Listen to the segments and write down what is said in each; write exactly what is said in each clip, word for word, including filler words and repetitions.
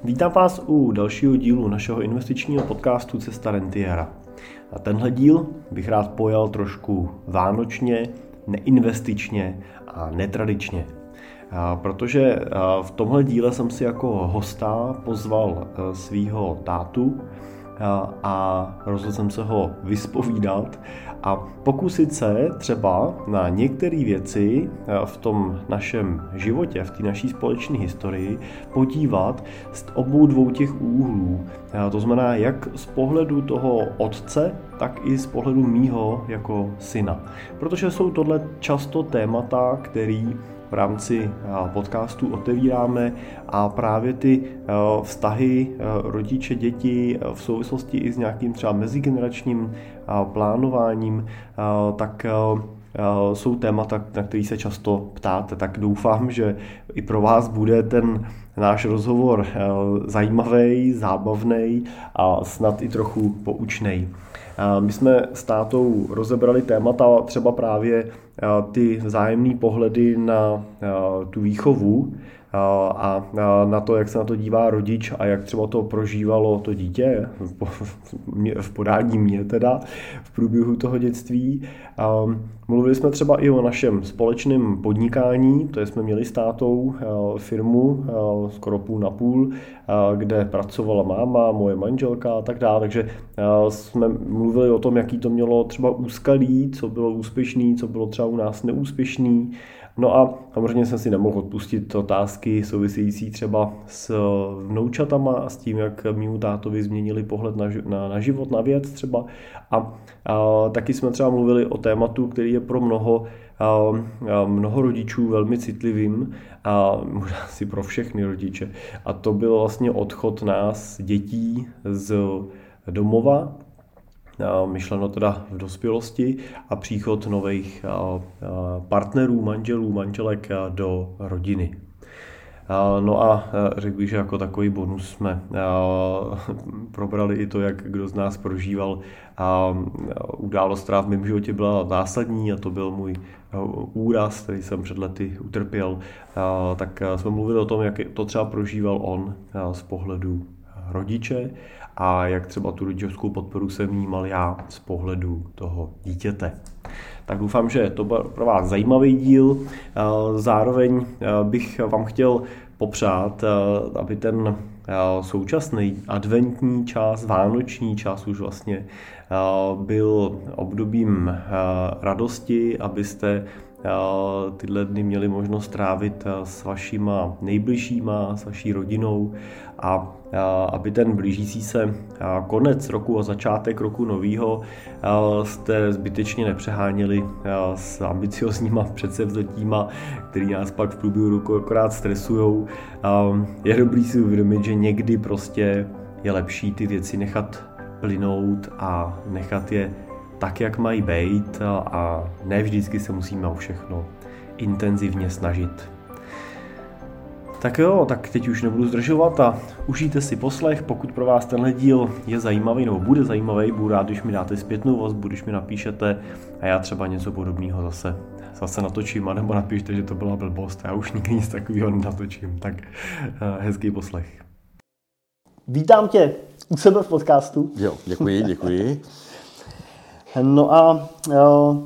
Vítám vás u dalšího dílu našeho investičního podcastu Cesta rentiéra. A tenhle díl bych rád pojal trošku vánočně, neinvestičně a netradičně. A protože v tomhle díle jsem si jako hosta pozval svýho tátu a rozhodl jsem se ho vyspovídat a pokusit se třeba na některé věci v tom našem životě, v té naší společné historii podívat z obou dvou těch úhlů. To znamená jak z pohledu toho otce, tak i z pohledu mýho jako syna. Protože jsou tohle často témata, který v rámci podcastu otevíráme a právě ty vztahy rodiče, děti v souvislosti i s nějakým třeba mezigeneračním plánováním, tak jsou témata, na který se často ptáte. Tak doufám, že i pro vás bude ten náš rozhovor zajímavý, zábavný a snad i trochu poučnej. My jsme s tátou rozebrali témata třeba právě ty vzájemné pohledy na tu výchovu a na to, jak se na to dívá rodič a jak třeba to prožívalo to dítě v podání mě teda v průběhu toho dětství. Mluvili jsme třeba i o našem společném podnikání, to jsme měli s tátou firmu skoro půl na půl, kde pracovala máma, moje manželka a tak dále, takže jsme mluvili o tom, jaký to mělo třeba úskalí, co bylo úspěšný, co bylo třeba u nás neúspěšný. No a samozřejmě jsem si nemohl odpustit otázky související třeba s vnoučatama a s tím, jak mému tátovi změnili pohled na, na, na život, na věc třeba. A, a taky jsme třeba mluvili o tématu, který je pro mnoho, a, a mnoho rodičů velmi citlivým a možná si pro všechny rodiče. A to byl vlastně odchod nás, dětí, z domova, myšleno teda v dospělosti a příchod nových partnerů, manželů, manželek do rodiny. No a řekl bych, že jako takový bonus jsme probrali i to, jak kdo z nás prožíval událost, která v mém životě byla zásadní a to byl můj úraz, který jsem před lety utrpěl. Tak jsme mluvili o tom, jak to třeba prožíval on z pohledu rodiče a jak třeba tu rodičovskou podporu jsem vnímal já z pohledu toho dítěte. Tak doufám, že to byl pro vás zajímavý díl. Zároveň bych vám chtěl popřát, aby ten současný adventní čas, vánoční čas už vlastně byl obdobím radosti, abyste tyhle dny měli možnost trávit s vašima nejbližšíma, s vaší rodinou a aby ten blížící se konec roku a začátek roku novýho jste zbytečně nepřeháněli s ambiciozníma předsevzatíma, který nás pak v průběhu roku akorát stresujou. Je dobrý si uvědomit, že někdy prostě je lepší ty věci nechat plynout a nechat je tak, jak mají být a ne vždycky se musíme o všechno intenzivně snažit. Tak jo, tak teď už nebudu zdržovat a užijte si poslech, pokud pro vás tenhle díl je zajímavý nebo bude zajímavý, budu rád, když mi dáte zpětnou vazbu, když mi napíšete a já třeba něco podobného zase, zase natočím, anebo napíšte, že to byla blbost a já už nikdy nic takového nenatočím, tak hezký poslech. Vítám tě u sebe v podcastu. Jo, děkuji, děkuji. No a jo,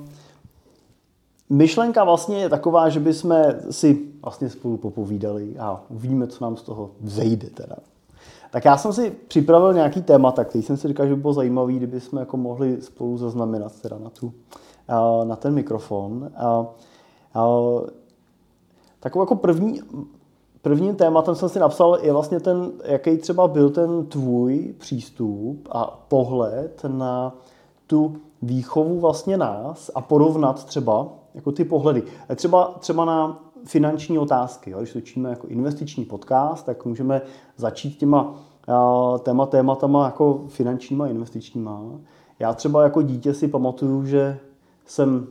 myšlenka vlastně je taková, že bychom si vlastně spolu popovídali a uvidíme, co nám z toho vzejde teda. Tak já jsem si připravil nějaký témata, který jsem si říkal, že by bylo zajímavý, kdyby jsme jako mohli spolu zaznamenat teda na, tu, na ten mikrofon. A, a, takovou jako první, prvním tématem jsem si napsal je vlastně ten, jaký třeba byl ten tvůj přístup a pohled na tu výchovu vlastně nás a porovnat třeba jako ty pohledy. Třeba, třeba na finanční otázky. Jo? Když točíme jako investiční podcast, tak můžeme začít těma téma, tématama jako finančníma, investičníma. Já třeba jako dítě si pamatuju, že jsem,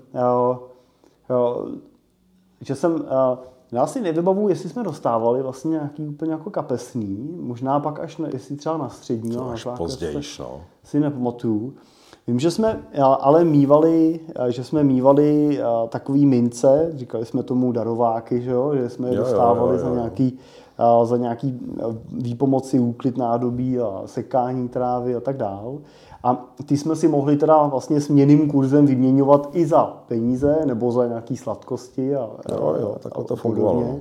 že jsem já si nevybavuju, jestli jsme dostávali vlastně nějaký úplně jako kapesný, možná pak až, ne, jestli třeba na střední. To až později, no. Si nepamatuju. Vím, že jsme ale mívali, že jsme mívali takový mince, říkali jsme tomu darováky, že, jo? Že jsme je dostávali jo, jo, jo. za nějaký za nějaký výpomoci, úklid nádobí a sekání trávy a tak dál. A ty jsme si mohli teda vlastně směnným kurzem vyměňovat i za peníze nebo za nějaké sladkosti a, jo, jo, a, takhle to a fungovalo.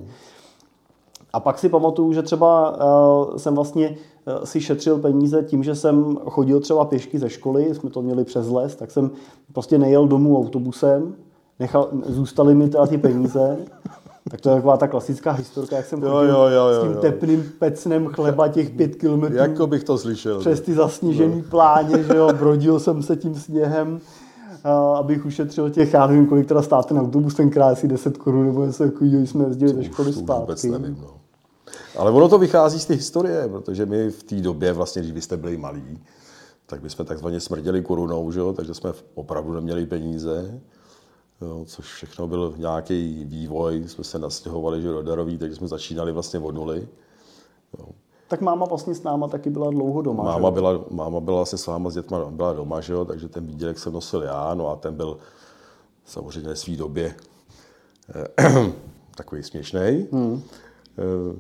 A pak si pamatuju, že třeba uh, jsem vlastně uh, si šetřil peníze tím, že jsem chodil třeba pěšky ze školy, jsme to měli přes les, tak jsem prostě nejel domů autobusem, nechal, zůstaly mi teda ty peníze. Tak to je taková ta klasická historka, jak jsem chodil jo, jo, jo, jo, s tím tepným pecnem chleba těch pět kilometrů. Jako bych to slyšel. Přes ty zasněžený no. pláně, že jo, brodil jsem se tím sněhem, a, abych ušetřil těch, já nevím, kolik teda státe na autobus, tenkrát asi deset korun, nebo něco takového, jsme jezdili ze školy zpátky. Vůbec nevím, no. Ale ono to vychází z té historie, protože my v té době, vlastně, když vy jste byli malí, tak bychom takzvaně smrděli korunou, že jo, takže jsme opravdu neměli peníze. Jo, což všechno byl nějaký vývoj, jsme se nastěhovali že do Daroví, takže jsme začínali vlastně od nuly. Jo. Tak máma vlastně s náma taky byla dlouho doma. Máma byla, máma byla vlastně s váma s dětma byla doma, že jo, takže ten výdělek jsem nosil já, no a ten byl samozřejmě ve své době eh, takový směšnej. Hmm. Eh,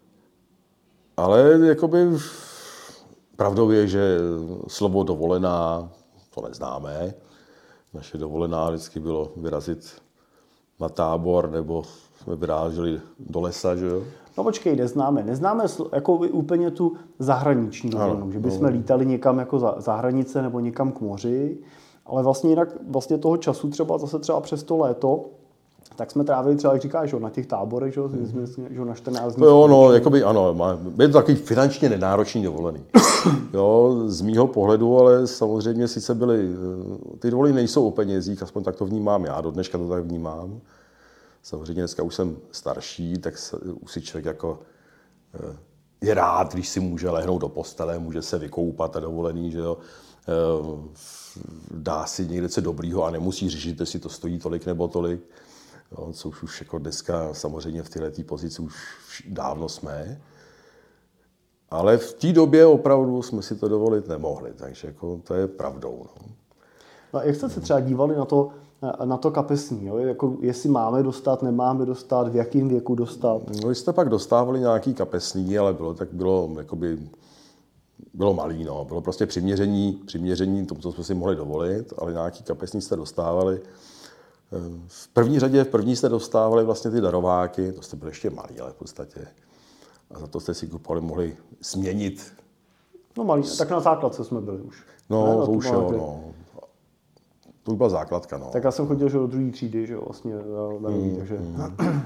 ale jakoby pravdou je, že slovo dovolená, to neznáme. Naše dovolená vždycky bylo vyrazit na tábor, nebo jsme vyráželi do lesa, že jo? No počkej, neznáme. Neznáme jako úplně tu zahraniční dovolenou, že bychom no. lítali někam jako za, za hranice nebo někam k moři, ale vlastně jinak vlastně toho času třeba zase třeba přes to léto, tak jsme trávili třeba, jak říkáš, na těch táborech, že, mm. že na čtrnáct dní. To jo, no, jakoby ano, je to takový finančně nenáročný dovolený. Jo, z mýho pohledu, ale samozřejmě sice byly, ty dovolení nejsou o penězích, aspoň tak to vnímám já, do dneška to tak vnímám. Samozřejmě dneska už jsem starší, tak už si člověk jako je rád, když si může lehnout do postele, může se vykoupat a dovolený, že jo. Dá si někde co dobrýho a nemusí řešit, jestli to stojí tolik nebo tolik. Jo, což už jako dneska samozřejmě v této pozici už dávno jsme. Ale v té době opravdu jsme si to dovolit nemohli, takže jako to je pravdou. No. No, jak jste se třeba dívali na to, na to kapesní? Jo? Jako, jestli máme dostat, nemáme dostat, v jakém věku dostat? No, jste pak dostávali nějaký kapesní, ale bylo tak bylo, jakoby, bylo malý. No. Bylo prostě přiměření, přiměření tomu, co jsme si mohli dovolit, ale nějaký kapesní jste dostávali. V první řadě, v první jste dostávali vlastně ty darováky, to jste byli ještě malí, ale v podstatě. A za to jste si kupovali, mohli směnit. No malý, tak na základce jsme byli už. No, ne, to už jo, no. To už byla základka, no. Tak já jsem chodil že do druhé třídy, že jo, vlastně, darový, mm, takže... Mm.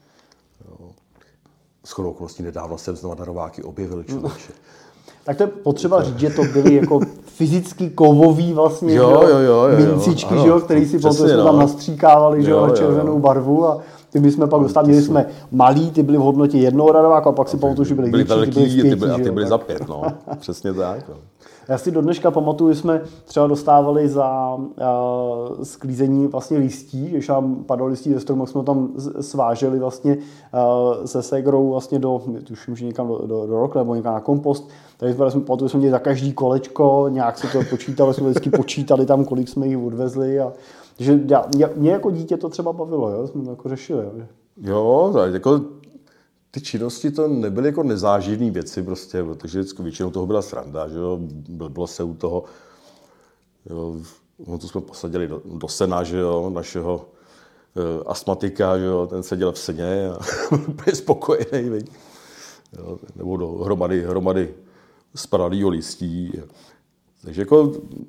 Shodou okolností nedávno jsem znovu darováky objevil, člověče. Tak to je potřeba říct, že to byly jako fyzicky kovový vlastně, jo, jo, jo, jo, mincičky, jo, který si potom jsme tam nastříkávali, že jo, na červenou jo. barvu a ty my jsme pak dostali, měli jsme malý, ty byli v hodnotě jednoho darováku a pak si pamatuju, že byli byli větší, velký, ty byli v pěti, ty byli, a ty byli jo, za pět, no, přesně tak. No. Já si do dneška pamatuju, že jsme třeba dostávali za uh, sklízení vlastně listí, když nám padalo listí ze stromu, jsme tam sváželi vlastně uh, se ségrou vlastně do, tuším, že někam do, do, do rokle nebo někam na kompost. Tady jsme, pamatuju, jsme měli za každý kolečko, nějak se to počítali, jsme vždycky počítali tam, kolik jsme jich odvezli. A, takže já, mě jako dítě to třeba bavilo, jo? Jsme to jako řešili. Jo, jo tak jako ty činnosti to nebyly jako nezáživné věci prostě, protože vždycky většinou toho byla sranda, že jo, bylo se u toho, jo, no to jsme posadili do, do sena, že jo, našeho e, astmatika, že jo, ten seděl v seně a byl spokojený, veď. Jo, nebo do hromady, hromady spadalýho listí. Takže jako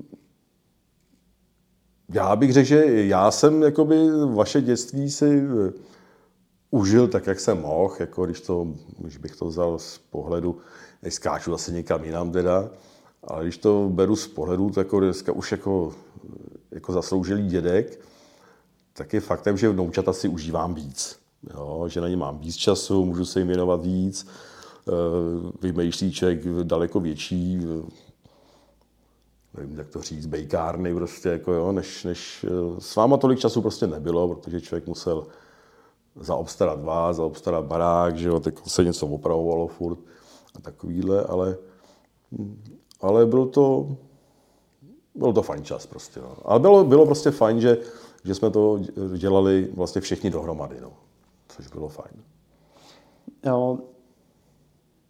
já bych řekl, že já jsem jakoby vaše dětství si užil tak, jak jsem mohl, jako když, to, když bych to vzal z pohledu, než skáču zase někam jinam teda, ale když to beru z pohledu, tak jako dneska už jako, jako zasloužilý dědek, tak je faktem, že vnoučata si užívám víc. Jo, že na ně mám víc času, můžu se jim věnovat víc, vymýšlí člověk daleko větší, nevím, jak to říct, bejkárny prostě, jako jo, než, než s váma tolik času prostě nebylo, protože člověk musel zaobstarat vás, zaobstarat barák, že jo, tak se něco opravovalo furt a takovýhle, ale, ale bylo to, bylo to fajn čas prostě, no. Ale bylo, bylo prostě fajn, že, že jsme to dělali vlastně všichni dohromady, no, což bylo fajn. Jo,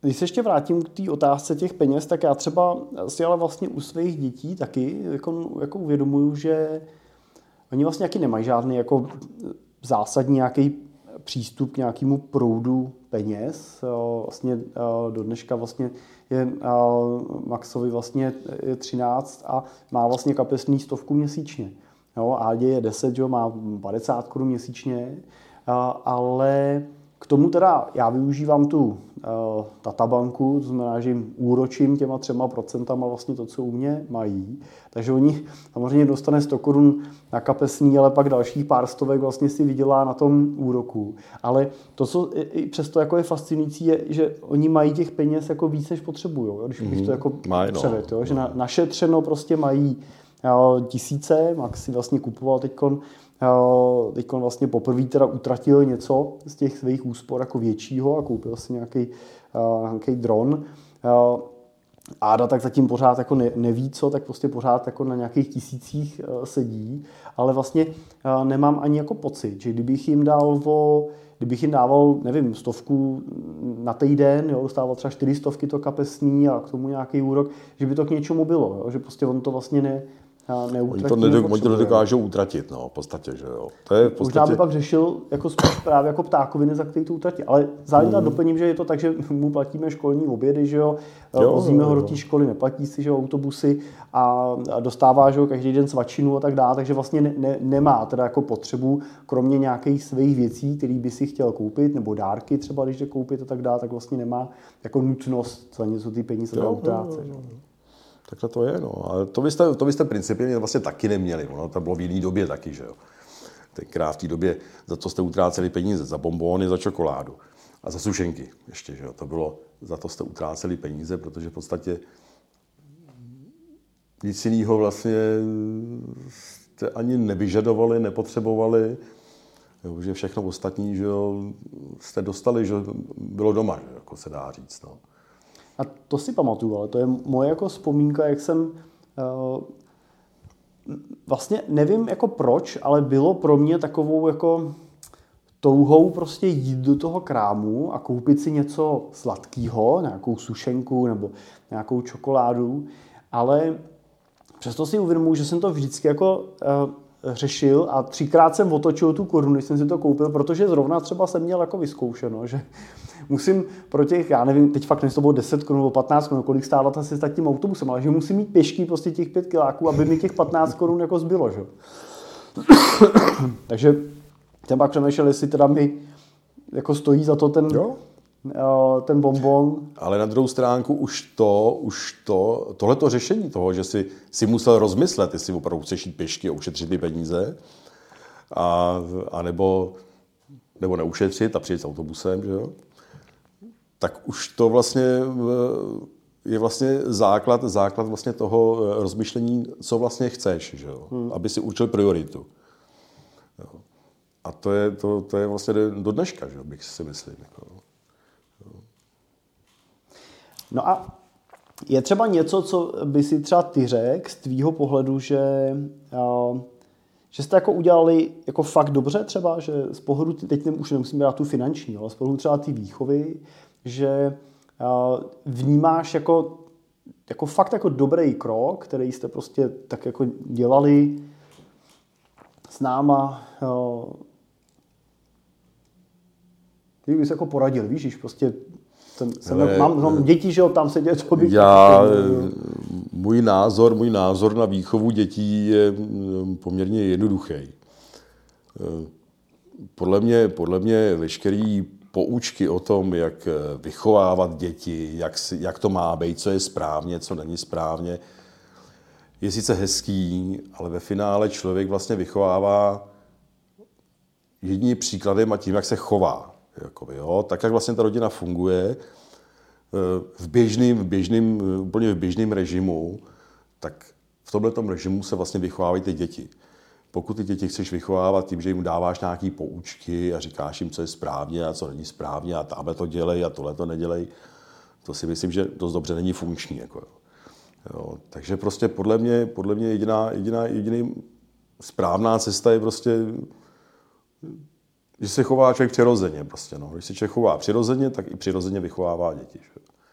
když se ještě vrátím k té otázce těch peněz, tak já třeba si ale vlastně u svých dětí taky jako, jako uvědomuju, že oni vlastně taky nemají žádný jako zásadní nějaký přístup k nějakému proudu peněz. Vlastně do dneška vlastně je Maxovi vlastně je třináct a má vlastně kapesní stovku měsíčně. Jo, Ádě je deset, jo, má padesát korun měsíčně, ale k tomu teda já využívám tu uh, databanku, to znamená, že jim úročím těma třema procentama vlastně to, co u mě mají. Takže oni samozřejmě dostane sto korun na kapesný, ale pak dalších pár stovek vlastně si vydělá na tom úroku. Ale to, co i přesto jako je fascinující, je, že oni mají těch peněz jako víc, než potřebují, jo? Když bych to jako Maj, no. převedl, jo? Že na, našetřeno prostě mají uh, tisíce, Max si vlastně kupoval teďkon Teď vlastně poprvé teda utratil něco z těch svých úspor jako většího a koupil si nějaký, nějaký dron. Áda tak zatím pořád jako ne, neví co, tak prostě pořád jako na nějakých tisících sedí, ale vlastně nemám ani jako pocit, že kdybych jim dal o, kdybych jim dával, nevím, stovku na týden, jo, dostával třeba čtyři stovky to kapesný a k tomu nějaký úrok, že by to k něčemu bylo, jo, že prostě on to vlastně ne, Oni to, nedok- oni to nedokážou utratit, no, v podstatě, že jo. To je v podstatě... Možná by pak řešil jako spíš právě jako ptákoviny, za který to utratí. Ale zároveň hmm. doplním, že je to tak, že mu platíme školní obědy, že jo, jo vozíme ho do té školy, neplatí si, že jo, autobusy a, a dostává, že jo, každý den svačinu a tak dále, takže vlastně ne, ne, nemá teda jako potřebu, kromě nějakých svých věcí, který by si chtěl koupit, nebo dárky třeba, když jde koupit a tak dále, tak vlastně nemá jako nutnost za něco ty peníze do utrácet. Takhle to je, no. Ale to byste, to byste principiálně vlastně taky neměli. Ono to bylo v jiné době taky, že jo. Tenkrát v té době, za co jste utráceli peníze, za bonbóny, za čokoládu a za sušenky ještě, že jo. To bylo, za to jste utráceli peníze, protože v podstatě nic jiného vlastně jste ani nevyžadovali, nepotřebovali, jo, že všechno ostatní, že jo, jste dostali, že bylo doma, že, jako se dá říct, no. A to si pamatuju, ale to je moje jako vzpomínka, jak jsem uh, vlastně nevím jako proč, ale bylo pro mě takovou jako touhou prostě jít do toho krámu a koupit si něco sladkého, nějakou sušenku nebo nějakou čokoládu, ale přesto si uvědomuji, že jsem to vždycky jako uh, řešil a třikrát jsem otočil tu korunu, když jsem si to koupil, protože zrovna třeba jsem měl jako vyzkoušeno, že musím pro těch, já nevím, teď fakt než to bylo deset korun nebo patnáct korun, kolik stála ta cesta tím autobusem, ale že musím mít pěšky prostě těch pět kiláků, aby mi těch patnáct korun jako zbylo, že? Takže jsem pak přemýšlel, jestli teda mi jako stojí za to ten, jo? ten bonbon. Ale na druhou stránku už to, už to, tohleto řešení toho, že si, si musel rozmyslet, jestli opravdu chceš jít pěšky a ušetřit ty peníze, a, a nebo, nebo neušetřit a přijet s autobusem, že jo? Tak už to vlastně je vlastně základ, základ vlastně toho rozmyšlení, co vlastně chceš, že jo? Hmm. Aby si určil prioritu. Jo. A to je, to, to je vlastně do dneška, že jo, bych si myslím. Jako. No a je třeba něco, co by si třeba ty řekl z tvýho pohledu, že, uh, že jste jako udělali jako fakt dobře třeba, že z pohledu, teď ne, už nemusím brát tu finanční, ale z pohledu třeba ty výchovy, že uh, vnímáš jako, jako fakt jako dobrý krok, který jste prostě tak jako dělali s náma. Uh, ty bys jako poradil, víš, když prostě ten, jsem, Ale, mám, mám děti, že jo, tam se děje, co bych... Já, můj názor, můj názor na výchovu dětí je poměrně jednoduchý. Podle mě, podle mě veškerý poučky o tom, jak vychovávat děti, jak, si, jak to má být, co je správně, co není správně, je sice hezký, ale ve finále člověk vlastně vychovává jedině příkladem a tím, jak se chová. Jakoby, jo? Tak, jak vlastně ta rodina funguje v běžným, v běžným, úplně v běžném režimu, tak v tomhletom režimu se vlastně vychovávají ty děti. Pokud ty děti chceš vychovávat tím, že jim dáváš nějaké poučky a říkáš jim, co je správně a co není správně a tamhle to dělej a tohle to nedělej, to si myslím, že dost dobře není funkční. Jako, jo. Takže prostě podle mě, podle mě jediná, jediná, jediná správná cesta je prostě, že se chová člověk přirozeně. Prostě, no. Když se člověk chová přirozeně, tak i přirozeně vychovává děti. Že?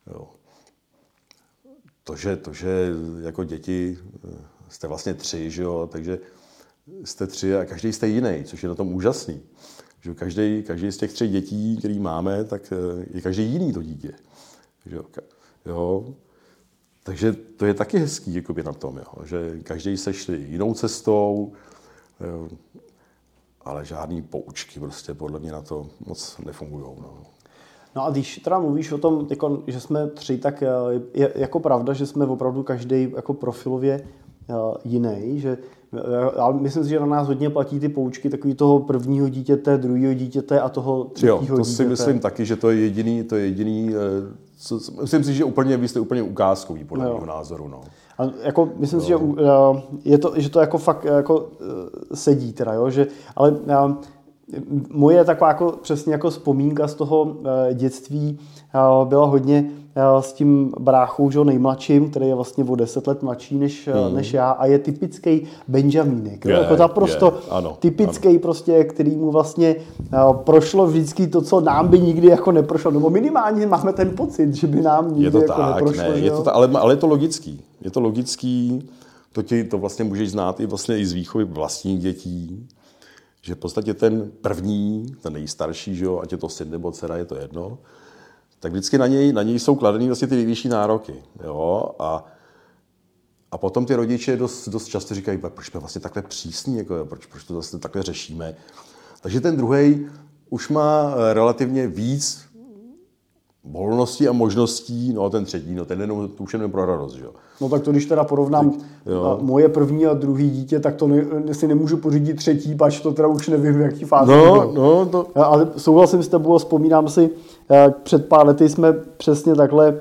Jo. To, že, to, že jako děti jste vlastně tři, že jo, takže jste tři a každý jste jiný, což je na tom úžasný. Že každý, každý z těch třech dětí, který máme, tak je každý jiný to dítě. Že jo. Jo. Takže to je taky hezký jakoby na tom, jo, že každý se šli jinou cestou, jo, ale žádný poučky prostě podle mě na to moc nefungujou. No. No a když teda mluvíš o tom, jako, že jsme tři, tak je jako pravda, že jsme opravdu každý jako profilově jiný, že ale myslím si, že na nás hodně platí ty poučky takový toho prvního dítěte, druhého dítěte a toho třetího dítěte. Jo, to si myslím taky, že to je jediný, to je jediný, co, myslím si, že úplně, vy jste úplně ukázkový podle mého názoru. No. A jako, myslím no. si, že, je to, že to jako fakt jako sedí teda, jo, že, ale moje taková jako přesně jako vzpomínka z toho dětství byla hodně s tím bráchou, že, nejmladším, který je vlastně o deset let mladší než, hmm. než já a je typický Benjamínek. Je, jako naprosto je, ano, typický ano. prostě, který mu vlastně prošlo vždycky to, co nám by nikdy jako neprošlo. Nebo minimálně máme ten pocit, že by nám nikdy je to jako tak, neprošlo. Ne, je to ta, ale, ale je to logický. Je to logický, to, ti, to vlastně můžeš znát i, vlastně i z výchovy vlastních dětí, že v podstatě ten první, ten nejstarší, že jo, ať je to syn nebo dcera, je to jedno, tak vždycky na něj, na něj jsou kladeny vlastně ty nejvyšší nároky. Jo? A, a potom ty rodiče dost, dost často říkají, proč jsme vlastně takhle přísní, jako, proč, proč to vlastně takhle řešíme. Takže ten druhej už má relativně víc volností a možností, no a ten třetí, no ten jenom, to už jenom pro radost, že jo. No tak to, když teda porovnám tak, moje první a druhý dítě, tak to ne, si nemůžu pořídit třetí, pač to teda už nevím, v jaký fázi. No, no, to... Ale souhlasím s tebou a vzpomínám si, před pár lety jsme přesně takhle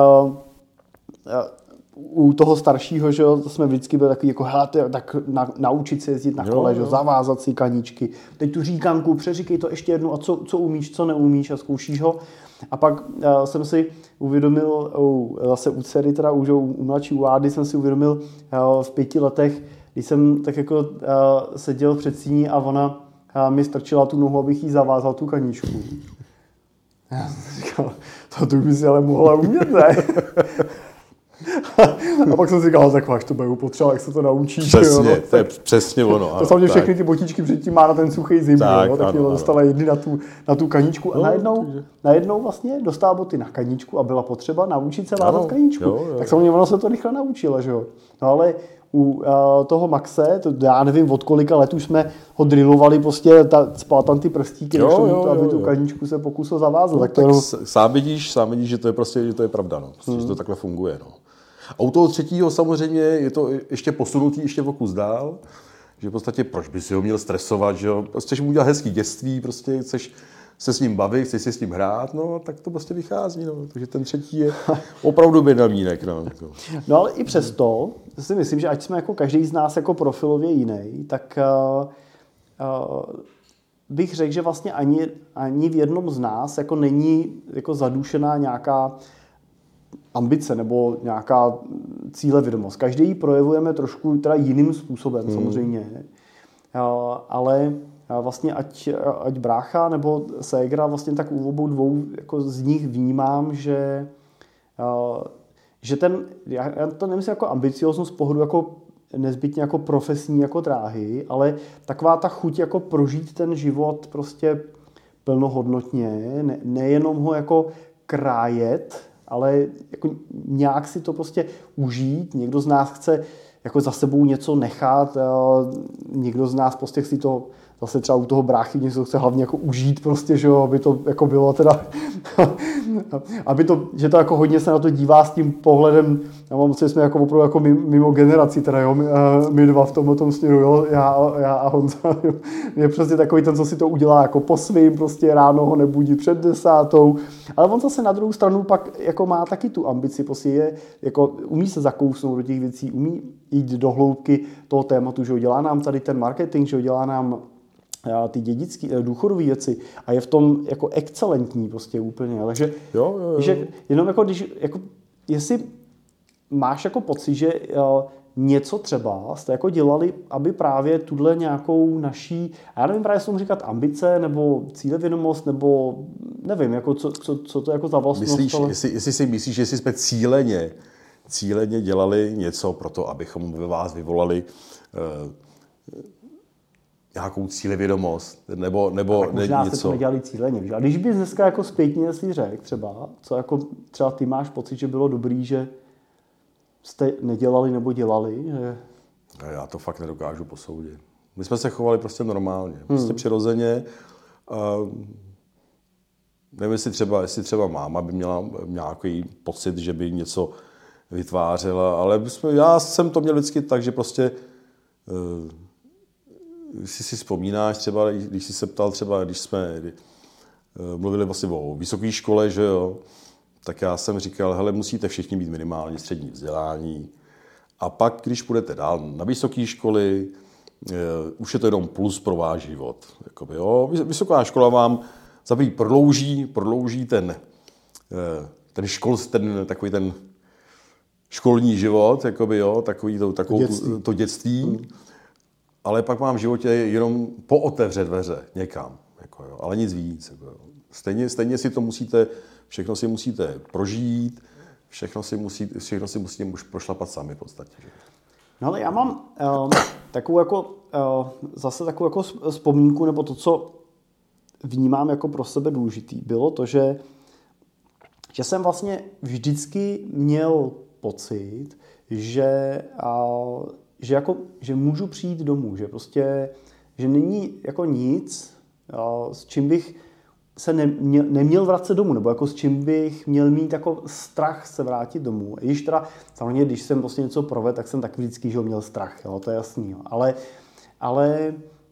u toho staršího, že jo, jsme vždycky byli takový jako, hele, tak na, naučit se jezdit na kole, že jo, zavázat si kaníčky, teď tu říkanku, přeříkej to ještě jednou a co, co umíš, co neumíš a zkoušíš ho. A pak uh, jsem si uvědomil, uh, zase u dcery, teda už u, u mladší u Ády jsem si uvědomil uh, v pěti letech, když jsem tak jako uh, seděl před síní a ona uh, mi strčila tu nohu, abych jí zavázal tu kaníčku. Já jsem říkal, to tu by si ale mohla umět, ne? A pak jsem si říkal, tak až to budu potřeba, jak se to naučíš. Přesně, jo, no, to je přesně ono. To samozřejmě všechny ty botičky předtím má na ten suchý zim, tak, jo, tak ano, dostala jedny na tu, na tu kaníčku a no, najednou, najednou vlastně dostala boty na kaníčku a byla potřeba naučit se vázat kaníčku. Jo, jo. Tak samozřejmě ono se to rychle naučila, že jo. No ale u uh, toho Maxe, to já nevím od kolika let už jsme ho drillovali, prostě ta, spal tam ty prstíky, jo, jo, jo, aby jo. tu kaníčku se pokusil zavázat. No, tak tak to sám vidíš, sám vidíš, že to je prostě, že to je pravda, no. Prostě, hmm. že to takhle funguje, no. A u toho třetího samozřejmě je to ještě posunutý ještě o kus dál, že v podstatě proč by si ho měl stresovat, že jo, prostě chceš mu udělat hezký dětství, prostě chceš se s ním bavit, chceš si s ním hrát, no tak to prostě vychází, no, takže ten třetí je opravdu Benjamínek, no. No ale i přesto si myslím, že ať jsme jako každý z nás jako profilově jiný, tak uh, uh, bych řekl, že vlastně ani, ani v jednom z nás jako není jako zadušená nějaká ambice nebo nějaká cílevědomost. Každý ji projevujeme trošku teda jiným způsobem, hmm. samozřejmě. Ale vlastně ať, ať brácha nebo ségra, vlastně tak u obou dvou jako z nich vnímám, že, že ten, já to nemyslím jako ambicioznost z pohledu jako nezbytně jako profesní jako dráhy, ale taková ta chuť jako prožít ten život prostě plnohodnotně, ne, nejenom ho jako krájet, ale jako nějak si to prostě užít. Někdo z nás chce jako za sebou něco nechat, někdo z nás prostě si to zase třeba u toho bráchy něco chce hlavně jako užít prostě, že jo, aby to jako bylo teda, aby to, že to jako hodně se na to dívá s tím pohledem, já mám pocit, jsme jako opravdu jako mimo generaci teda, jo, my, my dva v tomhle tom směru, jo, já, já a Honza, jo. Je přesně takový ten, co si to udělá jako po svým, prostě ráno ho nebudí před desátou, ale on zase na druhou stranu pak jako má taky tu ambici, prostě je, jako umí se zakousnout do těch věcí, umí jít do hloubky toho tématu, že ho dělá nám tady ten marketing, že ho dělá nám ty dědické, důchodové věci a je v tom jako excelentní prostě úplně. Takže jo, jo, jo. Že jenom jako když, jako, jestli máš jako pocit, že něco třeba jste jako dělali, aby právě tuhle nějakou naší, a já nevím právě, jestli tomu říkat ambice, nebo cílevědomost, nebo nevím, jako co, co, co to jako za vlastnost. Myslíš, ale... jestli, jestli si myslíš, že jsme cíleně, cíleně dělali něco pro to, abychom ve vás vyvolali uh, nějakou cílevědomost, nebo, nebo tak možná něco. Jste to nedělali cíleně, víš? A když bys dneska jako zpětně si řekl třeba, co jako třeba ty máš pocit, že bylo dobrý, že jste nedělali nebo dělali, že... Já to fakt nedokážu posoudit. My jsme se chovali prostě normálně, prostě hmm. přirozeně. Uh, nevím, jestli třeba, jestli třeba máma by měla nějaký pocit, že by něco vytvářela, ale jsme, já jsem to měl vždycky tak, že prostě uh, když si vzpomínáš třeba, když jsi se ptal třeba, když jsme kdy, uh, mluvili vlastně o vysoké škole, že jo, tak já jsem říkal, hele, musíte všichni mít minimálně střední vzdělání. A pak, když půjdete dál na vysoké školy, uh, už je to jenom plus pro váš život. Jakoby, jo. Vysoká škola vám za první prodlouží, prodlouží ten, uh, ten škol, ten, takový ten školní život, jakoby, jo, takový to, takovou, dětství. To, to dětství, hmm. ale pak vám v životě jenom pootevře dveře někam, jako, jo, ale nic víc. Jako, jo. Stejně, stejně si to musíte, všechno si musíte prožít, všechno si musíte, všechno si musíte už prošlapat sami v podstatě. Že? No ale já mám uh, takovou jako, uh, zase takovou jako vzpomínku, nebo to, co vnímám jako pro sebe důležitý, bylo to, že, že jsem vlastně vždycky měl pocit, že, uh, že, jako, že můžu přijít domů, že prostě, že není jako nic, uh, s čím bych se neměl, neměl vracet domů, nebo jako s čím bych měl mít jako strach se vrátit domů. Již teda, samozřejmě, když jsem prostě něco provedl, tak jsem tak vždycky, že měl strach, jo, to je jasný, jo. Ale, ale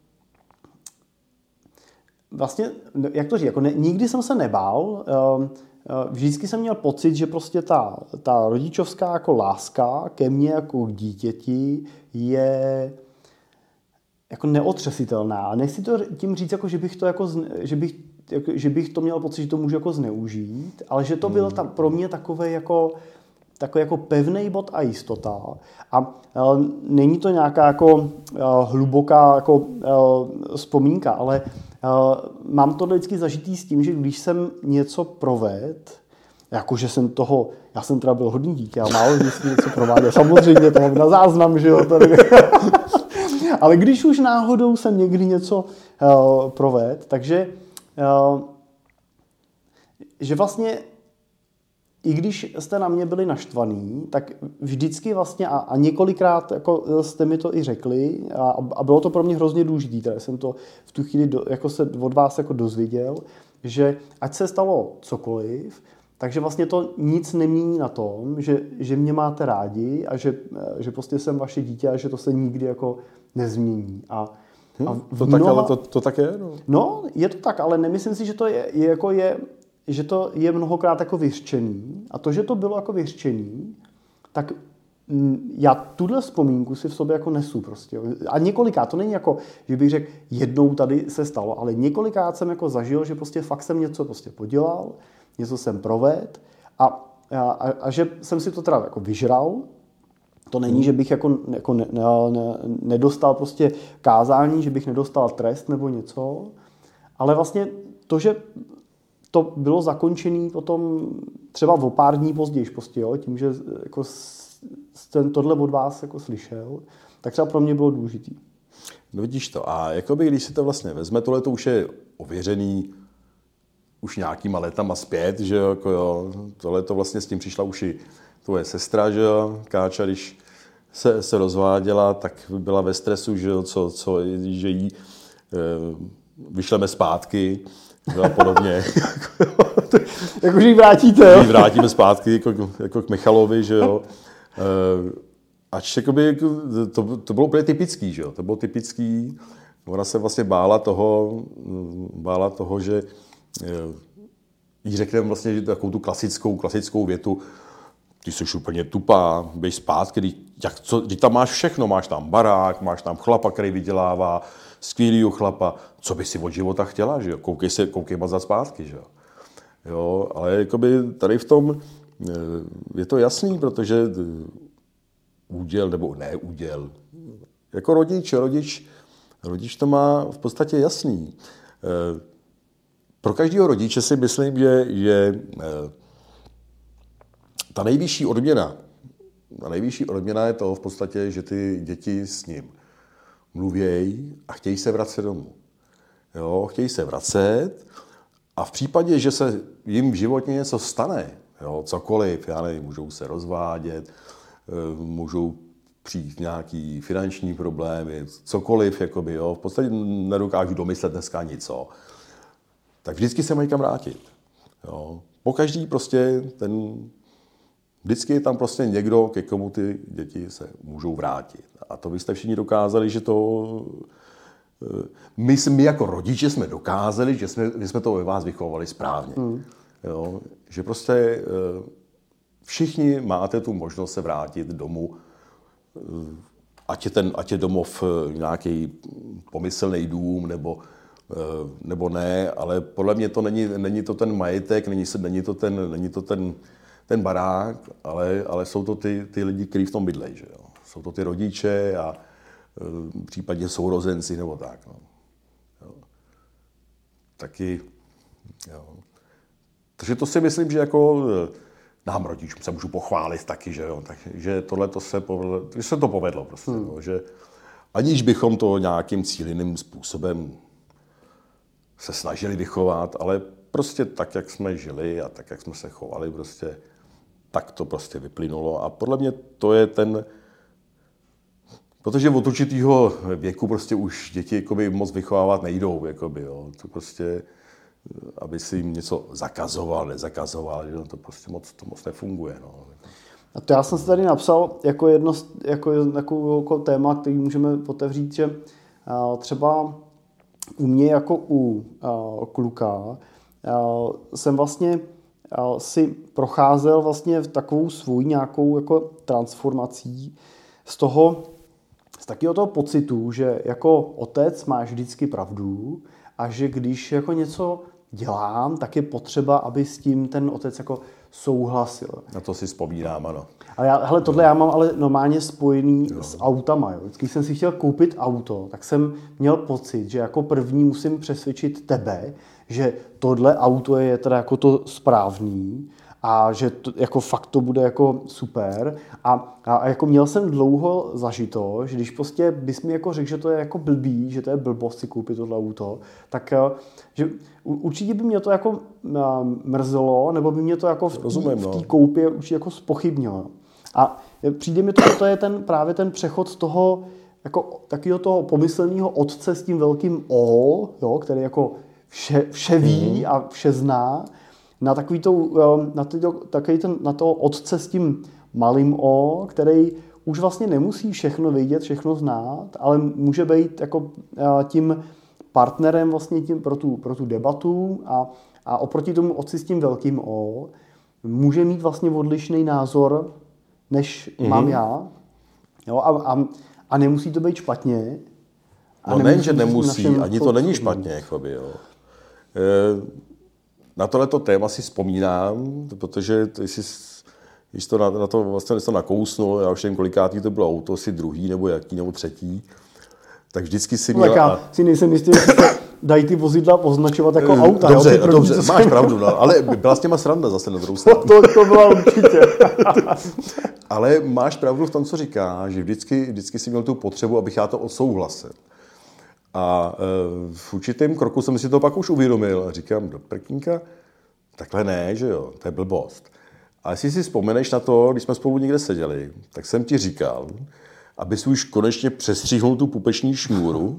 vlastně, jak to říct, jako ne, nikdy jsem se nebál, vždycky jsem měl pocit, že prostě ta, ta rodičovská jako láska ke mně jako k dítěti je jako neotřesitelná. Nechci to tím říct, jako, že bych to jako, že bych, jako, že bych to měl pocit, že to můžu jako zneužít, ale že to byl ta, pro mě takový jako takový jako pevný bod a jistota. A uh, není to nějaká jako uh, hluboká jako uh, vzpomínka, ale uh, mám to vždycky zažitý s tím, že když jsem něco provedl, jakože jsem toho, já jsem teda byl hodný dítě, a málo když jsem něco prováděl, samozřejmě to mám na záznam, že jo, tady. Ale když už náhodou jsem někdy něco uh, provedl, takže uh, že vlastně i když jste na mě byli naštvaný, tak vždycky vlastně a, a několikrát jako jste mi to i řekli a, a bylo to pro mě hrozně důležitý, takže jsem to v tu chvíli do, jako se od vás jako dozvěděl, že ať se stalo cokoliv, takže vlastně to nic nemění na tom, že, že mě máte rádi a že, že prostě jsem vaše dítě a že to se nikdy jako nezmění. A, hmm, a to, mnoha, tak, ale to, to tak je? No. no, je to tak, ale nemyslím si, že to je, je jako je že to je mnohokrát jako vyřčený a to, že to bylo jako vyřčený, tak já tuhle vzpomínku si v sobě jako nesu prostě. A několikrát, to není jako, že bych řekl, jednou tady se stalo, ale několikrát jsem jako zažil, že prostě fakt jsem něco prostě podělal, něco jsem provedl a, a, a že jsem si to teda jako vyžral. To není, že bych jako, jako ne, ne, ne, nedostal prostě kázání, že bych nedostal trest nebo něco, ale vlastně to, že to bylo zakončené potom třeba o pár dní později, prostě, jo, tím, že jako ten tohle od vás jako slyšel, tak třeba pro mě bylo důležitý. No vidíš to. A jakoby, když si to vlastně vezme, tohle to už je ověřený už nějakýma letama zpět, že jako jo, tohle to vlastně s tím přišla už i tvoje sestra, že jo, Káča, když se, se rozváděla, tak byla ve stresu, že jo, co, co, že jí e, vyšleme zpátky, a podobně. Jak už ji vrátíte, jo? Ji vrátíme zpátky jako, jako k Michalovi, že jo. Ač jakoby, to, to bylo úplně typický, že jo. To bylo typický. Ona se vlastně bála toho, bála toho, že jí řekneme vlastně takovou tu klasickou, klasickou větu, ty jsi úplně tupá, běž zpátky, jak, co, ty tam máš všechno, máš tam barák, máš tam chlapa, který vydělává, skvělýho chlapa, co by si od života chtěla, že jo, koukej se, koukej mazat zpátky, že jo. Jo, ale jakoby tady v tom je to jasný, protože úděl, nebo ne úděl. Jako rodič, rodič, rodič to má v podstatě jasný. Pro každého rodiče si myslím, že je ta nejvyšší odměna, ta nejvyšší odměna je to v podstatě, že ty děti s ním mluvějí a chtějí se vracet domů. Jo, chtějí se vracet a v případě, že se jim v životě něco stane, jo, cokoliv, já nevím, můžou se rozvádět, můžou přijít nějaký finanční problémy, cokoliv, jakoby, jo, v podstatě nedokážu domyslet dneska nic, co. Tak vždycky se mají kam vrátit. Jo. Pokaždý prostě ten, vždycky je tam prostě někdo, ke komu ty děti se můžou vrátit. A to vy jste všichni dokázali, že to... My, my jako rodiče jsme dokázali, že jsme, že jsme to ve vás vychovali správně. Mm. Jo. Že prostě všichni máte tu možnost se vrátit domů, ať je, ten, ať je domov nějaký pomyslný dům, nebo, nebo ne, ale podle mě to není, není to ten majetek, není, není to ten, není to ten, ten barák, ale, ale jsou to ty, ty lidi, kteří v tom bydlejí. Že jo? Jsou to ty rodiče a v případě sourozenci nebo tak. No. Jo. Taky, jo. Takže to si myslím, že jako nám rodičům se můžu pochválit taky, že jo, takže tohle to se povedlo, že se to povedlo prostě, hmm. no, že aniž bychom to nějakým cíleným způsobem se snažili vychovat, ale prostě tak, jak jsme žili a tak, jak jsme se chovali, prostě tak to prostě vyplynulo a podle mě to je ten, protože od určitýho věku prostě už děti jakoby moc vychovávat nejdou, jakoby, jo, to prostě aby si jim něco zakazoval, nezakazoval, že to prostě moc, to moc nefunguje. No. A to já jsem si tady napsal jako jedno jako, jako, jako téma, který můžeme otevřít, že uh, třeba u mě jako u uh, kluka uh, jsem vlastně uh, si procházel vlastně v takovou svou nějakou jako transformací z toho, z takového toho pocitu, že jako otec máš vždycky pravdu a že když jako něco dělám, tak je potřeba, aby s tím ten otec jako souhlasil. Na to si vzpomínám, ano. Ale já, hele, tohle já mám ale normálně spojený jo. s autama. Jo. Když jsem si chtěl koupit auto, tak jsem měl pocit, že jako první musím přesvědčit tebe, že tohle auto je teda jako to správný a že to, jako fakt to bude jako super. A, a jako měl jsem dlouho zažito, že když prostě bys mi jako řekl, že to je jako blbý, že to je blbost si koupit tohle auto, tak že určitě by mě to jako mrzelo, nebo by mě to jako v té koupě určitě jako zpochybnilo. A přijde mi to, že to je ten, právě ten přechod z toho jako takového toho pomyslného otce s tím velkým O, jo, který jako vše, vše ví mm. a vše zná, na takový to, na, to, takový ten, na toho otce s tím malým O, který už vlastně nemusí všechno vědět, všechno znát, ale může být jako tím partnerem vlastně tím pro tu, pro tu debatu a, a oproti tomu otci s tím velkým O může mít vlastně odlišný názor, než mm-hmm. mám já. Jo, a, a, a nemusí to být špatně. A no nejen, že nemusí, ani to není špatně. Jakoby, jo. E- Na tohleto téma si vzpomínám, protože jsi, když to na, na to vlastně to nakousnul, já už nevím, kolikátý to bylo auto, asi druhý nebo jaký, nebo třetí, tak vždycky si měl... Tak já si nejsem jistý, že se dají ty vozidla označovat jako auta. Dobře, jo, dobře, máš jsem... pravdu, no, ale byla s těma sranda zase na druhou stranu. To, to byla určitě. Ale máš pravdu v tom, co říká, že vždycky, vždycky si měl tu potřebu, abych já to odsouhlasil. A v určitém kroku jsem si to pak už uvědomil a říkám, do prkínka, takhle ne, že jo, to je blbost. A jestli si vzpomeneš na to, když jsme spolu někde seděli, tak jsem ti říkal, aby si už konečně přestříhnul tu pupeční šňůru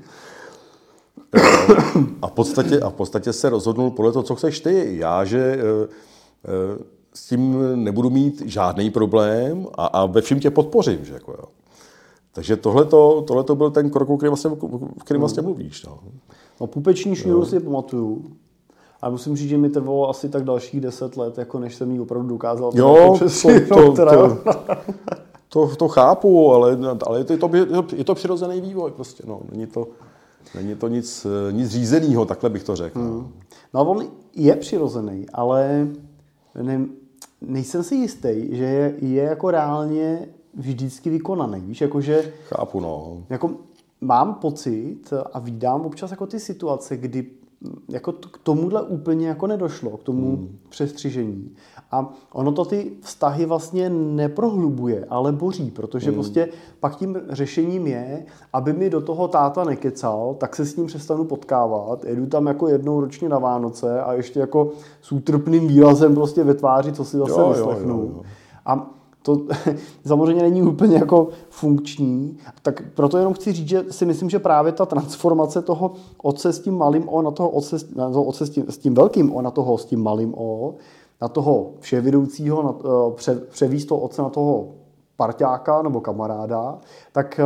a v podstatě, a v podstatě se rozhodnul podle toho, co chceš ty. Já, že s tím nebudu mít žádný problém a, a ve všem tě podpořím, že jako jo. Takže tohle to byl ten krok, o kterém vlastně, který vlastně mluvíš. No, no pupeční šňůru si pamatuju. A musím říct, že mi trvalo asi tak dalších deset let, jako než jsem jí opravdu dokázal. Jo, to, to, to, to, to chápu, ale, ale je, to, je, to, je to přirozený vývoj. Prostě, no. Není to, není to nic, nic řízenýho, takhle bych to řekl. Hmm. No on je přirozený, ale ne, nejsem si jistý, že je, je jako reálně vždycky vykonaný. Víš, jakože... Chápu, no. Jako mám pocit a vídám občas jako ty situace, kdy jako k tomuhle úplně jako nedošlo, k tomu hmm. přestřižení. A ono to ty vztahy vlastně neprohlubuje, ale boří, protože hmm. prostě pak tím řešením je, aby mi do toho táta nekecal, tak se s ním přestanu potkávat, jedu tam jako jednou ročně na Vánoce a ještě jako s útrpným výrazem prostě ve tváři, co si zase jo, vyslechnu. Jo, jo, jo. A to samozřejmě není úplně jako funkční, tak proto jenom chci říct, že si myslím, že právě ta transformace toho otce s tím malým O na toho otce, na toho otce s, tím, s tím velkým O na toho s tím malým O, na toho vševědoucího, na, pře, převíst toho otce na toho parťáka nebo kamaráda, tak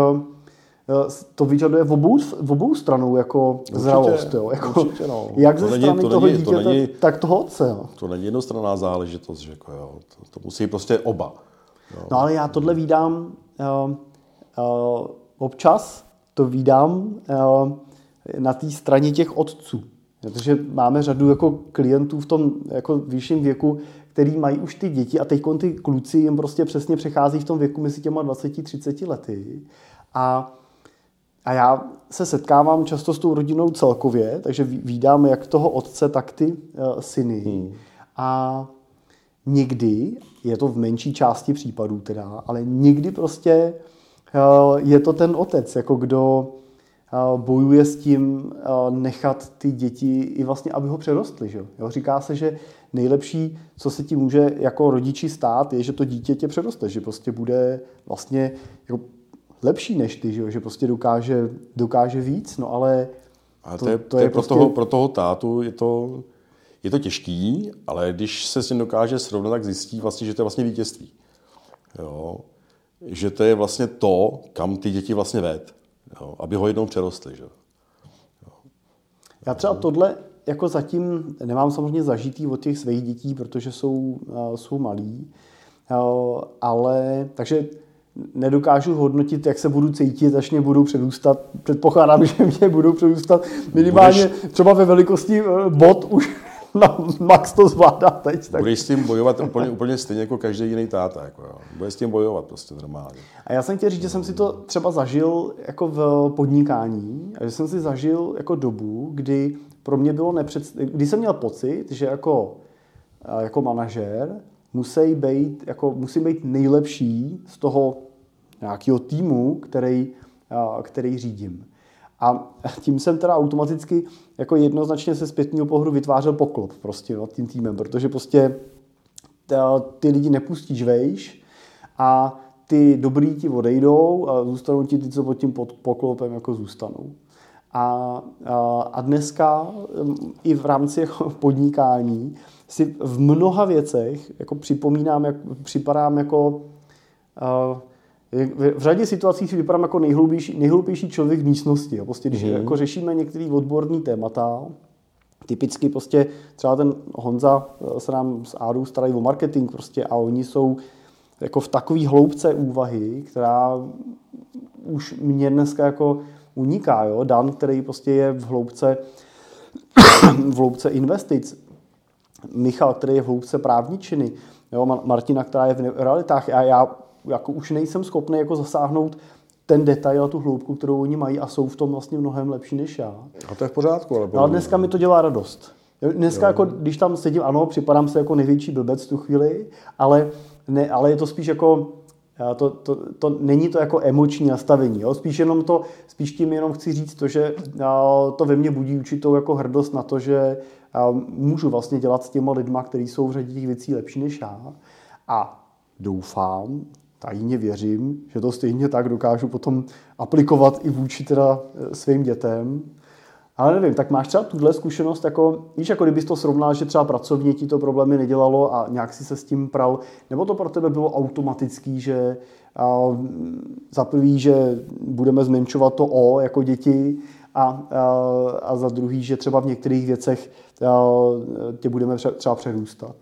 to vyžaduje v obou, v obou stranou jako určitě, zralost. Jo? Jako, určitě, no. Jak ze není, strany to toho není, dítěte, to není, tak toho otce. Jo? To není jednostranná záležitost, že jako, jo. To, to musí prostě oba. Jo. No ale já tohle vídám uh, uh, občas, to vídám uh, na té straně těch otců. Protože máme řadu jako klientů v tom jako vyšším věku, který mají už ty děti a teď ty kluci jim prostě přesně přechází v tom věku mezi těma dvaceti třiceti lety. A, a já se setkávám často s tou rodinou celkově, takže vídám jak toho otce, tak ty uh, syny. Hmm. A někdy, je to v menší části případů teda, ale někdy prostě uh, je to ten otec, jako kdo uh, bojuje s tím uh, nechat ty děti i vlastně, aby ho přerostly. Že? Jo? Říká se, že nejlepší, co se ti může jako rodiči stát, je, že to dítě tě přeroste, že prostě bude vlastně jako lepší než ty, že, že prostě dokáže, dokáže víc, no ale... A to, to je, to je, je pro, prostě... toho, pro toho tátu je to, je to těžký, ale když se s ním dokáže srovnat, tak zjistí vlastně, že to je vlastně vítězství. Jo? Že to je vlastně to, kam ty děti vlastně ved, jo? Aby ho jednou přerostly. Že? Jo? Já třeba tohle jako zatím nemám samozřejmě zažitý od těch svých dětí, protože jsou, uh, jsou malí, uh, ale takže nedokážu hodnotit, jak se budu cítit, až mě budou předůstat. Předpokládám, že mě budou předůstat minimálně budeš, třeba ve velikosti bod už na max to zvládá teď. Tak. Budeš s tím bojovat úplně, úplně stejně jako každý jiný táta. Jako, jo. Budeš s tím bojovat prostě normálně. A já jsem chtěl říct, že jsem si to třeba zažil jako v podnikání a že jsem si zažil jako dobu, kdy pro mě bylo nepředstav... kdy jsem měl pocit, že jako, jako manažer musí být, jako, musí být nejlepší z toho nějakého týmu, který, který řídím. A tím jsem teda automaticky jako jednoznačně se zpětného pohledu vytvářel poklop prostě nad tím týmem, protože prostě ty lidi nepustíš vejš a ty dobrý ti odejdou a zůstanou ti ty, co pod tím poklopem jako zůstanou. A, a dneska i v rámci jako podnikání si v mnoha věcech jako připomínám, jak, připadám jako v řadě situací si vypadám jako nejhloupější, nejhloupější člověk v místnosti. Jo. Prostě, když mm. jako řešíme některé odborné témata, typicky prostě třeba ten Honza se nám s Ádou starají o marketing prostě a oni jsou jako v takové hloubce úvahy, která už mě dneska jako uniká. Jo. Dan, který prostě je v hloubce, v hloubce investic, Michal, který je v hloubce právničiny, jo. Martina, která je v realitách a já jako už nejsem schopný jako zasáhnout ten detail a tu hloubku, kterou oni mají a jsou v tom vlastně mnohem lepší než já. A to je v pořádku. Ale, ale dneska mi to dělá radost. Dneska, jako, když tam sedím, ano, připadám se jako největší blbec v tu chvíli, ale, ne, ale je to spíš jako, to, to, to, není to jako emoční nastavení. Jo? Spíš, jenom to, spíš tím jenom chci říct to, že to ve mně budí určitou jako hrdost na to, že můžu vlastně dělat s těma lidma, kteří jsou v řadě těch věcí lepší než já. A doufám, tajně věřím, že to stejně tak dokážu potom aplikovat i vůči teda svým dětem. Ale nevím, tak máš třeba tuhle zkušenost, jako, víš, jako kdybys to srovnal, že třeba pracovně ti to problémy nedělalo a nějak si se s tím pral, nebo to pro tebe bylo automatický, že a, za prvý, že budeme zmenšovat to O jako děti a, a, a za druhý, že třeba v některých věcech a, tě budeme třeba přerůstat.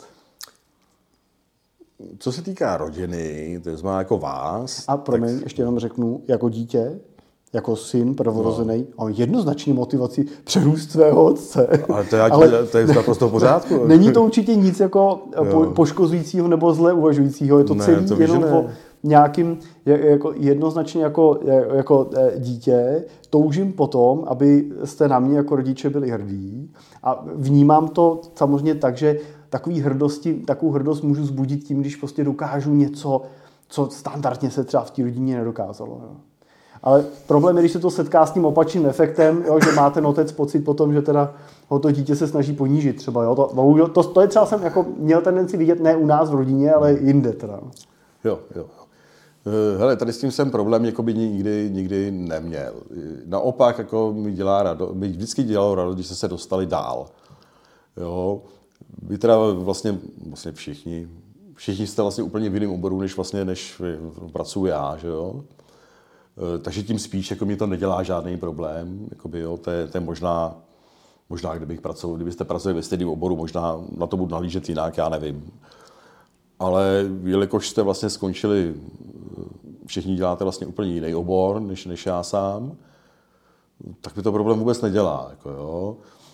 Co se týká rodiny, to znamená jako vás... A promiň, tak... ještě jenom řeknu, jako dítě, jako syn prvorozený, no. On jednoznačně motivací přerůst svého otce. Ale to, já, ale to je naprosto v pořádku. Není to určitě nic jako po, poškozujícího nebo zle uvažujícího, je to ne, celý to jenom o, nějakým jako jednoznačně jako, jako dítě toužím potom, aby jste na mě jako rodiče byli hrdí a vnímám to samozřejmě tak, že takový hrdosti, takovou hrdost můžu zbudit tím, když prostě dokážu něco, co standardně se třeba v té rodině nedokázalo. Jo. Ale problém je, když se to setká s tím opačným efektem, jo, že má ten otec pocit potom, že teda ho to dítě se snaží ponížit třeba. Jo. To, to, to je třeba jsem jako měl tendenci vidět ne u nás v rodině, ale jinde teda. Jo, jo. Hele, tady s tím jsem problém jakoby nikdy, nikdy neměl. Naopak jako mi dělá rado, mi vždycky dělalo radost, když se dostali dál. Jo. Vy teda vlastně, vlastně všichni, všichni jste vlastně úplně v jiném oboru, než vlastně, než pracuji já, že jo. Takže tím spíš jako mi to nedělá žádný problém. Jakoby, jo, to, je, to je možná, možná kdybych pracoval, kdybyste pracovali ve stejném oboru, možná na to budu nahlížet jinak, já nevím. Ale jelikož jste vlastně skončili, všichni děláte vlastně úplně jiný obor, než, než já sám, tak mi to problém vůbec nedělá. Jako, jo.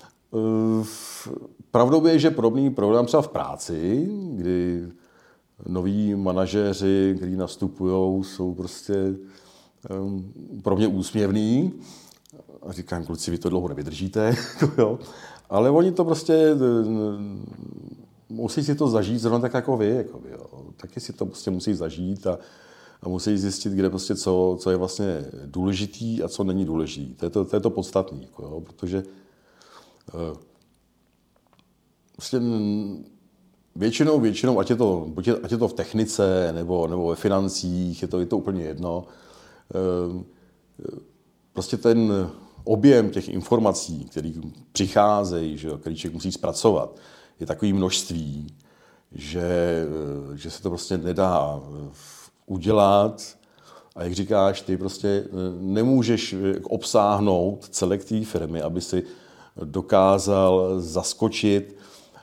Pravdou je, že podobný problém třeba v práci, kdy noví manažeři, kteří nastupují, jsou prostě um, pro mě úsměvný. A říkám, kluci, vy to dlouho nevydržíte. Jo. Ale oni to prostě musí si to zažít zrovna tak jako vy. Jako vy jo. Taky si to prostě musí zažít a, a musí zjistit, kde prostě co, co je vlastně důležitý a co není důležitý. To je to, to, je to podstatný, jako, jo, protože uh, prostě většinou, většinou, ať je to, ať je to v technice nebo, nebo ve financích, je to, je to úplně jedno. Prostě ten objem těch informací, které přicházejí, že, který člověk musí zpracovat, je takový množství, že, že se to prostě nedá udělat. A jak říkáš, ty prostě nemůžeš obsáhnout celek té firmy, aby si dokázal zaskočit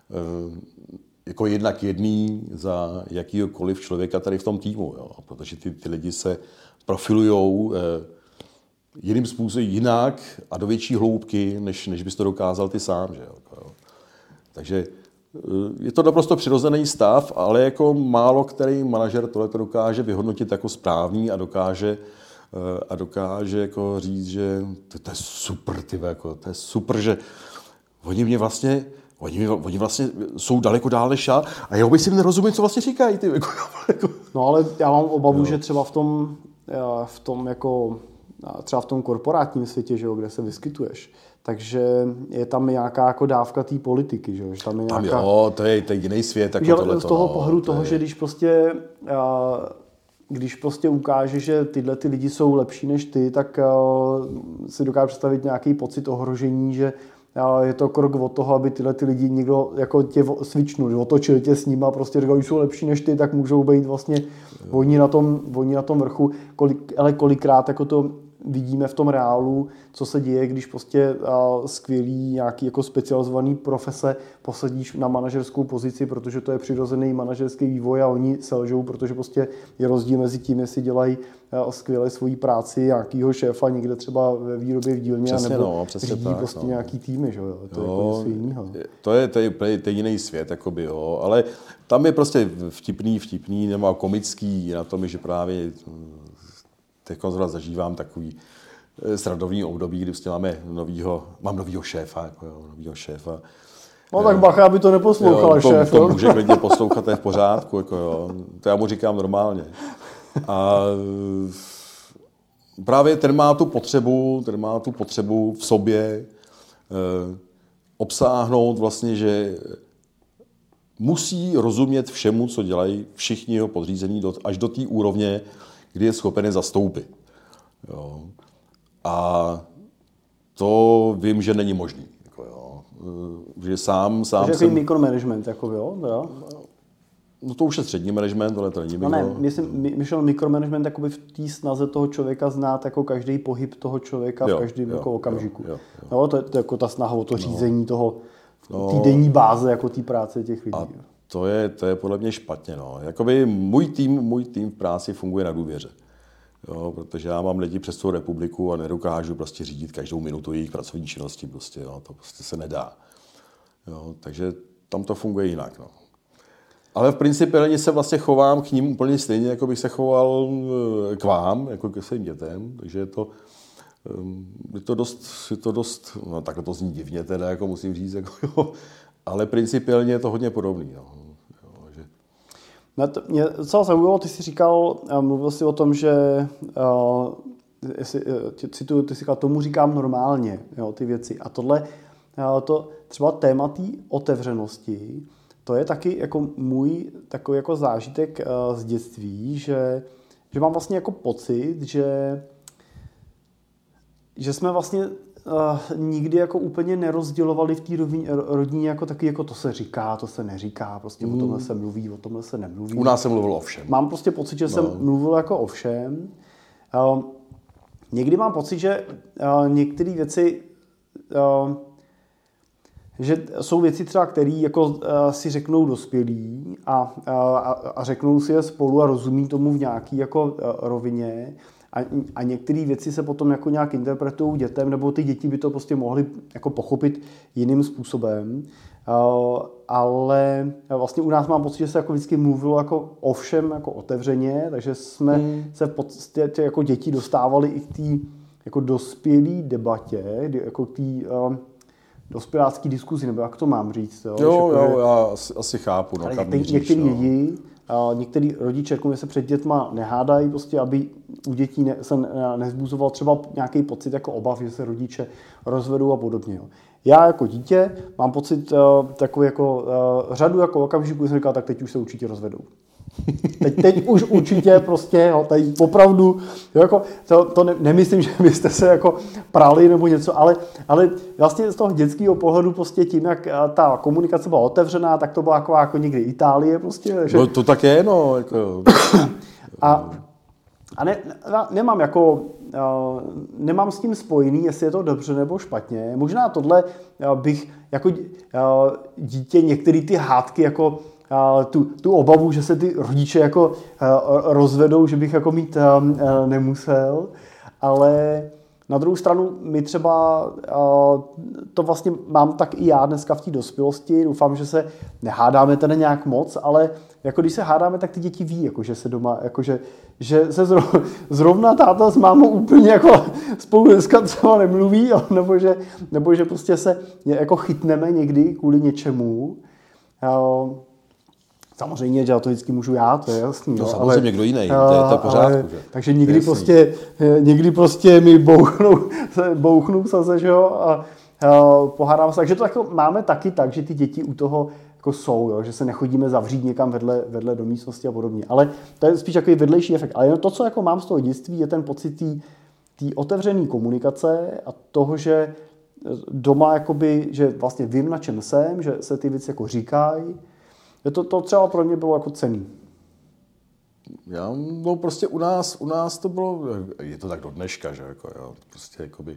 jako jednak jedný za jakýhokoliv člověka tady v tom týmu, jo? Protože ty, ty lidi se profilujou eh, jiným způsobem jinak a do větší hloubky, než, než bys to dokázal ty sám. Že jo? Takže eh, je to naprosto přirozený stav, ale jako málo který manažer tohle to dokáže vyhodnotit jako správný a dokáže, eh, a dokáže jako říct, že to, to je super, tyve, jako, to je super, že oni mě vlastně Oni, oni vlastně jsou daleko dál než já a já vůbec si nerozumím, co vlastně říkají. Ty. No ale já mám obavu, jo. že třeba v tom, v tom jako, třeba v tom korporátním světě, že jo, kde se vyskytuješ, takže je tam nějaká jako dávka té politiky, že jo. Že tam je tam nějaká... jo, to je, to je jiný svět. Jako že tohleto, z toho no, pohledu to toho, je... že když prostě... Když prostě ukáže, že tyhle ty lidi jsou lepší než ty, tak si dokáže představit nějaký pocit ohrožení, že je to krok od toho, aby tyhle ty lidi někdo jako tě switchnul, otočil tě s nima, prostě říkal, že jsou lepší než ty, tak můžou být vlastně oni na tom, oni na tom vrchu, kolik, ale kolikrát jako to vidíme v tom reálu, co se děje, když prostě uh, skvělý nějaký jako specializovaný profese posadíš na manažerskou pozici, protože to je přirozený manažerský vývoj a oni selžou, protože prostě je rozdíl mezi tím, jestli dělají uh, skvěle svoji práci nějakýho šéfa někde třeba ve výrobě v dílně, přesně, nebo no, řídí tak, prostě no. nějaký týmy, že jo, to jo, je jako něco jiného. To je, to je, to je jiný svět, jakoby, jo, ale tam je prostě vtipný, vtipný, nebo komický na tom, že právě teď zažívám takový srandovní období, kdy prostě máme novýho, mám novýho šéfa, jako jo, novýho šéfa. No tak bacha, aby to neposlouchal jo, šéf. To, to může klidně poslouchat, to je v pořádku, jako jo. To já mu říkám normálně. A právě ten má tu potřebu, ten má tu potřebu v sobě eh, obsáhnout vlastně, že musí rozumět všemu, co dělají všichni jeho podřízení, až do té úrovně, kdy je schopen je zastoupit. Jo. A to vím, že není možný. Jako jo. Že sám, sám Takže jsem... mikromanagement, jako jo? jo? No to už je střední management, ale to není mikro... No ne, myslím, myšlel mikromanagement jakoby v té snaze toho člověka znát jako každý pohyb toho člověka jo, v každém jo, jako okamžiku. Jo, jo, jo. Jo, to, je, to je jako ta snaha o to řízení no. toho no. týdenní báze jako té práce těch lidí. A to je, to je podle mě špatně. No. Jakoby můj tým, můj tým v práci funguje na důvěře. Jo, protože já mám lidi přes celou republiku a nedokážu prostě řídit každou minutu jejich pracovní činnosti. Prostě, jo, to prostě se nedá. Jo, takže tam to funguje jinak. No. Ale v principiálně se vlastně chovám k ním úplně stejně, jako bych se choval k vám, jako ke svým dětem, takže je to, je to dost, je to dost, no takhle to zní divně teda, jako musím říct, jako, jo, ale principiálně je to hodně podobný. Jo, jo, že... No to mě docela zaujalo, ty jsi říkal, mluvil jsi o tom, že uh, jestli, cituju, ty jsi říkal, tomu říkám normálně, jo, ty věci. A tohle, uh, to třeba téma té otevřenosti, to je taky jako můj takový jako zážitek uh, z dětství, že, že mám vlastně jako pocit, že, že jsme vlastně uh, nikdy jako úplně nerozdělovali v té rodině jako taky, jako to se říká, to se neříká, prostě mm. o tomhle se mluví, o tomhle se nemluví. U nás se mluvilo o všem. Mám prostě pocit, že no. jsem mluvil jako o všem. Uh, někdy mám pocit, že uh, některé věci uh, že jsou věci třeba, které jako uh, si řeknou dospělí a, uh, a řeknou si je spolu a rozumí tomu v nějaký jako uh, rovině a, a některé věci se potom jako nějak interpretují dětem, nebo ty děti by to prostě mohly jako pochopit jiným způsobem. Uh, ale vlastně u nás mám pocit, že se jako vždycky mluvilo jako o všem jako otevřeně, takže jsme hmm. se v podstatě jako děti dostávali i k té jako dospělé debatě, jako k té uh, dospělácký diskuzi, nebo jak to mám říct. Jo, jo, jako, jo já asi, asi chápu. No, některý, některý no. lidi, uh, některý rodiče jako se před dětma nehádají, prostě, aby u dětí ne, se nezbuzoval třeba nějaký pocit jako obav, že se rodiče rozvedou a podobně. Jo. Já jako dítě mám pocit uh, takový jako uh, řadu jako okamžiků, jsem říkal, tak teď už se určitě rozvedou. Teď, teď už určitě prostě, jo, tady opravdu, jo, jako, to, to ne, nemyslím, že byste se jako prali nebo něco, ale, ale vlastně z toho dětského pohledu prostě tím, jak ta komunikace byla otevřená, tak to byla jako, jako někdy Itálie prostě. Takže... No to tak je, no. Jako... a a ne, nemám jako, uh, nemám s tím spojený, jestli je to dobře nebo špatně. Možná tohle uh, bych jako uh, dítě některé ty hádky jako uh, tu, tu obavu, že se ty rodiče jako uh, rozvedou, že bych jako mít uh, uh, nemusel, ale na druhou stranu my třeba uh, to vlastně mám tak i já dneska v té dospělosti. Doufám, že se nehádáme teda nějak moc, ale jako když se hádáme, tak ty děti ví, jako, že se doma, jako, že, že se zrovna, zrovna táta s mámou úplně jako spolu dneska třeba nemluví, nebo že, nebo že prostě se jako chytneme někdy kvůli něčemu. Uh, Samozřejmě, že já to vždycky můžu já, to je jasný. To no, samozřejmě ale, někdo jiný, to je to pořádku. Ale, že? Takže někdy prostě, někdy prostě mi bouchnou, bouchnou se, že jo, a, a pohádám se. Takže to jako máme taky tak, že ty děti u toho jako jsou, jo, že se nechodíme zavřít někam vedle, vedle do místnosti a podobně. Ale to je spíš takový vedlejší efekt. Ale to, co jako mám z toho dětství, je ten pocit té otevřené komunikace a toho, že doma, jakoby, že vlastně vím, na čem jsem, že se ty věci jako říkají. To, to třeba pro mě bylo jako cenný. Já, no prostě u nás, u nás to bylo, je to tak do dneška, že jako, jo, prostě jakoby,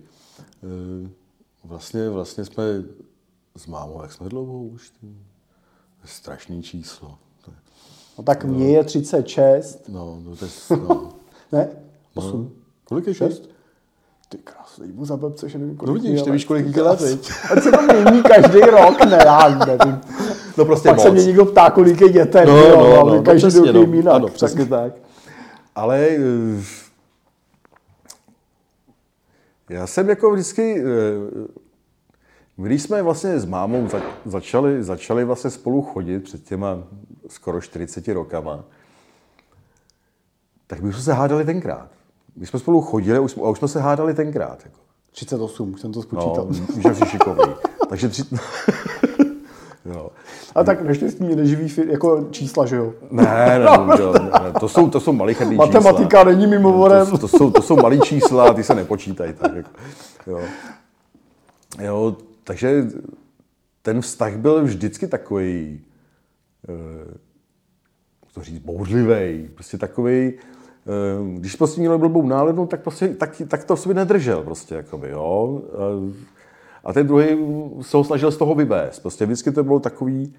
vlastně, vlastně jsme s mámou, jak jsme dlouho už, strašný číslo. No tak mně je třicet šest. No, no to je, no. Ne? osm. No. Kolik je šest? Ty krásný, mu za blbce, že nevím, kolik. No vidíš, ty víš, kolik je let, teď. Ať se to mění každý rok, ne, já nevím. No prostě pak moc. se mě někdo ptá, kolik je dětem, no, jo, no, ale no, každý no, rok jim jinak. Ano, přesně tak. Ale já jsem jako vždycky, když jsme vlastně s mámou začali, začali vlastně spolu chodit před těma skoro čtyřiceti rokama, tak my jsme se hádali tenkrát. My jsme spolu chodili a už jsme, a už jsme se hádali tenkrát. Jako. třicet osm, už jsem to spočítal. No, už jsem si šikovný. Takže tři... jo. A tak naštěstí mě neživí jako čísla, že jo? Ne, ne, ne, ne, to jsou, to jsou malicherný čísla. Matematika není mimochodem. To, to, jsou, to jsou malý čísla, ty se nepočítají. Tak, jako. jo. Jo, takže ten vztah byl vždycky takový, to říct, bouřlivý, prostě takový, když prostě měl blbou náladu, tak, prostě, tak, tak to v sobě nedržel. Prostě, jakoby, jo. A ten druhý se ho snažil z toho vyvést. Prostě vždycky to bylo takový,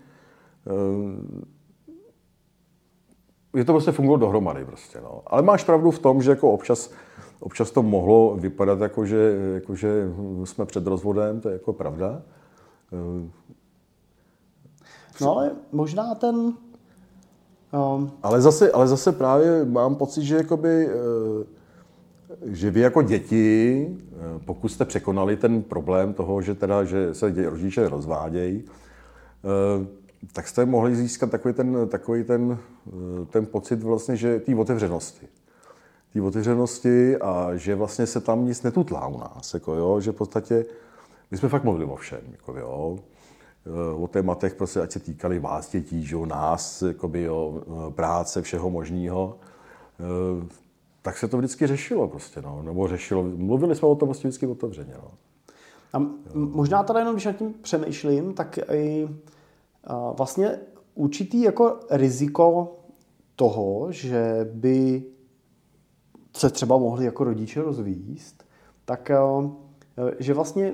je to prostě fungovalo dohromady. Prostě, no. Ale máš pravdu v tom, že jako občas, občas to mohlo vypadat jako že, jako, že jsme před rozvodem, to je jako pravda. No ale možná ten, Um, ale, zase, ale zase právě mám pocit, že jakoby, že vy jako děti, pokud jste překonali ten problém toho, že, teda, že se rodiče rozvádějí, tak jste mohli získat takový ten, takový ten, ten pocit vlastně, že té otevřenosti. Té otevřenosti a že vlastně se tam nic netutlá u nás. Jako jo, že v podstatě my jsme fakt mluvili o všem. Jako jo, o tématech, prostě, ať se týkali vás dětí, že jo, nás, jakoby, jo, práce, všeho možného. Tak se to vždycky řešilo prostě, no. Nebo řešilo, mluvili jsme o tom vlastně vždycky otevřeně. No. A možná tady jenom, když nad tím přemýšlím, tak i vlastně určitý jako riziko toho, že by se třeba mohli jako rodiče rozvíst, tak že vlastně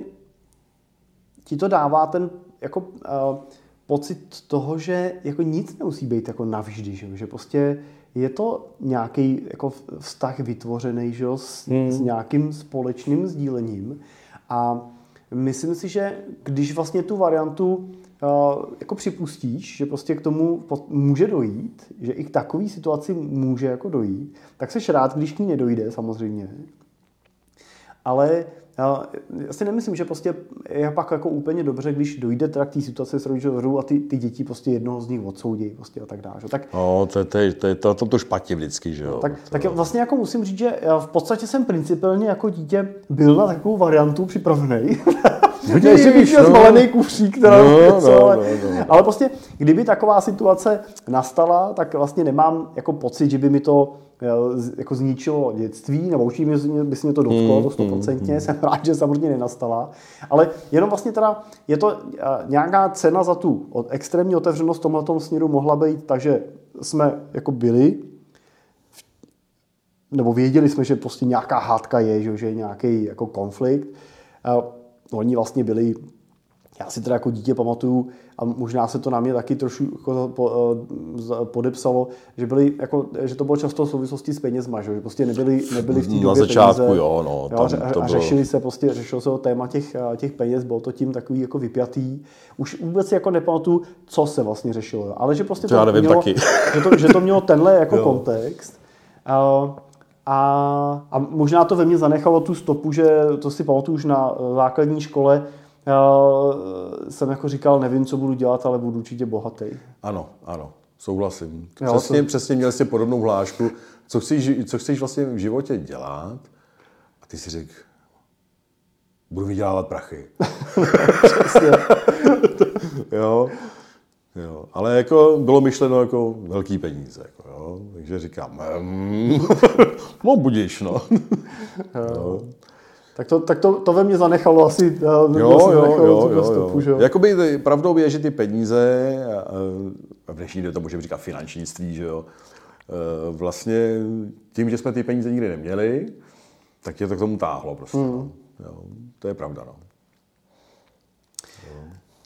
ti to dává ten jako pocit toho, že jako nic nemusí být jako navždy, že, že prostě je to nějaký jako vztah vytvořený, že, s, hmm. s nějakým společným sdílením a myslím si, že když vlastně tu variantu uh, jako připustíš, že prostě k tomu může dojít, že i k takové situaci může jako dojít, tak seš rád, když k ní nedojde samozřejmě. Ale já si nemyslím, že prostě je pak jako úplně dobře, když dojde teda k té situaci s rodičů a ty, ty děti prostě jednoho z nich odsoudí prostě a tak dále. Tak, no, to je to, to, to, to, to špatně vždycky, že jo. Tak, to... tak vlastně jako musím říct, že v podstatě jsem principiálně jako dítě byl na takovou variantu připravený. Ještě bych měl zmalený kufřík, která no, něco, no, ale, no, no. ale prostě, kdyby taková situace nastala, tak vlastně nemám jako pocit, že by mi to jako zničilo dětství, nebo určitě by se mě to dotklo, mm, to stoprocentně, mm, jsem rád, že samozřejmě nenastala, ale jenom vlastně teda je to nějaká cena za tu extrémní otevřenost v tomhletom směru mohla být, takže jsme jako byli, nebo věděli jsme, že prostě nějaká hádka je, že, že je nějaký jako konflikt. Oni vlastně byli, já si teda jako dítě pamatuju, a možná se to na mě taky trošku podepsalo, že, byli jako, že to bylo často v souvislosti s penězma, že prostě nebyli, nebyli v té době na začátku, peníze, jo, no. Tam jo, to a řešili se prostě, řešilo se o téma těch, těch peněz, bylo to tím takový jako vypjatý. Už vůbec jako nepamatuju, co se vlastně řešilo, ale že prostě to, já nevím mělo, taky. Že, to, že to mělo tenhle jako kontext. A, a, a možná to ve mně zanechalo tu stopu, že to si pamatuju už na základní škole, já jsem jako říkal, nevím, co budu dělat, ale budu určitě bohatý. Ano, ano, souhlasím. Přesně, jo, to... přesně měl jsi podobnou hlášku, co chceš, co chceš vlastně v životě dělat a ty si řekl, budu vydělávat prachy. Přesně. jo, jo, ale jako bylo myšleno jako velký peníze, jako, jo, takže říkám, mm, no budíš, no. jo. Tak to, tak to, to ve mně zanechalo asi jo, jo, zanechalo jo, jo, stopu, jo. Jakoby pravdou je, že ty peníze, a v dnešní době to můžeme říkat finančnictví, že jo, vlastně tím, že jsme ty peníze nikdy neměli, tak tě to k tomu táhlo prostě. Mm. Jo, to je pravda, no. Jo.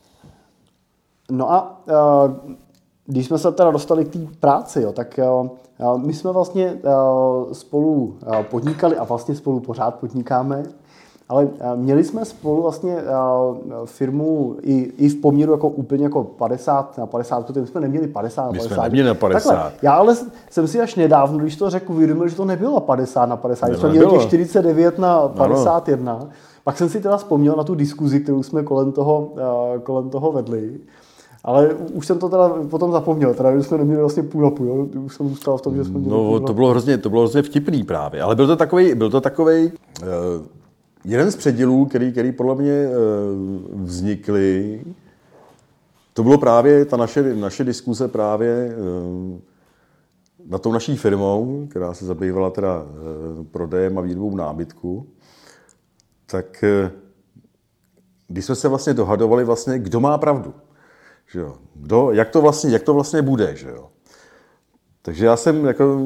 No a když jsme se teda dostali k té práci, jo, tak my jsme vlastně spolu podnikali a vlastně spolu pořád podnikáme, ale měli jsme spolu vlastně firmu i, i v poměru jako úplně jako padesát na padesát, protože my jsme neměli padesát na padesát. My jsme neměli na padesát. Takhle, já ale jsem si až nedávno, když to řekl, uvědomil, že to nebylo padesát na padesát, jsme měli těch čtyřicet devět na padesát jedna. Ano. Pak jsem si teda vzpomněl na tu diskuzi, kterou jsme kolem toho, kolem toho vedli. Ale už jsem to teda potom zapomněl, teda jsme neměli vlastně půl na půl, už jsem zůstal v tom, že jsme měli No, to bylo hrozně, to bylo hrozně vtipný právě, ale byl to takovej, byl to takovej uh, jeden z předělů, který, který podle mě uh, vznikly, to bylo právě ta naše, naše diskuse právě uh, nad tou naší firmou, která se zabývala teda uh, prodejem a výrobou nábytku, tak uh, když jsme se vlastně dohadovali vlastně, kdo má pravdu. Že jo. Kdo, jak, to vlastně, jak to vlastně bude, že jo. Takže já jsem jako,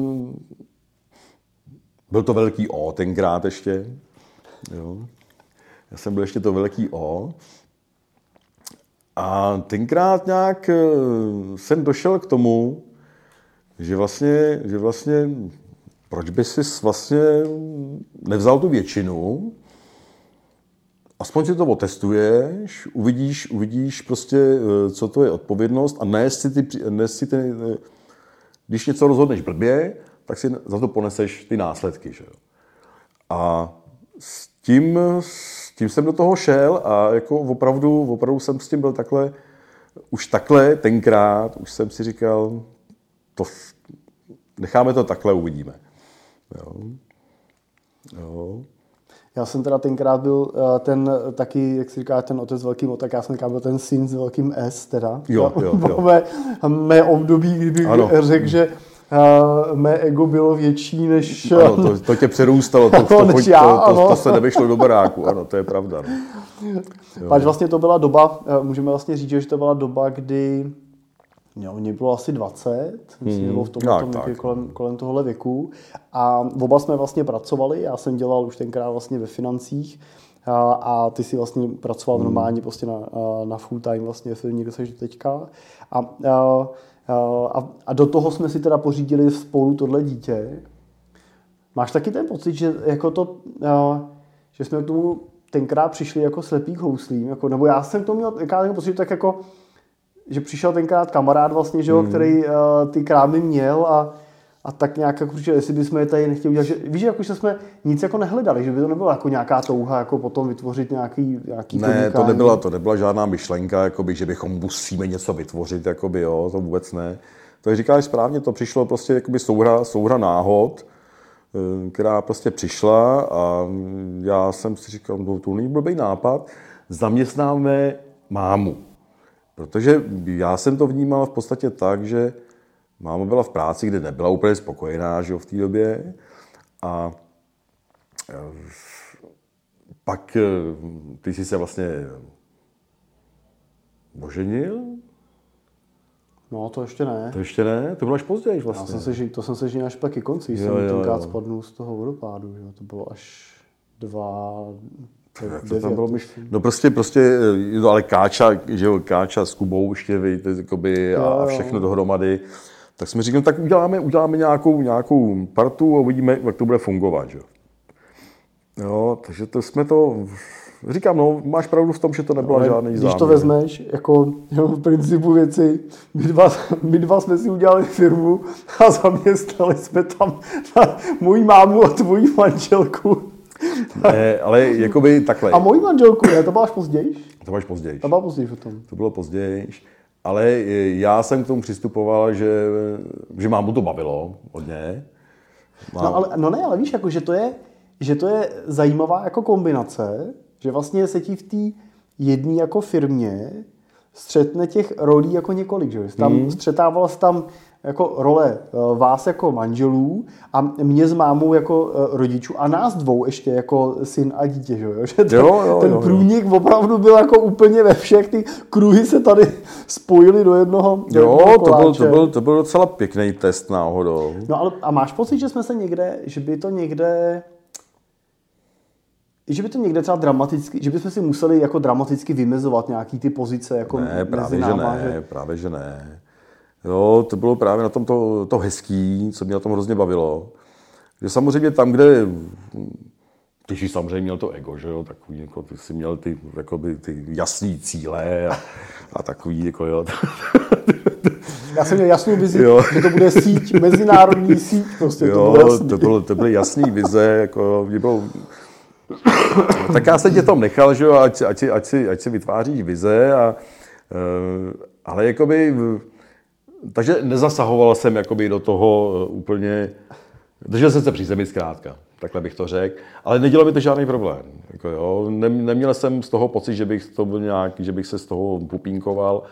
byl to velký O tenkrát ještě, jo. Já jsem byl ještě to velký O a tenkrát nějak jsem došel k tomu, že vlastně, že vlastně proč by si vlastně nevzal tu většinu, aspoň si to otestuješ, uvidíš, uvidíš prostě, co to je odpovědnost a nést si ty, nést si ty, když něco rozhodneš blbě, tak si za to poneseš ty následky. Že jo? A s tím, s tím jsem do toho šel a jako opravdu, opravdu jsem s tím byl takhle, už takhle tenkrát, už jsem si říkal, to, necháme to takhle, uvidíme. Jo. Jo. Já jsem teda tenkrát byl ten taky, jak si říká, ten otec s velkým O, tak já jsem byl ten syn s velkým S teda. Jo, jo, jo. Mé, mé období, kdybych řekl, že uh, mé ego bylo větší než... Ano, to, to tě přerůstalo, to, to, to, já, to, to, to se nevyšlo do baráku, ano, to je pravda. No. Pač vlastně to byla doba, můžeme vlastně říct, že to byla doba, kdy jo, mě bylo asi dvacet, myslím, že bylo v tom, tom tom kolem, kolem tohohle věku. A oba jsme vlastně pracovali, já jsem dělal už tenkrát vlastně ve financích a, a ty si vlastně pracoval hmm. normálně prostě na, na full time vlastně ve firmě, kde jsi teďka. A, a, a, a do toho jsme si teda pořídili spolu tohle dítě. Máš taky ten pocit, že jako to, že jsme k tomu tenkrát přišli jako slepý k houslím, jako, nebo já jsem k tomu měl tenkrát pocit, tak jako že přišel tenkrát kamarád vlastně, že jo, hmm. který uh, ty krámy měl a, a tak nějak jako říkal, jestli bychom je tady nechtěli udělat, že víš, jako, že jsme nic jako nehledali, že by to nebyla jako nějaká touha jako potom vytvořit nějaký, nějaký ne, podnikání. to nebyla, to nebyla žádná myšlenka, jakoby, že bychom musíme něco vytvořit, jakoby, jo, to vůbec ne. To je říkáš správně, to přišlo prostě jakoby souhra, souhra náhod, která prostě přišla a já jsem si říkal, no, to není blbý nápad, zaměstnáme mámu. Protože já jsem to vnímal v podstatě tak, že máma byla v práci, kde nebyla úplně spokojená, že jo, v té době. A pak ty jsi se vlastně oženil? No, to ještě ne. To ještě ne? To bylo až později vlastně. Já jsem se, to jsem se ženil až pak ke konci, jsem tenkrát spadnul z toho vodopádu, že? To bylo až dva... To tam bylo myš... No prostě, prostě, no ale Káča, že jo, Káča s Kubou ještě, víte, jakoby, a všechno dohromady. Tak jsme říkali, tak uděláme, uděláme nějakou, nějakou partu a uvidíme, jak to bude fungovat, že jo. Jo, takže to jsme to, říkám, no, máš pravdu v tom, že to nebyla no, žádný záměr. Když to vezmeš, jako jo, v principu věci, my dva, my dva jsme si udělali firmu a zaměstnali jsme tam moji mámu a tvoji manželku. Ne, ale jakoby takhle. A moji manželku, ne? To bylo až později? To bylo až později. To bylo později potom. To bylo později, ale já jsem k tomu přistupoval, že, že mámu to bavilo hodně. Mám... No, ale, no ne, ale víš, jako, že, to je, že to je zajímavá jako kombinace, že vlastně se ti v té jedné jako firmě střetne těch rolí jako několik, že tam hmm. střetávala se tam jako role vás jako manželů a mě s mámou jako rodičů a nás dvou ještě jako syn a dítě, že jo? Že ten, jo, jo, ten jo, průnik jo. opravdu byl jako úplně ve všech, ty kruhy se tady spojily do jednoho do Jo, jednoho to byl, to, byl, to byl docela pěkný test náhodou. No ale a máš pocit, že jsme se někde, že by to někde že by to někde třeba dramaticky, že bychom si museli jako dramaticky vymezovat nějaký ty pozice jako ne, právě mezi náma, že ne, že... právě že ne. Jo, to bylo právě na tom to, to hezký, co mě na tom hrozně bavilo. Že samozřejmě tam, kde ty jsi samozřejmě měl to ego, že jo, takový, jako ty jsi měl ty, jakoby, ty jasný cíle a, a takový, jako jo. Já jsem měl jasnou vizi, jo. Že to bude síť, mezinárodní síť, prostě jo, to bylo jasný. To, bylo, to byly jasný vize, jako, bylo... Tak já jsem tě tom nechal, že jo, ať, ať, ať, si, ať si vytváříš vize, a, ale jakoby... Takže nezasahoval jsem jakoby do toho úplně, držel jsem se při zemi zkrátka, takhle bych to řekl, ale nedělal mi to žádný problém. Jako jo, neměl jsem z toho pocit, že bych, to byl nějaký, že bych se z toho pupínkoval.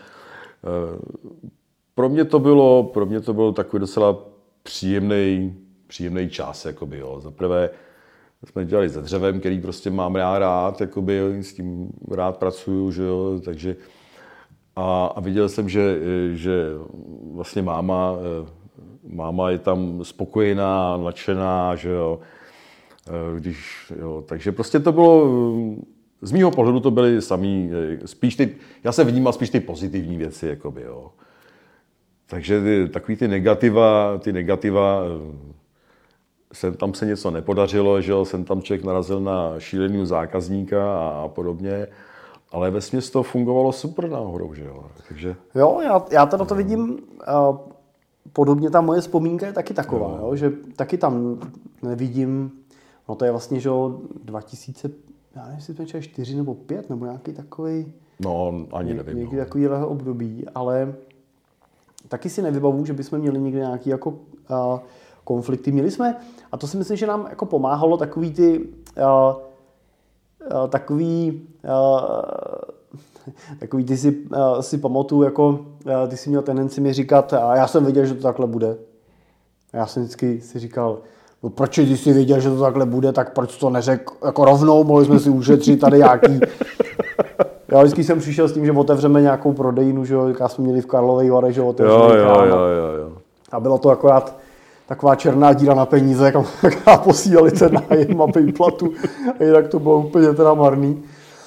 Pro mě to bylo, pro mě to byl takový docela příjemný, příjemný čas. Jakoby, jo. Za prvé jsme dělali se dřevem, který prostě mám já rád, jakoby, s tím rád pracuju, že jo, takže A, a viděl jsem, že, že vlastně máma, máma je tam spokojená, nadšená, že jo, když, jo, takže prostě to bylo, z mýho pohledu to byly samý, spíš ty, já jsem vnímal spíš ty pozitivní věci, jakoby, jo. Takže ty, takový ty negativa, ty negativa, sem tam se něco nepodařilo, že jo, jsem tam člověk narazil na šílenýho zákazníka a, a podobně. Ale vesměs to fungovalo super náhodou, že jo. Takže... Jo, já, já teda to vidím uh, podobně ta moje vzpomínka je taky taková, jo, že taky tam nevidím, no to je vlastně, že dva tisíce, já nevím, jestli jsme čtyři nebo pět, nebo nějaký takový, no, ani nevím. Někdy no. takovýhle období, ale taky si nevybavu, že bychom měli někde nějaký jako uh, konflikty. Měli jsme, a to si myslím, že nám jako pomáhalo takový ty, uh, uh, takový, uh, takový ty si, uh, si pamatuju, jako uh, ty si měl tendenci mi říkat, a já jsem věděl, že to takhle bude. Já jsem vždycky si říkal, no proč ty jsi věděl, že to takhle bude, tak proč to neřekl jako rovnou, mohli jsme si ušetřit tady nějaký. Já vždycky jsem přišel s tím, že otevřeme nějakou prodejnu, že jo, jaká jsme měli v Karlových Varech, že otevřeli jo, jo, jo, jo, jo. A bylo to akorát taková černá díra na peníze, jaká posílali ten nájem a výplatu. A jinak to bylo úplně teda marný.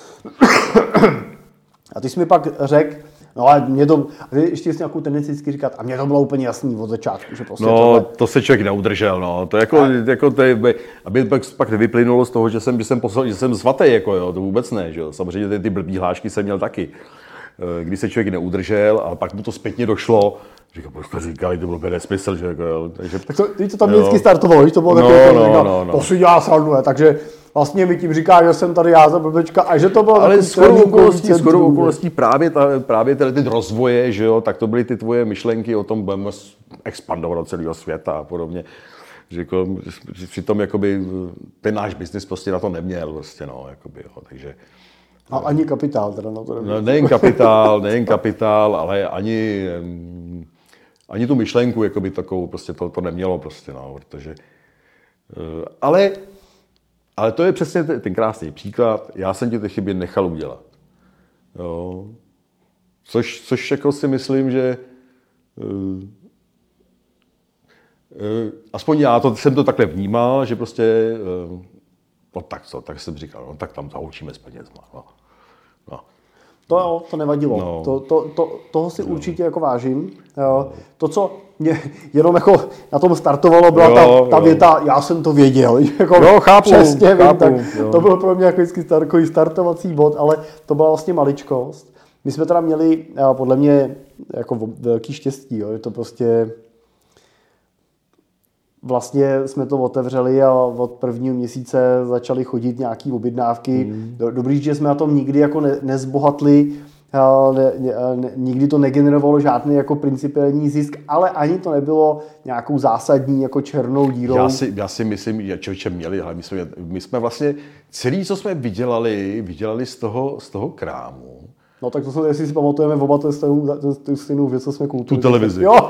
A ty jsi mi pak řekl, no ale mě to, a ty ještě jsi nějakou tendenci říkat, a mě to bylo úplně jasný od začátku, že prostě no, tohle... to se člověk neudržel, no, to jako, jako to je, aby pak, pak nevyplynulo z toho, že jsem, že jsem, poslal, že jsem svatý, jako jo, to vůbec ne, že jo, samozřejmě ty, ty blbý hlášky jsem měl taky, kdy se člověk neudržel, ale pak mu to zpětně došlo, říkal, proč to říkali, to byl nesmysl, že jako jo, takže... Tak to, ty to tam vždycky startovalo, že to bylo no, takové, no, říkal, no, no. to si dělá srandu, takže vlastně mi tím říká, že jsem tady já za blbečka a že to bylo... Ale shodou okolností, shodou okolností právě, ta, právě tyhle ty rozvoje, že jo, tak to byly ty tvoje myšlenky o tom, budeme expandovat do celého světa a podobně. Že jako, přitom jakoby ten náš biznis prostě na to neměl, prostě no, jakoby, jo, takže... A ani kapitál teda na to neměl. No, nejen kapitál, nejen kapitál, ale ani, ani tu myšlenku, jakoby takovou, prostě to, to nemělo prostě, no, protože... Ale... Ale to je přesně ten krásný příklad. Já jsem ti ty chyby nechal udělat. Jo. Což, což jako si myslím, že uh, uh, aspoň já to, jsem to takhle vnímal, že prostě uh, no tak co, tak jsem říkal, no tak tam zaučíme s penězma. No. No. To jo, to nevadilo. No. To, to, to, toho si no. určitě jako vážím. Jo. To, co mě jenom jako na tom startovalo, byla jo, ta, ta věta, já jsem to věděl. Jako jo, chápu, přesně chápu, vím, tak to byl pro mě jako vždycky takový startovací bod, ale to byla vlastně maličkost. My jsme teda měli podle mě jako velký štěstí, jo, že to prostě vlastně jsme to otevřeli a od prvního měsíce začaly chodit nějaký objednávky. Mm. Dobrý, že jsme na tom nikdy jako ne, nezbohatli, ne, ne, nikdy to negenerovalo žádný jako principiální zisk, ale ani to nebylo nějakou zásadní jako černou dírou. Já si, já si myslím, že člověče měli, ale my jsme, my jsme vlastně celý, co jsme vydělali, vydělali z toho, z toho krámu. No tak to jsme, jestli si pamatujeme, oba to je stejnou věc, co jsme koupili. Tu televizi. Jo.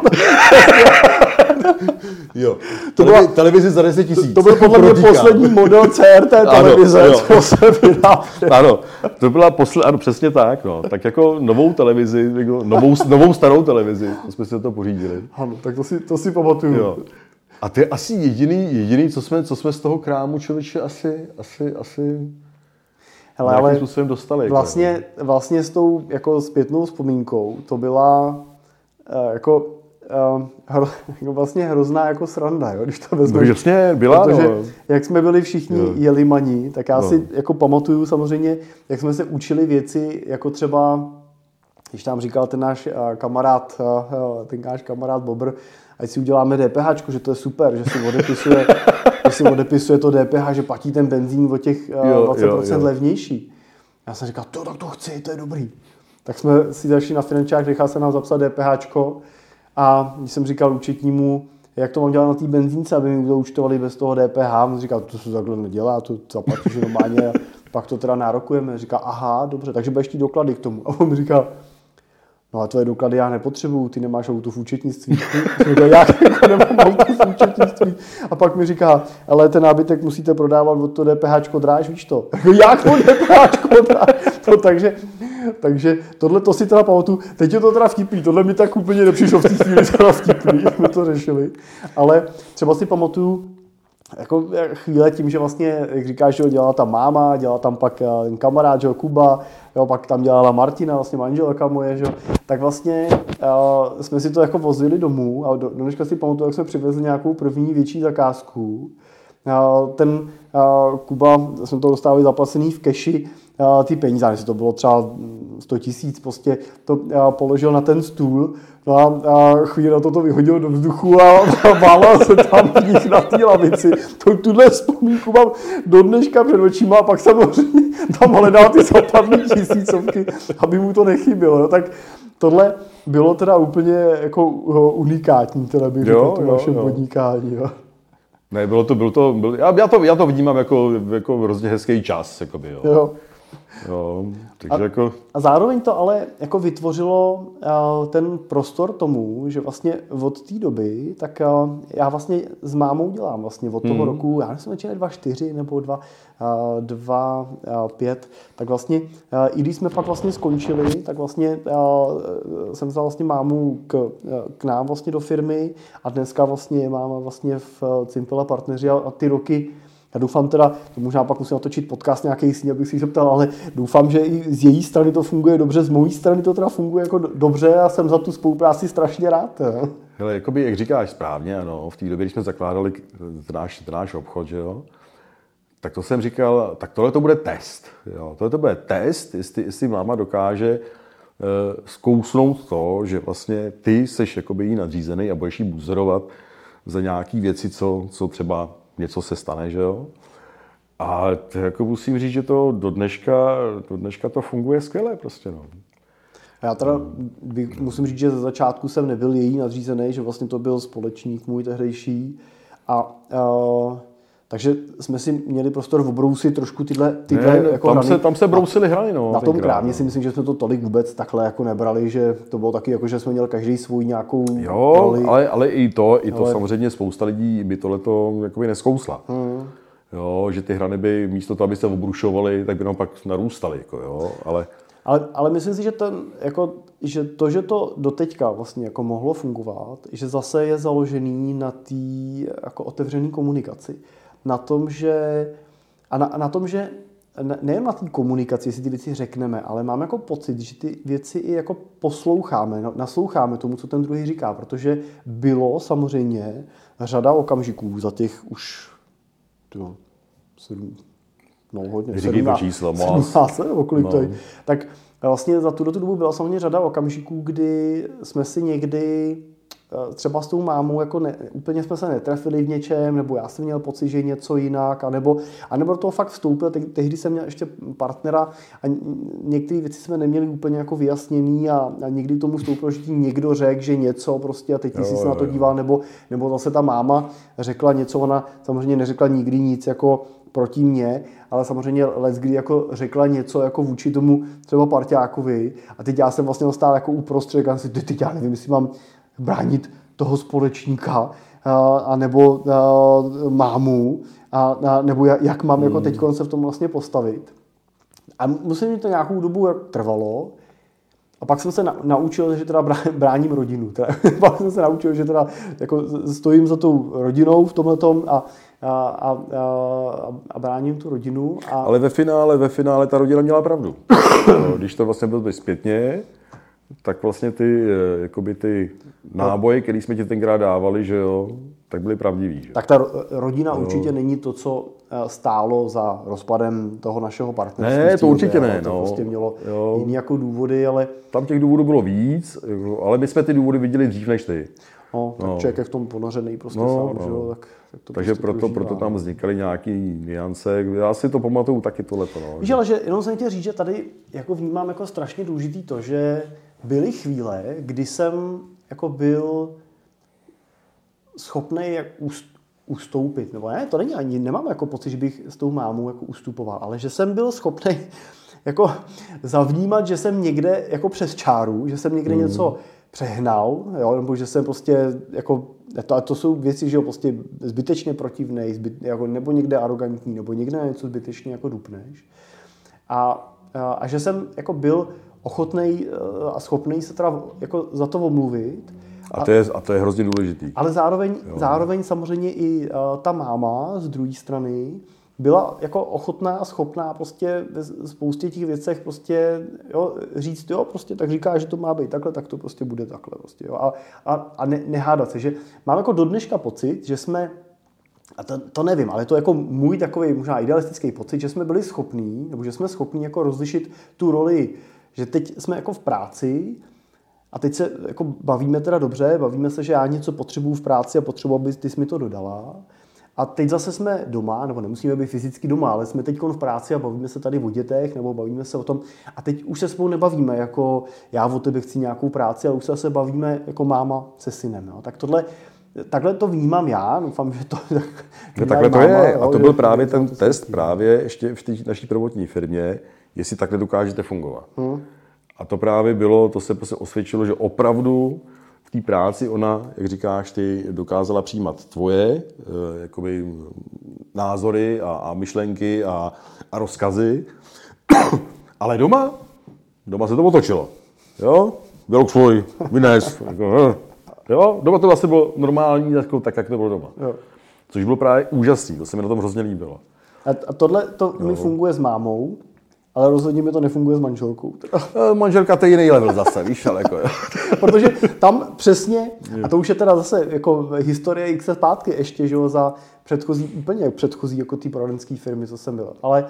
Jo. To byla televizi za deset tisíc. To, to byl podle mě poslední model C R T televize, ano, co se vydal. Ano, to byla poslední, ano, přesně tak, no. Tak jako novou televizi, jako novou, novou starou televizi, to jsme si to pořídili. Ano, tak to si, to si pamatuju. Jo. A to je asi jediný, jediný co, jsme, co jsme z toho krámu člověče asi, asi, asi hele, ale způsobem dostali. Vlastně, vlastně s tou jako zpětnou vzpomínkou to byla uh, jako Uh, hro, vlastně hrozná jako sranda, jo, když to vezmeš. No jasně, byla, protože no. Jak jsme byli všichni jo. jelimaní, tak já no. si jako pamatuju samozřejmě, jak jsme se učili věci, jako třeba, když tam říkal ten náš uh, kamarád, uh, ten náš kamarád Bobr, ať si uděláme DPHčku, že to je super, že si odepisuje, že si odepisuje to D P H, že platí ten benzín o těch uh, jo, dvacet procent jo, jo. levnější. Já jsem říkal, to, tak to chci, to je dobrý. Tak jsme si zašli na finančák, nechal se nám zapsat DPHčko. A když jsem říkal účetnímu, jak to mám dělat na té benzínce, aby mi to účtovali bez toho D P H, on říkal, to se takhle nedělá, to zaplatíš normálně a pak to teda nárokujeme. Říkal, aha, dobře, takže budeš tí doklady k tomu. A on mi říkal, no a tvoje doklady já nepotřebuju, ty nemáš auto v účetnictví. Říkal, jak jako nemám auto v účetnictví? A pak mi říká, ale ten nábytek musíte prodávat od to DPHčko dráž, víš to? Jak to DPHčko dráž? To, takže, takže tohle to si teda pamatuju. Teď je to teda vtipný, tohle mi tak úplně nepřišlo v té chvíli teda vtipný, jsme to řešili. Ale třeba si pamatuju, jako chvíle tím, že vlastně, jak říkáš, že dělala tam máma, dělala tam pak ten kamarád, že Kuba, jo, pak tam dělala Martina, vlastně manželka moje, že tak vlastně uh, jsme si to jako vozili domů a do, do dneška si pamatuju, jak jsme přivezli nějakou první větší zakázku. Uh, ten uh, Kuba, jsme to dostávali zaplacený v keši, ty peníze, jestli to bylo třeba sto tisíc, prostě to položil na ten stůl, no a, a chvíli na to to vyhodil do vzduchu a, a válel se tam v nich na té lavici. To, tuhle vzpomínku mám do dneška před očima a pak samozřejmě tam hledal ty zapadlý tisícovky, aby mu to nechybilo. No, tak tohle bylo teda úplně jako unikátní, teda bych řekl, to vaše podnikání. Jo. Ne, bylo to, bylo to, bylo, já, já, to, já to vnímám jako, jako hrozně hezký čas, jakoby, jo. jo. Jo, takže a, jako... a zároveň to ale jako vytvořilo uh, ten prostor tomu, že vlastně od té doby, tak uh, já vlastně s mámou dělám vlastně od toho hmm. roku, já nevím, začínali dva čtyři nebo dva, uh, dva uh, pět, tak vlastně, uh, i když jsme pak vlastně skončili, tak vlastně uh, jsem vzal vlastně mámu k, uh, k nám vlastně do firmy a dneska vlastně je máma vlastně v uh, Cimpel a partneři a, a ty roky. Já doufám teda, to možná pak musím natočit podcast nějaký síň, abych si se ptal, ale doufám, že i z její strany to funguje dobře, z mojí strany to teda funguje jako dobře a jsem za tu spolupráci strašně rád. Jo. Hele, jakoby, jak říkáš správně, ano, v té době, když jsme zakládali ten náš, ten náš obchod, že jo, tak to jsem říkal, tak tohle to bude test. Jo. Tohle to bude test, jestli, jestli máma dokáže uh, zkousnout to, že vlastně ty seš jakoby jí nadřízený a budeš jí buzerovat za nějaký věci, co, co třeba něco se stane, že jo? A to jako musím říct, že to do dneška, do dneška to funguje skvěle prostě, no. Já teda musím říct, že ze začátku jsem nebyl její nadřízený, že vlastně to byl společník můj tehdejší a uh, takže jsme si měli prostor obrousit trošku tyhle, tyhle ne, jako tam hrany. Se, tam se brousily hrany, no. Na tom Krámě si myslím, že jsme to tolik vůbec takhle jako nebrali, že to bylo taky jako, že jsme měli každý svůj nějakou jo, roli. ale, ale i to, i to ale... samozřejmě spousta lidí by tohleto jakoby neskousla. Hmm. Jo, že ty hrany by místo toho, aby se obrušovaly, tak by nám pak narůstaly, jako jo, ale... Ale, ale myslím si, že, ten, jako, že to, že to doteďka vlastně jako mohlo fungovat, že zase je založený na té jako otevřené komunikaci. Na tom, že a na, na tom, že ne, nejen na té komunikaci, jestli ty věci řekneme, ale mám jako pocit, že ty věci i jako posloucháme, nasloucháme tomu, co ten druhý říká, protože bylo samozřejmě řada okamžiků za těch už tyjo, sedm, no hodně, Říkej to číslo, sedmnáct let, nebo kolik no. to je. Tak vlastně za tuto dobu byla samozřejmě řada okamžiků, kdy jsme si někdy třeba s tou mámou jako ne, úplně jsme se netrefili v něčem, nebo já jsem měl pocit, že je něco jinak, anebo, anebo do toho fakt vstoupil. Te, tehdy jsem měl ještě partnera a některé věci jsme neměli úplně jako vyjasněný a, a někdy tomu vstoupilo, že ti někdo řekl, že něco prostě a teď ty jsi se na to díval, nebo, nebo zase ta máma řekla něco, ona samozřejmě neřekla nikdy nic jako proti mně, ale samozřejmě leckdy jako řekla něco jako vůči tomu třeba parťákovi a teď já jsem vlastně stál jako uprostřed a si, teď já nevím, jestli mám bránit toho společníka a, a nebo a, mámu a, a nebo jak mám hmm. jako teď se v tom vlastně postavit. A musím, že to nějakou dobu trvalo a pak jsem se na, naučil, že teda bráním rodinu. Teda, pak jsem se naučil, že teda jako stojím za tou rodinou v tomhletom a A, a, a, a bráním tu rodinu. A... Ale ve finále, ve finále ta rodina měla pravdu. Když to vlastně bylo zpětně, tak vlastně ty, jakoby ty náboje, které jsme ti tenkrát dávali, že jo, tak byly pravdivý. Že? Tak ta rodina jo. určitě není to, co stálo za rozpadem toho našeho partnerství. Ne, to určitě ne. To no. prostě mělo jo. jiný jako důvody, ale... Tam těch důvodů bylo víc, ale my jsme ty důvody viděli dřív než ty. No, tak no. člověk je v tom ponořený prostě no, sám, no. že jo, tak, tak to Takže prostě proto, proto tam vznikaly nějaký niance. Já si to pamatuju taky tohleto. No. Víš, ale že jenom jsem chtěl říct, že tady jako vnímám jako strašně důležitý to, že byly chvíle, kdy jsem jako byl schopný jak ustoupit, nebo ne, to není ani, nemám jako pocit, že bych s tou mámou jako ustupoval, ale že jsem byl schopný jako zavnímat, že jsem někde jako přes čáru, že jsem někde mm. něco přehnal, jo, nebo že jsem prostě jako, to, to jsou věci, že jo, prostě zbytečně protivnej, zbyt, jako, nebo někde arrogantní, nebo někde na něco zbytečně jako dupneš. A, a, a že jsem jako byl ochotnej a schopný se teda jako za to omluvit. A to je, a to je hrozně důležitý. Ale zároveň, zároveň samozřejmě i uh, ta máma z druhé strany byla jako ochotná a schopná prostě ve spoustě těch věcech prostě jo, říct, jo, prostě tak říká, že to má být takhle, tak to prostě bude takhle. Prostě, jo. A, a, a ne, nehádat se, že mám jako do dneška pocit, že jsme a to, to nevím, ale to je jako můj takový možná idealistický pocit, že jsme byli schopní, nebo že jsme schopní jako rozlišit tu roli, že teď jsme jako v práci a teď se jako bavíme teda dobře, bavíme se, že já něco potřebuju v práci a potřebuji, aby ty jsi mi to dodala. A teď zase jsme doma, nebo nemusíme být fyzicky doma, ale jsme teď v práci a bavíme se tady o dětech, nebo bavíme se o tom. A teď už se spolu nebavíme, jako já o tebe chci nějakou práci, ale už se zase bavíme jako máma se synem. Jo. Tak tohle, takhle to vnímám já, doufám, že to tak no, takhle to máma, je. Jo, a to byl právě ten to test právě ještě v té naší prvotní firmě, jestli takhle dokážete fungovat. Hmm. A to právě bylo, to se prostě osvědčilo, že opravdu v té práci ona, jak říkáš, ty dokázala přijímat tvoje jakoby, názory a, a myšlenky a, a rozkazy, ale doma, doma se to otočilo. Jo? Byl svůj, vynes. Jako, jo? Doma to vlastně bylo normální, jako, tak jak to bylo doma. Jo. Což bylo právě úžasný, to se mi na tom hrozně líbilo. A tohle to mi funguje s mámou, ale rozhodně mi to nefunguje s manželkou. Manželka to je jiný level zase, víš, ale jako jo. Protože tam přesně, a to už je teda zase jako historie x zpátky ještě, že jo, za předchozí, úplně předchozí jako ty poradenské firmy, co jsem byl. Ale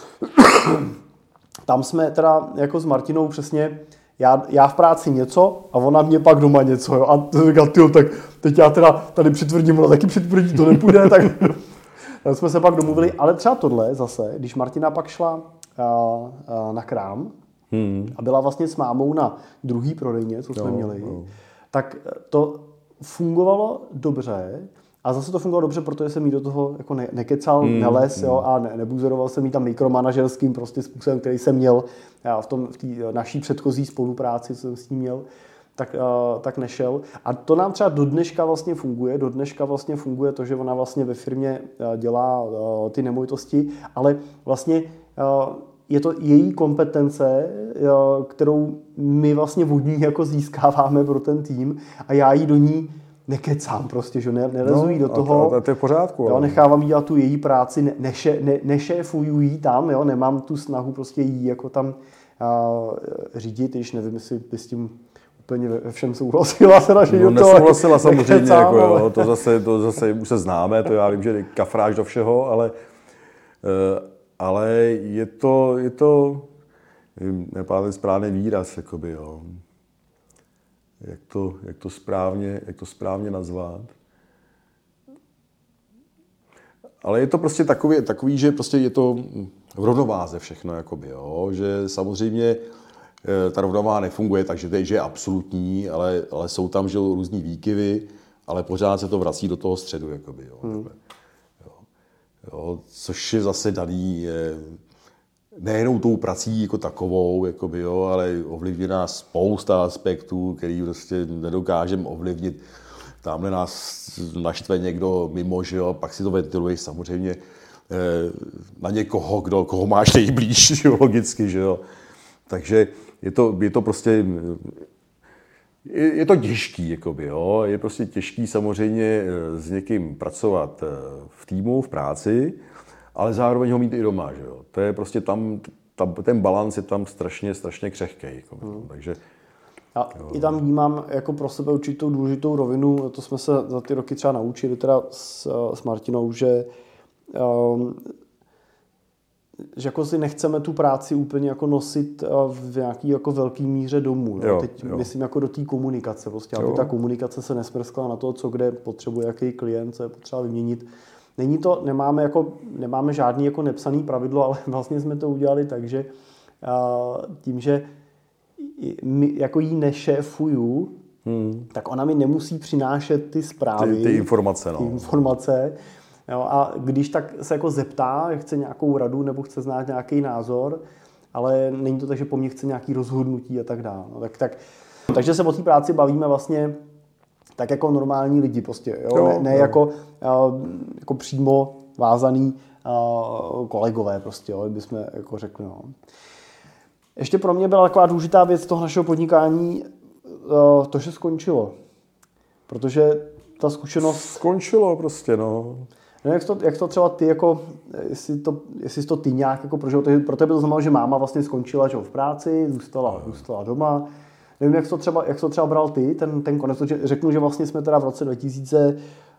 tam jsme teda jako s Martinou přesně, já, já v práci něco a ona mě pak doma něco, jo. A to říkal, tyjo, tak teď já teda tady přitvrdím, ona taky přitvrdí, to nepůjde, tak tam jsme se pak domluvili. Ale třeba tohle zase, když Martina pak šla na krám hmm. a byla vlastně s mámou na druhý prodejně, co jsme no, měli, no. tak to fungovalo dobře a zase to fungovalo dobře, protože jsem jí do toho jako ne, nekecal, hmm. neles hmm. jo, a ne, nebuzoroval jsem jí tam mikromanažerským prostě způsobem, který jsem měl já v, tom, v té naší předchozí spolupráci, co jsem s ní měl, tak, uh, tak nešel. A to nám třeba do dneška vlastně funguje, do dneška vlastně funguje to, že ona vlastně ve firmě dělá uh, ty nemovitosti, ale vlastně je to její kompetence, kterou my vlastně od ní jako získáváme pro ten tým a já jí do ní nekecám prostě, že nelezu jí do toho. To, to je v pořádku. Jo, nechávám jí dělat tu její práci, ne, neše, ne, nešéfuju jí tam, jo, nemám tu snahu prostě jí jako tam a, řídit, když nevím, jestli by s tím úplně ve všem souhlasila. Teda, že no, nesouhlasila samozřejmě, nekecám, jako, jo, ale... to, zase, to zase už se známe, to já vím, že kafráš do všeho, ale uh, ale je to, je to nepávě správný výraz, jakoby, jo. Jak to, jak to správně, jak to správně nazvat. Ale je to prostě takový, takový, že prostě je to v rovnováze všechno, jakoby, jo. Že samozřejmě ta rovnováha nefunguje, takže to je, že je absolutní, ale, ale jsou tam, že různý výkyvy, ale pořád se to vrací do toho středu, jakoby, jo. Hmm. Jo, což je zase daný je, nejenom tou prací jako takovou, jakoby, jo, ale ovlivní nás spousta aspektů, který prostě nedokážeme ovlivnit. Tamhle nás naštve někdo mimo, že jo, pak si to ventiluješ samozřejmě eh, na někoho, kdo, koho máš nejblíž, že jo, logicky, že jo. Takže je to, je to prostě... Je, je to těžký, jakoby, jo. Je prostě těžký samozřejmě s někým pracovat v týmu, v práci, ale zároveň ho mít i doma, že jo. To je prostě tam, tam ten balans je tam strašně, strašně křehký, jakoby, hmm. takže... A jo. I tam vnímám jako pro sebe určitou důležitou rovinu, to jsme se za ty roky třeba naučili teda s, s Martinou, že um, že jako si nechceme tu práci úplně jako nosit v nějaký jako velký míře domů. Jo? Jo, Teď jo. myslím jako do té komunikace, prostě, aby jo. ta komunikace se nesmrskla na to, co kde potřebuje jaký klient, co je potřeba vyměnit. Není to, nemáme, jako, nemáme žádný jako nepsaný pravidlo, ale vlastně jsme to udělali tak, že tím, že my, jako jí nešéfuju, hmm. tak ona mi nemusí přinášet ty zprávy. Ty, ty informace. No. Ty informace. Jo, a když tak se jako zeptá, chce nějakou radu nebo chce znát nějaký názor, ale není to tak, že po mně chce nějaký rozhodnutí a tak dále. No, tak, tak, takže se o té práci bavíme vlastně tak jako normální lidi prostě, jo? Jo, ne, ne jo. Jako, jako přímo vázaný kolegové prostě, jo? Bychom jako řekli. No. Ještě pro mě byla taková důležitá věc toho našeho podnikání, to, že skončilo. Protože ta zkušenost... Skončilo prostě, no. No, jak, to, jak to třeba ty, jako, jestli, to, jestli jsi to ty nějak jako prožil, pro tebe to znamenalo, že máma vlastně skončila že v práci, zůstala, zůstala doma. Nevím, jak to třeba, jak to třeba bral ty, ten, ten konec, řeknu, že vlastně jsme teda v roce dva tisíce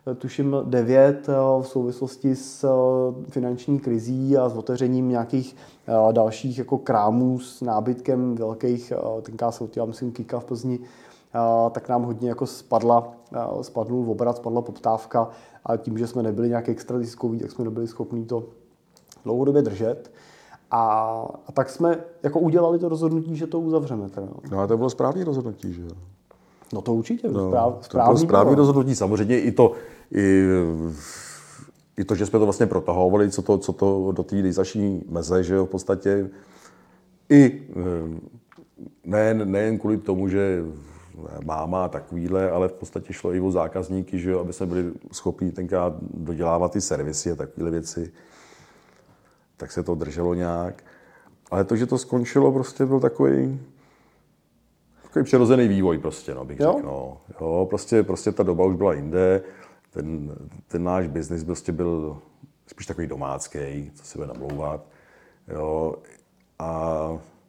tuším devět v souvislosti s finanční krizí a s otevřením nějakých dalších jako krámů s nábytkem velkých, tenkrát se otvíral, myslím, Kika v Plzni, tak nám hodně jako spadla, spadnul obrat, spadla poptávka a tím, že jsme nebyli nějak extra ziskoví, tak jsme nebyli schopni to dlouhodobě držet. A, a tak jsme jako udělali to rozhodnutí, že to uzavřeme. Teda. No a to bylo správné rozhodnutí, že jo? No to určitě, no, správ, to bylo správné rozhodnutí. Samozřejmě i to, i, i to, že jsme to vlastně protahovali, co to, co to do té nejzaší meze, že jo, v podstatě. I nejen, nejen kvůli tomu, že máma takovýhle, ale v podstatě šlo i o zákazníky, že jo, aby jsme byli schopni tenkrát dodělávat ty servisy a takovéhle věci. Tak se to drželo nějak. Ale to, že to skončilo, prostě byl takový, takový přirozený vývoj prostě, no, bych řekl. No. Jo, prostě, prostě ta doba už byla jinde. Ten, ten náš biznis prostě byl spíš takový domácký, co si bude namlouvat. Jo. A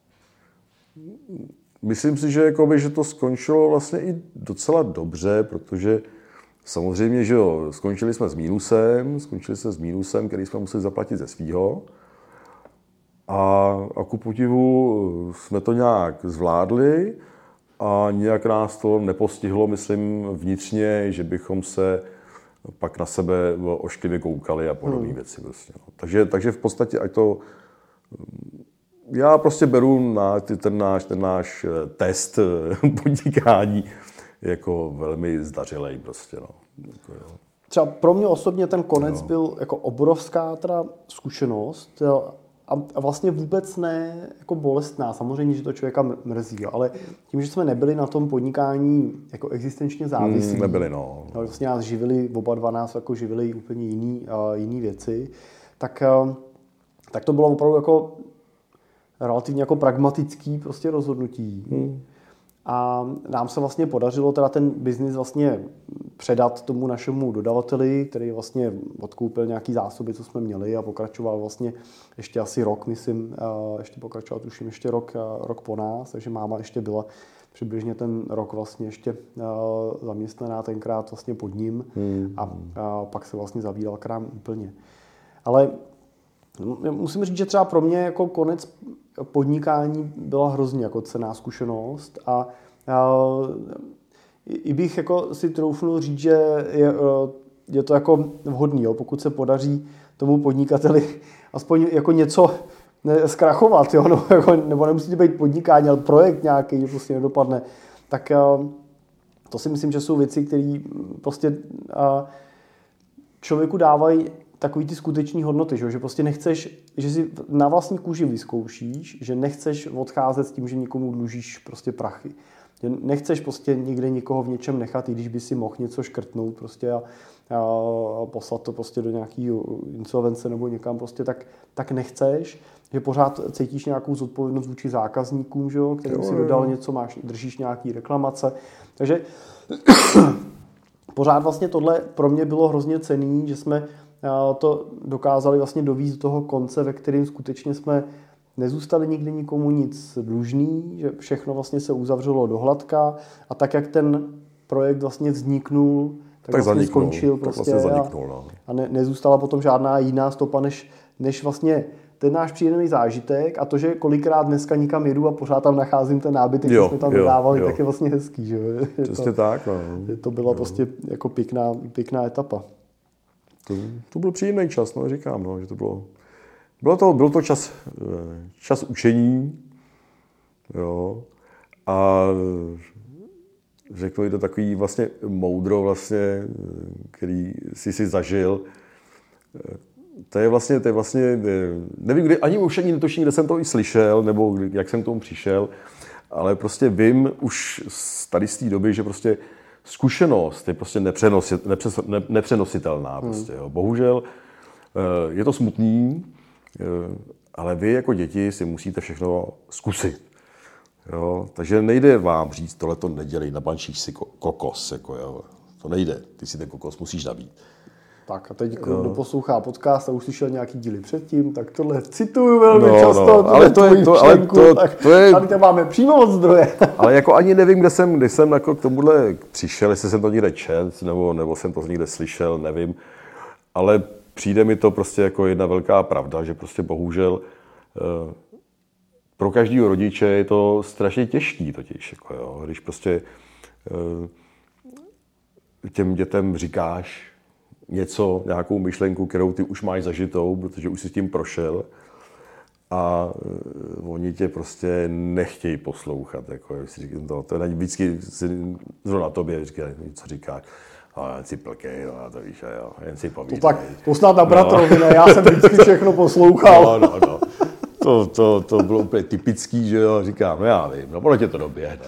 myslím si, že, jakoby, že to skončilo vlastně i docela dobře, protože samozřejmě, že jo, skončili jsme s mínusem, skončili jsme s mínusem, který jsme museli zaplatit ze svýho. A, a ku podivu jsme to nějak zvládli a nějak nás to nepostihlo, myslím, vnitřně, že bychom se pak na sebe ošklivě koukali a podobné hmm. věci. Prostě, no. takže, takže v podstatě, ať to... Já prostě beru na ten náš, ten náš test podnikání jako velmi zdařilej prostě, no. Jako, jo. Třeba pro mě osobně ten konec no. byl jako obrovská teda zkušenost a, a vlastně vůbec ne jako bolestná. Samozřejmě, že to člověka mrzí, jo, ale tím, že jsme nebyli na tom podnikání jako existenčně závislí. Mm, nebyli, no. no. Vlastně nás živili, oba dva nás jako živili úplně jiný, uh, jiný věci, tak, uh, tak to bylo opravdu jako relativně jako pragmatický prostě rozhodnutí. Hmm. A nám se vlastně podařilo teda ten biznis vlastně předat tomu našemu dodavateli, který vlastně odkoupil nějaký zásoby, co jsme měli a pokračoval vlastně ještě asi rok, myslím, ještě pokračoval tuším ještě rok, rok po nás, takže máma ještě byla přibližně ten rok vlastně ještě zaměstnaná tenkrát vlastně pod ním hmm. a, a pak se vlastně zavíral krám úplně. Ale musím říct, že třeba pro mě jako konec podnikání byla hrozně jako cenná zkušenost a, a i bych jako si troufnul říct, že je, je to jako vhodný, jo, pokud se podaří tomu podnikateli aspoň jako něco zkrachovat, jo, no, jako, nebo nemusí to být podnikání, ale projekt nějaký, že prostě nedopadne, tak to si myslím, že jsou věci, které prostě člověku dávají takový ty skuteční hodnoty, že, že prostě nechceš, že si na vlastní kůži vyzkoušíš, že nechceš odcházet s tím, že nikomu dlužíš prostě prachy. Že nechceš prostě někde nikoho v něčem nechat, i když by si mohl něco škrtnout prostě a, a poslat to prostě do nějaký insolvence nebo někam prostě, tak, tak nechceš, že pořád cítíš nějakou zodpovědnost vůči zákazníkům, že, kterým si dodal něco, máš, držíš nějaký reklamace. Takže pořád vlastně tohle pro mě bylo hrozně cenný, že jsme to dokázali vlastně dovízt do toho konce, ve kterém skutečně jsme nezůstali nikdy nikomu nic dlužný, že všechno vlastně se uzavřelo do hladka a tak, jak ten projekt vlastně vzniknul, tak, tak vlastně zaniknul, skončil prostě vlastně zaniknul, no. a ne, nezůstala potom žádná jiná stopa, než, než vlastně ten náš příjemný zážitek a to, že kolikrát dneska nikam jedu a pořád tam nacházím ten nábytek, který jsme tam dodávali, tak je vlastně hezký. Že? Přesně tak. No. To byla jo. prostě jako pěkná, pěkná etapa. To, to byl příjemný čas, no, říkám, no, že to bylo, bylo to, byl to čas, čas učení, jo, a řeknu, je to takový vlastně moudro, vlastně, který jsi si zažil. To je vlastně, to je vlastně, nevím, kdy, ani už ani netočím, kde jsem to i slyšel, nebo kdy, jak jsem k tomu přišel, ale prostě vím už z tady z té doby, že prostě zkušenost je prostě nepřenosit, nepřes, ne, nepřenositelná. Prostě, jo. Bohužel je to smutný, ale vy jako děti si musíte všechno zkusit. Jo. Takže nejde vám říct, tohle to nedělej, nabančíš si kokos. Jako, jo. To nejde, ty si ten kokos musíš nabít. Tak a teď, kdo no. poslouchá podcast a už slyšel nějaký díly předtím, tak tohle cituju velmi no, často. No. Ale to je, to, ale to, tak to je... Tady to máme přímo od zdroje. Ale jako ani nevím, kde jsem, kde jsem jako k tomuhle přišel, jestli jsem to někde čet, nebo, nebo jsem to někde slyšel, nevím. Ale přijde mi to prostě jako jedna velká pravda, že prostě bohužel eh, pro každého rodiče je to strašně těžký totiž, jako jo, když prostě eh, těm dětem říkáš něco, nějakou myšlenku, kterou ty už máš zažitou, protože už jsi tím prošel a uh, oni tě prostě nechtějí poslouchat. Jako, to, to je vždycky zrovna tobě říkají, co říkáš. A jen si plkej, no, to víš, jo, jen si povídej. To tak, to snad na bratrovi, no. Já jsem vždycky všechno poslouchal. No, no, no. To, to, to bylo úplně typický, že jo, říkám, no já vím, no podle tě to doběhne.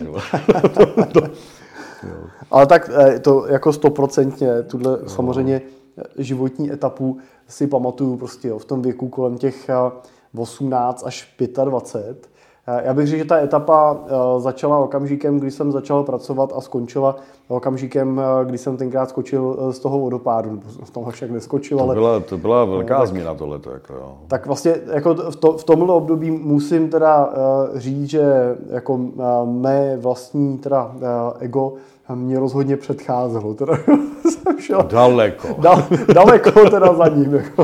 Ale tak to jako stoprocentně, tuhle no. samozřejmě životní etapu si pamatuju prostě jo, v tom věku kolem těch osmnáct až dvacet pět. Já bych řekl, že ta etapa začala okamžikem, kdy jsem začal pracovat a skončila okamžikem, kdy jsem tenkrát skočil z toho vodopádu. V tom však neskočil, to ale... Byla, to byla velká tak, změna tohleto. Jako, jo. Tak vlastně jako v, to, v tomhle období musím teda říct, že jako mé vlastní teda ego mě rozhodně předcházelo. Teda jsem šel daleko. Dal, daleko teda za ním. Jako.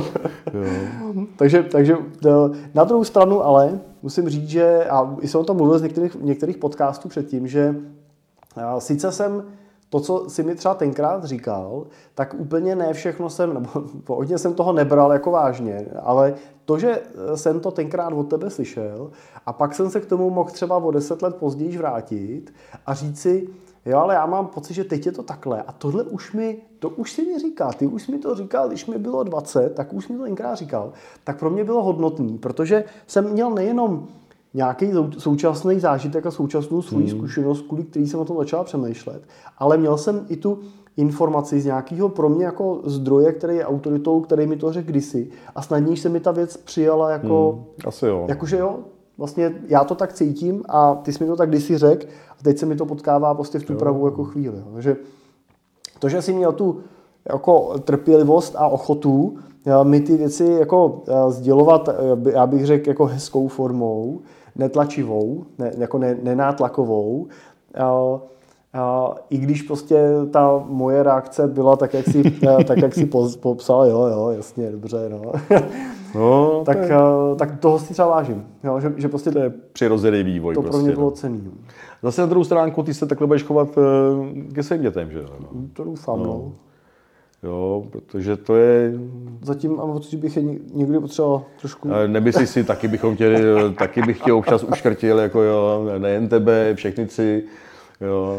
takže, takže na druhou stranu ale musím říct, že, a jsem o tom mluvil z některých, některých podcastů předtím, že sice jsem to, co si mi třeba tenkrát říkal, tak úplně ne všechno jsem, nebo hodně jsem toho nebral jako vážně, ale to, že jsem to tenkrát od tebe slyšel a pak jsem se k tomu mohl třeba o deset let později vrátit a říct si, jo, ale já mám pocit, že teď je to takhle a tohle už mi, to už si mi říká, ty už mi to říkal, když mi bylo dvacet, tak už mi to tenkrát říkal, tak pro mě bylo hodnotný, protože jsem měl nejenom nějaký současný zážitek a současnou svou hmm. zkušenost, kvůli který jsem o tom začal přemýšlet, ale měl jsem i tu informaci z nějakého pro mě jako zdroje, který je autoritou, který mi to řekl kdysi a snadněji se mi ta věc přijala jako, hmm. Asi jo. Jakože jo, vlastně já to tak cítím a ty jsi mi to tak kdysi řekl a teď se mi to potkává prostě v tu pravou jako chvíli. Takže to, že jsi měl tu jako trpělivost a ochotu mi ty věci jako sdělovat, já bych řekl jako hezkou formou, netlačivou, ne, jako ne, nenátlakovou, a, a, i když prostě ta moje reakce byla tak, jak si, tak, jak si popsal, jo, jo, jasně, dobře, no. No, tak, to je... tak toho si třeba vážím, jo, že, že prostě to je přirozený vývoj. To prostě, pro mě bylo no. cenný. Zase na druhou stránku, ty se takhle budeš chovat ke svým dětem, že jo? No. To doufám, no. no. Jo, protože to je... Zatím mám pocit, že bych je někdy potřeboval trošku... Nemyslíš si, taky bychom chtěli, taky bych tě občas uškrtil, jako jo, nejen tebe, všechny tři, jo,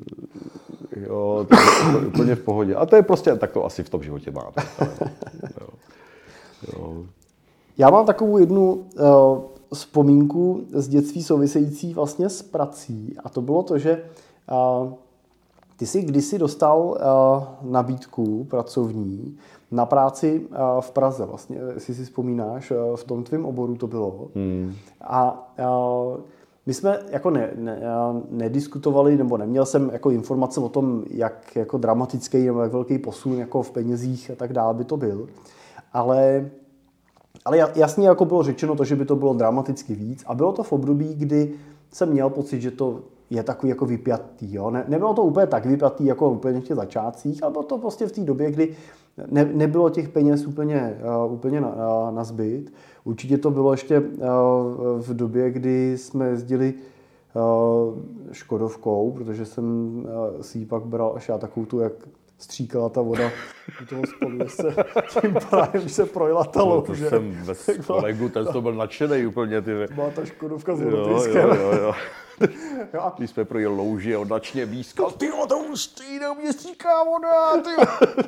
jo, to je úplně v pohodě. A to je prostě, tak to asi v tom životě máte. Jo. Jo. Já mám takovou jednu uh, vzpomínku z dětství související vlastně s prací a to bylo to, že uh, ty jsi kdysi dostal uh, nabídku pracovní na práci uh, v Praze, vlastně, jestli si vzpomínáš, uh, v tom tvém oboru to bylo. Hmm. A uh, my jsme jako ne, ne, nediskutovali, nebo neměl jsem jako informace o tom, jak jako dramatický nebo jak velký posun jako v penězích a tak dále by to byl. Ale, ale jasně jako bylo řečeno to, že by to bylo dramaticky víc a bylo to v období, kdy jsem měl pocit, že to je takový jako vypjatý. Jo? Ne, nebylo to úplně tak vypjatý jako úplně v těch začátcích, ale bylo to prostě v té době, kdy ne, nebylo těch peněz úplně, uh, úplně na, uh, na zbyt. Určitě to bylo ještě uh, v době, kdy jsme jezdili uh, Škodovkou, protože jsem uh, si ji pak bral až já takovou tu, jak stříkala ta voda do toho spolu, že se tím právě se projela ta louže. To jsem bez kolegu, ten to byl nadšenej úplně. Ty... Byla ta Škodovka s vodopískem. Jo, jo, jo, jo. Když jsme projeli louži a odnačně výskal, ty jo, to hustý, do mě stříká voda, ty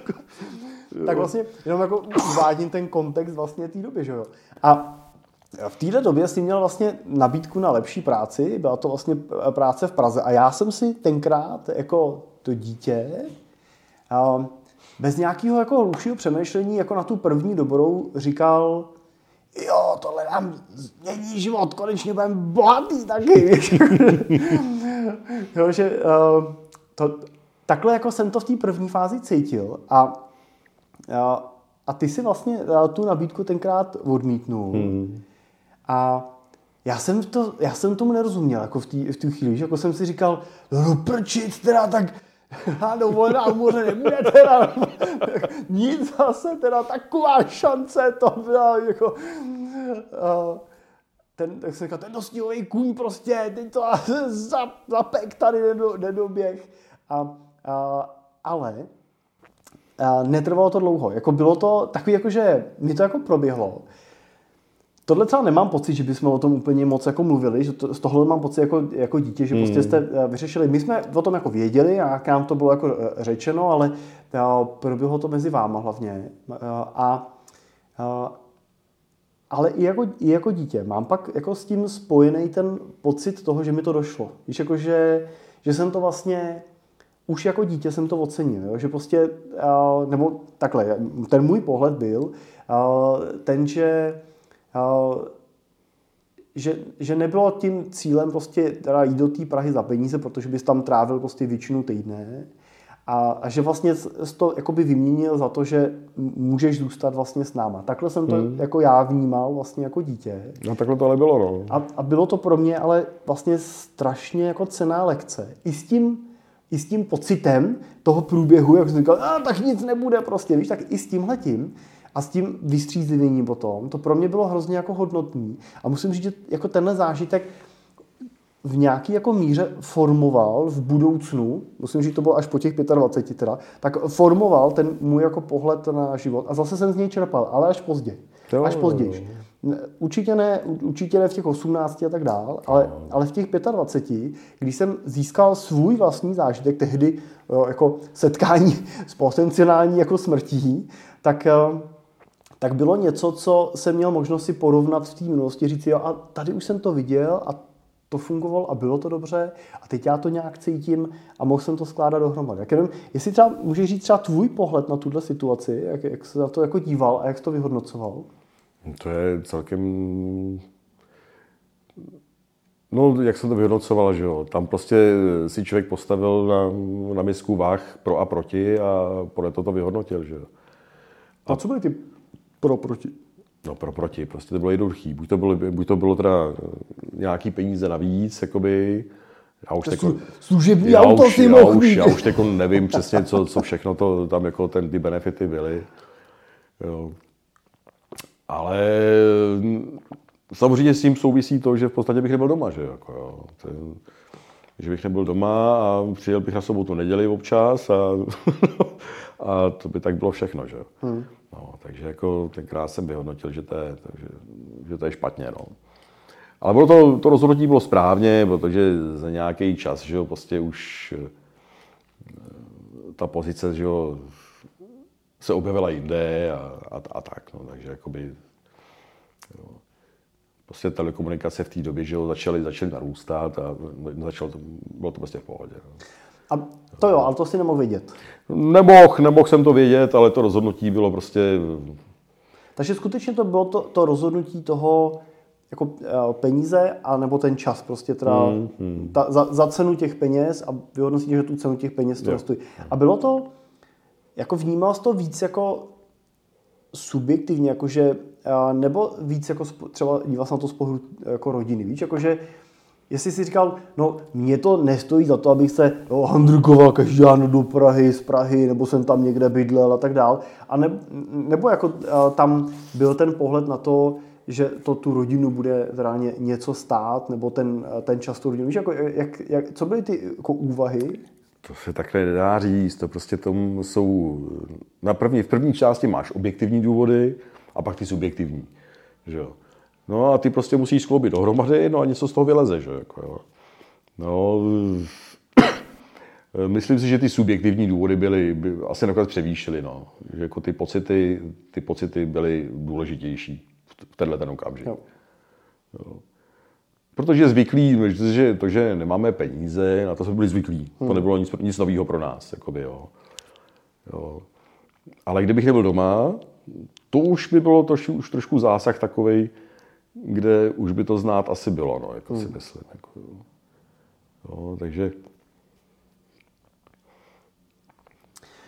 Tak vlastně jenom jako uvádím ten kontext vlastně té doby, že jo. A v této době jsi měl vlastně nabídku na lepší práci, byla to vlastně práce v Praze a já jsem si tenkrát jako to dítě bez nějakého jako hlubšího přemýšlení jako na tu první dobrou říkal, jo, tohle nám změní život, konečně budeme bohatý taky. jo, že, uh, to, takhle jako jsem to v té první fázi cítil a a, a ty si vlastně tu nabídku tenkrát odmítnul. Hmm. A já jsem, to, já jsem tomu nerozuměl jako v té v té chvíli, že jako jsem si říkal, no prčit teda, tak dovolená u moře nebude teda, nic zase teda, taková šance to byla, jako, ten, tak jsem říkal, ten dostíhový kůň prostě, teď to za, zapek tady nedoběh. A, a, ale a netrvalo to dlouho, jako bylo to takový, jako, že mi to jako proběhlo. Tohle třeba nemám pocit, že bychom o tom úplně moc jako mluvili, že to, z tohle mám pocit jako, jako dítě, že prostě jste vyřešili. My jsme o tom jako věděli a nám to bylo jako řečeno, ale proběhlo to mezi váma hlavně. A, a, ale i jako, i jako dítě mám pak jako s tím spojený ten pocit toho, že mi to došlo. Víš, jako že, že jsem to vlastně, už jako dítě jsem to ocenil, jo? Že prostě, nebo takhle, ten můj pohled byl ten, že Uh, že, že nebylo tím cílem prostě teda jít do té Prahy za peníze, protože bys tam trávil prostě většinu týdne a, a že vlastně jsi to jakoby vyměnil za to, že můžeš zůstat vlastně s náma. Takhle jsem to hmm. jako já vnímal vlastně jako dítě. No takhle to ale bylo, no. A, a bylo to pro mě ale vlastně strašně jako cenná lekce. I s tím, i s tím pocitem toho průběhu, jak jsem říkal, a, tak nic nebude prostě, víš, tak i s tímhletím. A s tím vystřízlivěním potom, to pro mě bylo hrozně jako hodnotný. A musím říct, že jako tenhle zážitek v nějaký jako míře formoval v budoucnu, musím říct, to bylo až po těch dvaceti pěti teda, tak formoval ten můj jako pohled na život. A zase jsem z něj čerpal, ale až později. Jo, až později. Určitě ne, určitě ne v těch osmnácti a tak dál, ale, ale v těch dvaceti pěti, když jsem získal svůj vlastní zážitek, tehdy jo, jako setkání s potenciální jako smrtí, tak tak bylo něco, co jsem měl možnost si porovnat v té minulosti, říct jo, a tady už jsem to viděl a to fungovalo a bylo to dobře a teď já to nějak cítím a mohl jsem to skládat dohromady. Jak nevím, jestli třeba můžeš říct třeba tvůj pohled na tuhle situaci, jak, jak se na to jako díval a jak jsi to vyhodnocoval? To je celkem... No, jak jsem to vyhodnocoval, že jo. Tam prostě si člověk postavil na, na misku váh pro a proti a podle toho to vyhodnotil, že jo. A, a co byly ty pro proti? No pro proti, prostě to bylo jednoduchý. Buď to bylo, buď to bylo teda nějaký peníze navíc, jakoby... Já už teko, služební já auto už, si já mohl už, já už teko nevím přesně, co, co všechno to tam jako ten, ty benefity byly. Jo. Ale samozřejmě s tím souvisí to, že v podstatě bych nebyl doma, že, jako, jo. Ten, že bych nebyl doma a přijel bych na sobotu neděli občas a, a to by tak bylo všechno, že. Hmm. No, takže jako tenkrát jsem vyhodnotil, že to je, že, že to je špatně, no. Ale bylo to, to rozhodnutí bylo správně, protože za nějaký čas, že jo, prostě už ta pozice, že jo, se objevila jinde a, a, a tak, no, takže jakoby, jo, prostě telekomunikace v té době, že jo, začaly, začaly narůstat a začalo to, bylo to prostě v pohodě. No. A to jo, ale to si nemohl vědět. Nemohl, nemohl jsem to vědět, ale to rozhodnutí bylo prostě... Takže skutečně to bylo to, to rozhodnutí toho, jako peníze, a nebo ten čas, prostě teda hmm, hmm. Ta, za, za cenu těch peněz a vyhodnocení, že tu cenu těch peněz to stojí. A bylo to, jako vnímal jsi to víc jako subjektivně, jakože, nebo víc jako třeba díval se na to z pohledu jako rodiny, víš, jakože jestli jsi říkal, no mě to nestojí za to, abych se no, handrkoval každý ráno do Prahy, z Prahy, nebo jsem tam někde bydlel a tak dál, a ne, nebo jako tam byl ten pohled na to, že to tu rodinu bude teda něco stát, nebo ten, ten čas tu rodinu. Víš, jako, jak, jak, co byly ty jako úvahy? To se takhle nedá říct, to prostě tomu jsou... Na první, v první části máš objektivní důvody a pak ty subjektivní, že jo. No a ty prostě musíš skloubit dohromady, no a něco z toho vyleze, že jako, jo. No, myslím si, že ty subjektivní důvody byly, by asi nakonec převýšily, no. Že jako ty pocity, ty pocity byly důležitější v tenhle ten okamžik. Jo. Jo. Protože zvyklí, že to, že nemáme peníze, na to jsme byli zvyklí. Hmm. To nebylo nic, nic nového pro nás. Jakoby, jo. Jo. Ale kdybych nebyl doma, to už by bylo troši, už trošku zásah takovej, kde už by to znát asi bylo, no, jako hmm. si myslím. Jako, jo. Jo, takže...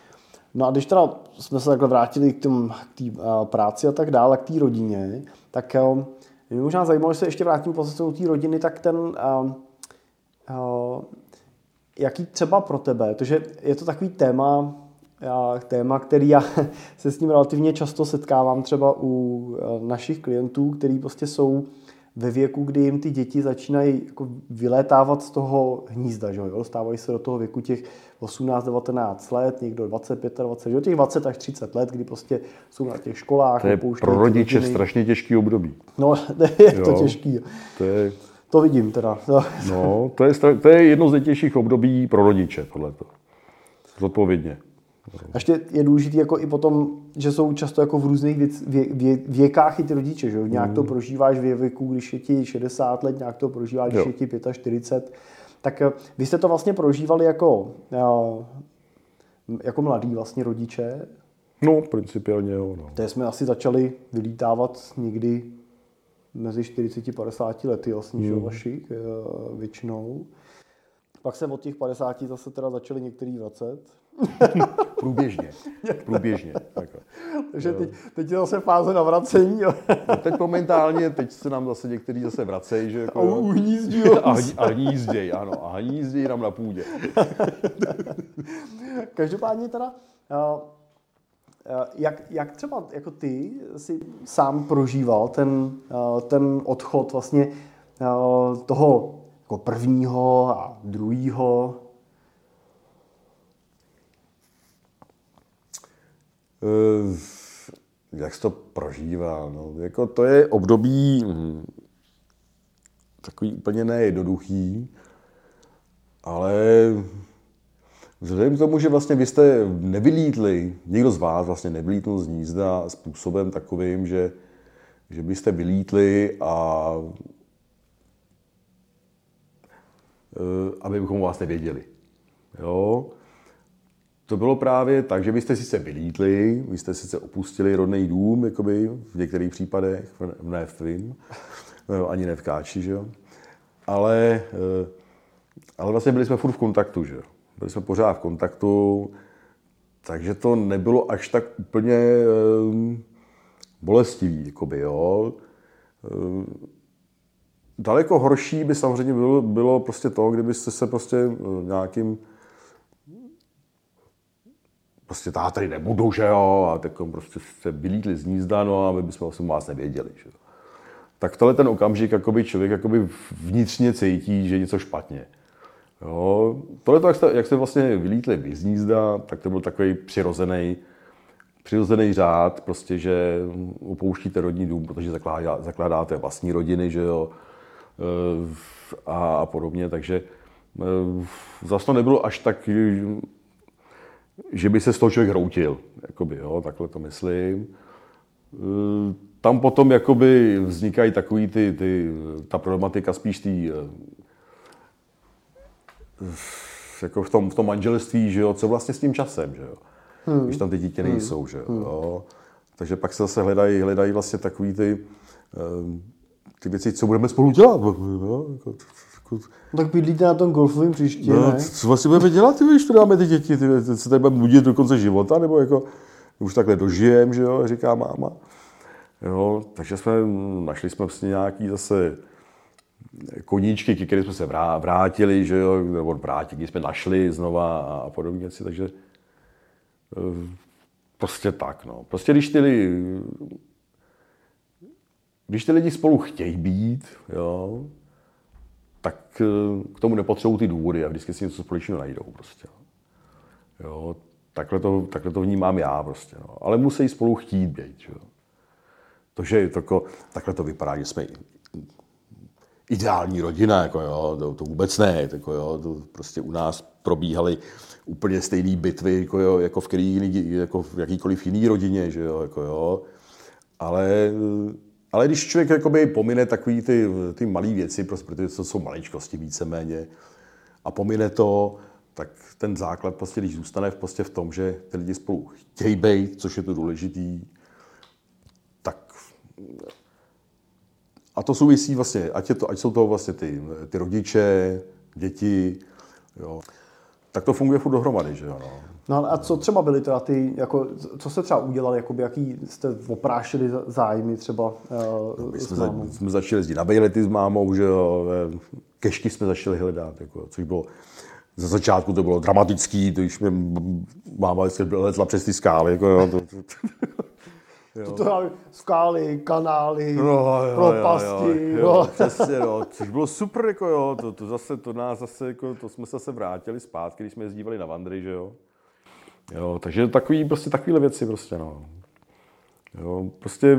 No a když teda jsme se takhle vrátili k té práci a tak dále, k té rodině, tak mě možná zajímalo, že se ještě vrátím po té rodiny, tak ten, uh, uh, jaký třeba pro tebe, protože je to takový téma, já, téma, který já se s ním relativně často setkávám třeba u uh, našich klientů, který prostě jsou ve věku, kdy jim ty děti začínají jako vylétávat z toho hnízda, že jo? Dostávají se do toho věku těch osmnáct devatenáct let, někdo dvacet, dvacet pět, že těch dvacet až třicet let, kdy prostě jsou na těch školách. To je pro rodiče rodiny. Strašně těžký období. No, je to jo, těžký. To, je... to vidím teda. No, to je, to je jedno z nejtěžších období pro rodiče, podle toho. Zodpovědně. A ještě je důležité jako i potom, že jsou často jako v různých věc, vě, vě, věkách i ty rodiče, že? Nějak mm. to prožíváš v věku, když je ti šedesát let, nějak to prožíváš, když jo. je ti čtyřicet pět. Tak vy jste to vlastně prožívali jako, jako mladí vlastně rodiče? No, principiálně jo. No. To jsme asi začali vylítávat někdy mezi čtyřicet a padesát lety vlastně, mm. že vašich většinou. Pak se od těch padesáti zase teda začali některý vracet. Průběžně. Průběžně. Takže teď, teď je zase fáze navracení. Jo. No teď momentálně, teď se nám zase některý zase vracejí. Že jako, a uhnízdí. A, a hnízděj, ano. A hnízděj nám na půdě. Každopádně teda, jak, jak třeba jako ty si sám prožíval ten, ten odchod vlastně toho jako prvního a druhýho? Uh, jak se to prožívá? No, jako to je období hm, takový úplně nejednoduchý, ale vzhledem k tomu, že vlastně vy jste nevylítli, někdo z vás vlastně nevylítnul z hnízda způsobem takovým, že, že byste vylítli a uh, aby bychom vás nevěděli. Jo? To bylo právě tak, že vy jste sice vylítli, vy jste sice opustili rodný dům, jakoby v některých případech, ne v tvým, ani ne v Káči, že jo. Ale, ale vlastně byli jsme furt v kontaktu, že jo. Byli jsme pořád v kontaktu, takže to nebylo až tak úplně bolestivý, jakoby, jo. Daleko horší by samozřejmě bylo, bylo prostě to, kdybyste se prostě nějakým prostě tá tady nebudu, že jo, a tak prostě se vylítli z hnízda, no a my bychom o vás nevěděli, že jo. Tak tohle ten okamžik, jakoby člověk jakoby vnitřně cítí, že je něco špatně. Jo. Tohle to, jak jste, jak jste vlastně vylítli z hnízda, tak to byl takový přirozený, přirozený řád, prostě, že opouštíte rodní dům, protože zakládá, zakládáte vlastní rodiny, že jo, a, a podobně, takže zase to nebylo až tak, že by se z toho člověk hroutil, jakoby, jo, takhle to myslím. Tam potom jakoby vznikají takový ty, ty, ta problematika spíš tý, jako v tom, v tom manželství, že jo, co vlastně s tím časem, že jo, hmm. když tam ty dítě nejsou, hmm. že jo, hmm. jo. Takže pak se zase hledají, hledají vlastně takový ty, ty věci, co budeme spolu dělat, jo, jako, No tak bydlíte na tom golfovém příště, no, ne? Co vlastně budeme dělat, ty, když to dáme ty děti, ty, ty se tady budeme nudit do konce života, nebo jako už takhle dožijem, že jo, říká máma. Jo, takže jsme, našli jsme vlastně nějaký zase koníčky, ke kterým jsme se vrátili, že jo, nebo vrátili, jsme našli znova a podobně věci, takže prostě tak, no. Prostě když ty, když ty lidi spolu chtějí být, jo, tak k tomu nepotřebují ty důvody a vždycky si něco společného najdou prostě. Jo, takhle to, takhle to vnímám já prostě, no. Ale musí spolu chtít být, jo. To, že to, takhle to vypadá, že jsme ideální rodina, jako jo, to, to vůbec ne, jako jo, to prostě u nás probíhaly úplně stejné bitvy, jako, jo, jako, v který, jako v jakýkoliv jiný rodině, že jo, jako jo. Ale, ale když člověk jakoby pomine takový ty, ty malé věci, protože to jsou maličkosti víceméně, a pomine to, tak ten základ prostě, když zůstane v, prostě v tom, že ty lidi spolu chtějí být, což je to důležitý, tak a to souvisí vlastně, ať, je to, ať jsou to vlastně ty, ty rodiče, děti, jo, tak to funguje furt dohromady, že jo, no. No a co třeba byly teda ty, jako, co se třeba udělali, jakoby, jaký jste oprášili zájmy třeba uh, My s jsme, za, mámou? jsme začali jezdit na bejlety s mámou, že jo, kešky jsme začali hledat, jako, což bylo, za začátku to bylo dramatický, to když mě máma lezla přes ty skály, jako jo, to, to, Jo. To, to skály, kanály, no, jo, propasti. Jo, jo, jo, přesně, no, což bylo super, jako jo, to, to zase, to nás zase, jako, to jsme se zase vrátili zpátky, když jsme jezdívali na vandry, že jo. Jo, takže takový, prostě takovýhle věci prostě, no. Jo, prostě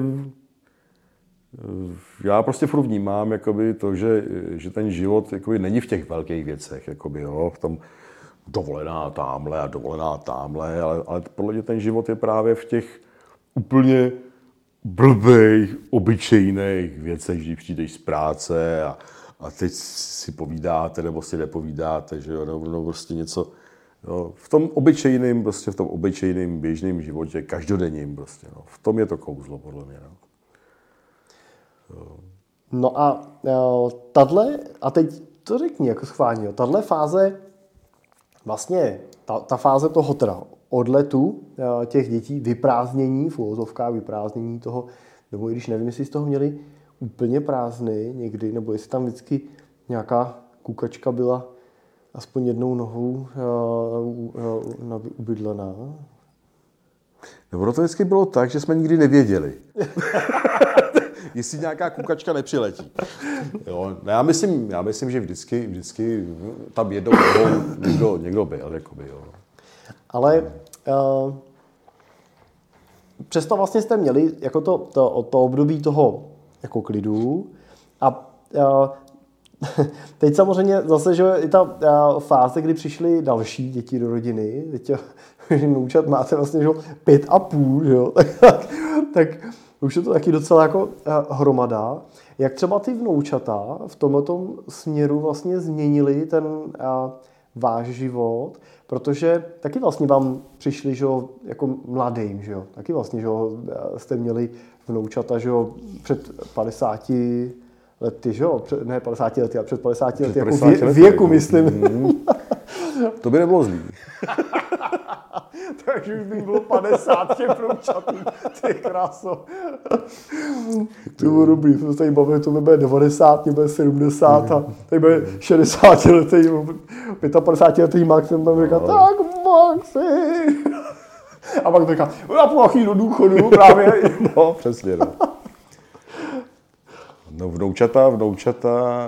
já prostě furt vnímám, jakoby to, že, že ten život jakoby není v těch velkých věcech, jakoby, jo, v tom dovolená támhle a dovolená támhle, ale, ale podle mě ten život je právě v těch úplně blbých, obyčejných věcech, když přijdeš z práce a, a teď si povídáte nebo si nepovídáte, že jo, nebo, nebo prostě něco, jo, v tom obyčejným, prostě v tom obyčejným běžným životě, každodenním prostě, no, v tom je to kouzlo, podle mě, no. Jo. No a uh, tadle, a teď to řekni jako schválně, tahle fáze, vlastně ta, ta fáze toho teda odletu uh, těch dětí, vyprázdnění, v uvozovkách vyprázdnění toho, nebo i když nevím, jestli z toho měli úplně prázdny někdy, nebo jestli tam vždycky nějaká kukačka byla aspoň jednou nohou uh, uh, ubydlená. Nebo to vždycky bylo tak, že jsme nikdy nevěděli. Jestli nějaká kukačka nepřiletí. Jo, já, myslím, já myslím, že vždycky, vždycky tam jednou někdo, někdo byl. Jakoby, jo. Ale uh, přesto vlastně jste měli jako to, to, to období toho jako klidu a uh, teď samozřejmě zase, že i ta uh, fáze, kdy přišly další děti do rodiny, teď vnoučat máte vlastně že, pět a půl, že jo, tak, tak už je to taky docela jako uh, hromada. Jak třeba ty vnoučata v tomto směru vlastně změnili ten uh, váš život, protože taky vlastně vám přišli, že jo, jako mladým, že jo, taky vlastně, že jo, jste měli vnoučata, že jo, před padesáti lety, že jo, před, ne padesáti lety, a před padesáti lety, jako vě, věku, myslím. Mm. To by nebylo zlý. Takže už by bylo padesát těch vnoučatů, ty kráso. To bylo dobrý, to tady bavili, to by bude devadesát, bude sedmdesát a tady bude šedesát letý, padesát pět letý Max, jsem tam říkal, tak Maxi. A pak říkal, já půjdu do důchodu právě. No, přesně, no. No, vnoučata, vnoučata,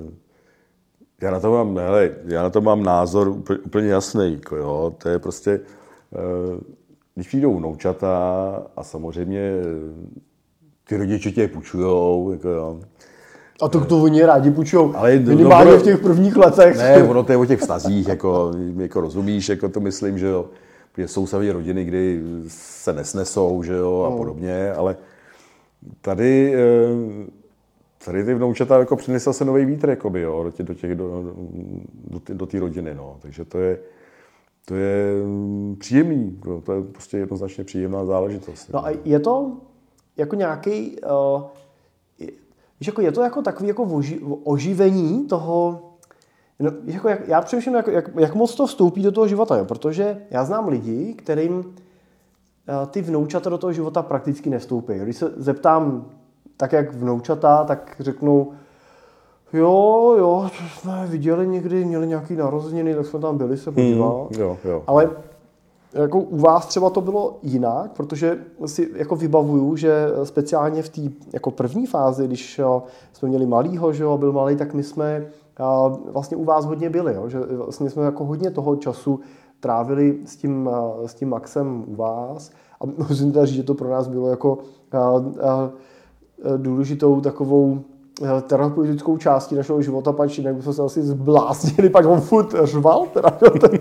já na to mám, hele, já na to mám názor úplně, úplně jasný, jako jo, to je prostě, když přijdou vnoučata a samozřejmě ty rodiče tě půjčujou, jako jo. A to, to oni rádi půjčujou, ale minimálně v těch prvních letech. Ne, ono to je o těch vztazích, jako, jako rozumíš, jako to myslím, že jo, protože jsou samozřejmě rodiny, kdy se nesnesou, že jo, a podobně, ale tady Tady ty vnoučata jako přinesla se nový vítr, jakoby, jo, do, tě, do, těch, do, do, do té rodiny, no. Takže to je, to je příjemný, no. To je prostě jednoznačně příjemná záležitost. No a je to jako nějaký, uh, jako je to jako takový jako oži, oživení toho, no, jako jak, já přemýšlím, jak, jak, jak moc to vstoupí do toho života, jo, protože já znám lidi, kterým uh, ty vnoučata do toho života prakticky nevstoupí. Když se zeptám, tak jak vnoučata, tak řeknou, jo, jo, jsme viděli někdy, měli nějaký narozeniny, tak jsme tam byli se podívat. Mm, jo, jo. Ale jako u vás třeba to bylo jinak, protože si jako vybavuju, že speciálně v té jako první fázi, když jsme měli malýho, že jo, byl malý, tak my jsme vlastně u vás hodně byli, jo, že vlastně jsme jako hodně toho času trávili s tím, s tím Maxem u vás. A musím teda říct, že to pro nás bylo jako a, a, důležitou takovou terapeutickou částí našeho života, pač jinak bychom se asi zbláznili, pak on furt řval, teda,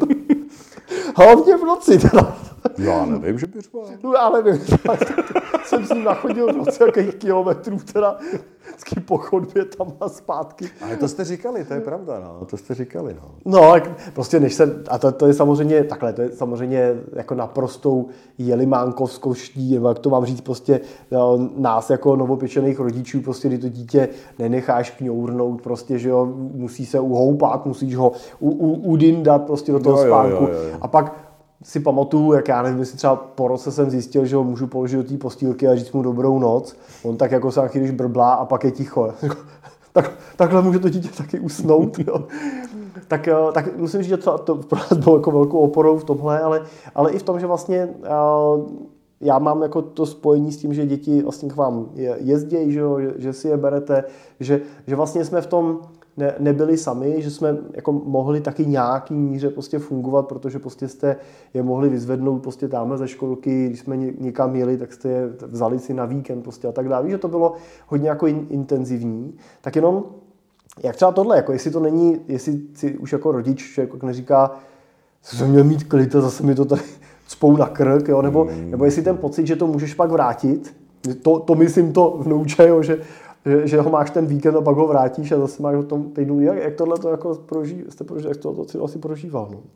hlavně v noci, teda. Já nevím, že by řval. No já nevím, jsem s ním nachodil v noci jakých kilometrů, teda vždycky po chodbě tam a zpátky. Ale to jste říkali, to je pravda, no, to jste říkali, no. No, tak prostě než se, a to, to je samozřejmě takhle, to je samozřejmě jako naprostou jelimánkovskou ští, nebo jak to mám říct, prostě no, nás jako novopečených rodičů, prostě kdy to dítě nenecháš kňournout, prostě, že jo, musí se uhoupat, musíš ho u, u, udindat prostě do toho jo, spánku jo, jo, jo. a pak si pamatuju, jak já nevím, jestli třeba po roce jsem zjistil, že ho můžu položit do té postýlky a říct mu dobrou noc. On tak jako se když brblá a pak je ticho. tak, takhle může to dítě taky usnout. Jo. Tak, tak musím říct, že to, to pro nás bylo jako velkou oporou v tomhle, ale, ale i v tom, že vlastně já mám jako to spojení s tím, že děti vlastně k vám jezdějí, že, že, že si je berete, že, že vlastně jsme v tom ne, nebyli sami, že jsme jako mohli taky nějaký míře prostě fungovat, protože prostě jste je mohli vyzvednout prostě tamhle ze školky, když jsme někam jeli, tak jste je vzali si na víkend prostě a tak dále. Víš, že to bylo hodně jako in, intenzivní. Tak jenom, jak třeba tohle, jako jestli to není, jestli si už jako rodič člověk neříká, jsem měl mít klid a zase mi to tady cpou na krk, jo? Nebo, mm. nebo jestli ten pocit, že to můžeš pak vrátit, to, to myslím to vnouče, jo? Že, že, že ho máš ten víkend a pak ho vrátíš a zase máš ho tom týdnu. Jak, jak tohle to jako proží, jste prožil, jak to, to si asi prožíval? No?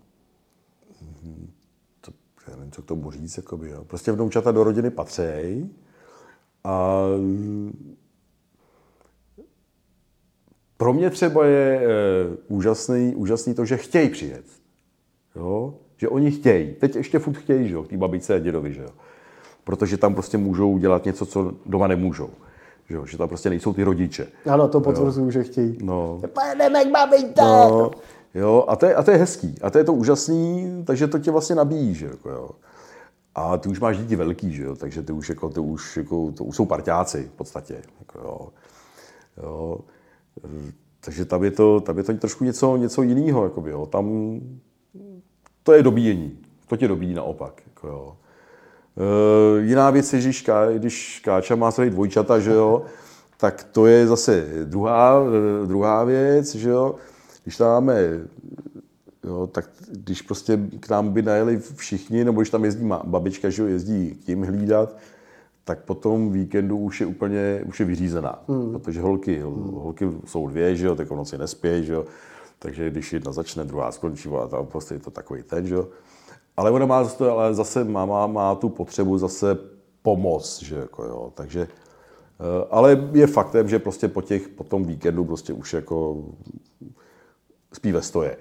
To, já nevím, co k tomu říct. Jakoby, jo. Prostě vnoučata do rodiny patří a pro mě třeba je e, úžasný, úžasný to, že chtějí přijet. Jo? Že oni chtějí. Teď ještě furt chtějí, že jo, k té babičce a dědovi, že jo. Protože tam prostě můžou dělat něco, co doma nemůžou. Že jo, že tam prostě nejsou ty rodiče. Ano, to potvrzuju, že chtějí. No. Pojedeme k babičce! No, jo, a to, je, a to je hezký. A to je to úžasný, takže to tě vlastně nabíjí, že jo. A ty už máš děti velký, že jo, takže ty už, jako, ty už, jako, to už jsou parťáci v podstatě. Jako, jo. Jo. Takže tam je to, tam je to trošku něco, něco jiného, jakoby, jo. Tam to je dobíjení. To tě dobíjí naopak. Jako jo. E, jiná věc je, že ká, když Káča má své dvojčata, že jo, tak to je zase druhá, druhá věc, že jo. Když tam máme, jo, tak když prostě k nám by najeli všichni, nebo když tam jezdí babička, že jo, jezdí k tím hlídat, tak potom víkendu už je úplně už je vyřízená. Hmm. Protože holky, holky jsou dvě, že jo, tak noci nespějí, že jo. Takže když jedna začne, druhá skončí, a tam prostě je to takový ten, že jo. Ale ona má zase, ale zase má, má, má tu potřebu zase pomoct, že jako jo. Takže, ale je faktem, že prostě po těch, po tom víkendu prostě už jako spí ve stoje.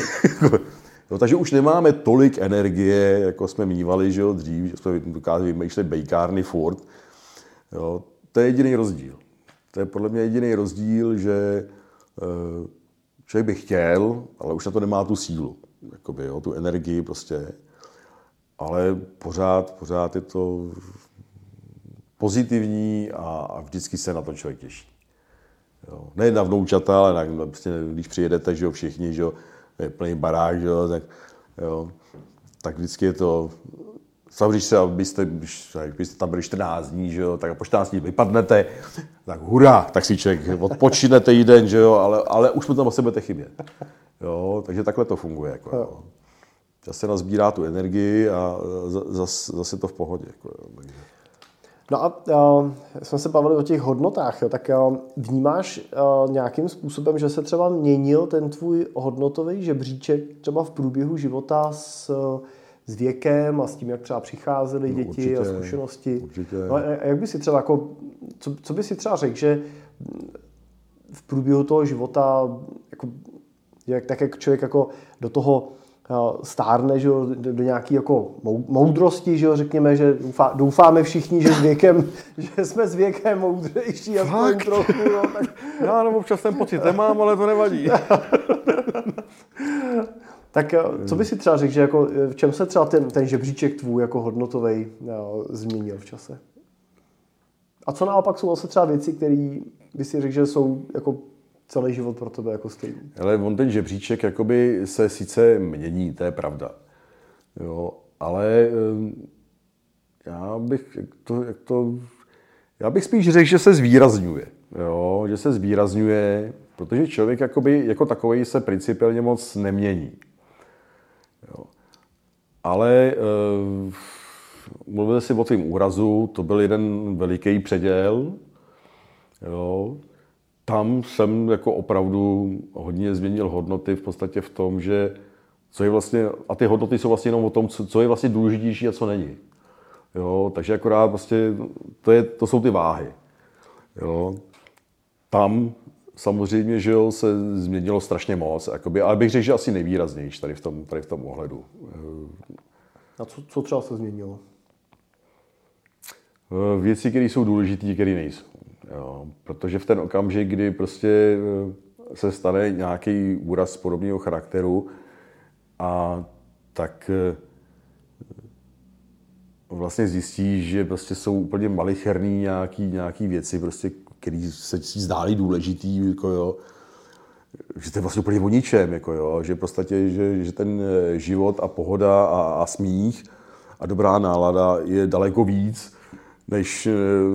Jo, takže už nemáme tolik energie, jako jsme mívali, že jo, dřív, že jsme dokázali vymýšlet bejkárny furt. Jo, to je jediný rozdíl. To je podle mě jediný rozdíl, že člověk by chtěl, ale už na to nemá tu sílu, jakoby, jo, tu energii prostě. Ale pořád, pořád je to pozitivní a, a vždycky se na to člověk těší. Jo. Ne na vnoučata, ale na, prostě, když přijedete, že jo, všichni, že jo, je plný barák, že jo, tak, jo, tak vždycky je to. Samozřejmě, když, se, byste, když byste tam byli čtrnáct dní, že jo, tak po čtrnácti dní vypadnete, tak hurá, tak si člověk odpočine týden, že jo, ale, ale už mu tam asi budete chybět. Jo, takže takhle to funguje. Jako, jo. Zase nazbírá tu energii a zase, zase to v pohodě. Jako, jo. No a uh, jsme se bavili o těch hodnotách, jo, tak uh, vnímáš uh, nějakým způsobem, že se třeba měnil ten tvůj hodnotový žebříček třeba v průběhu života s, s věkem a s tím, jak třeba přicházely no, děti určitě, a zkušenosti? Určitě. No a jak by si třeba jako, co, co by si třeba řekl, že v průběhu toho života, jako, jak, tak jak člověk jako do toho stárne, že jo, do, do nějaké jako moudrosti, že jo, řekněme, že doufá, doufáme všichni, že s věkem, že jsme s věkem moudřejší aspoň trochu, no, tak... Já nebo občas ten pocit nemám, ale to nevadí. Tak co by si třeba řekl, že jako, v čem se třeba ten, ten žebříček tvůj jako hodnotovej jo, změnil v čase? A co naopak jsou vlastně třeba věci, které by si řekl, že jsou jako celý život pro tebe jako stejný? Ale on ten žebříček jakoby se sice mění, to je pravda. Jo, ale já bych to, jak to, já bych spíš řekl, že se zvýrazňuje. Jo, že se zvýrazňuje, protože člověk jakoby, jako takovej se principiálně moc nemění. Jo. Ale uh, mluvil jsi o tvým úrazu, to byl jeden veliký předěl. Jo. Tam jsem jako opravdu hodně změnil hodnoty v podstatě v tom, že co je vlastně, a ty hodnoty jsou vlastně jenom o tom, co, co je vlastně důležitější a co není. Jo, takže akorát prostě to, je, to jsou ty váhy. Jo. Tam samozřejmě, že jo, se změnilo strašně moc, jakoby, ale bych řekl, že asi nejvýraznější tady v tom, tady v tom ohledu. A co, co třeba se změnilo? Věci, které jsou důležité, které nejsou. Jo. Protože v ten okamžik, kdy prostě se stane nějaký úraz podobného charakteru, a tak vlastně zjistíš, že prostě jsou úplně malicherný nějaký, nějaký věci, prostě, které se zdály důležitý, jako jo. Že to je vlastně úplně o ničem, jako jo. Že, prostě, že, že ten život a pohoda a, a smích a dobrá nálada je daleko víc, než,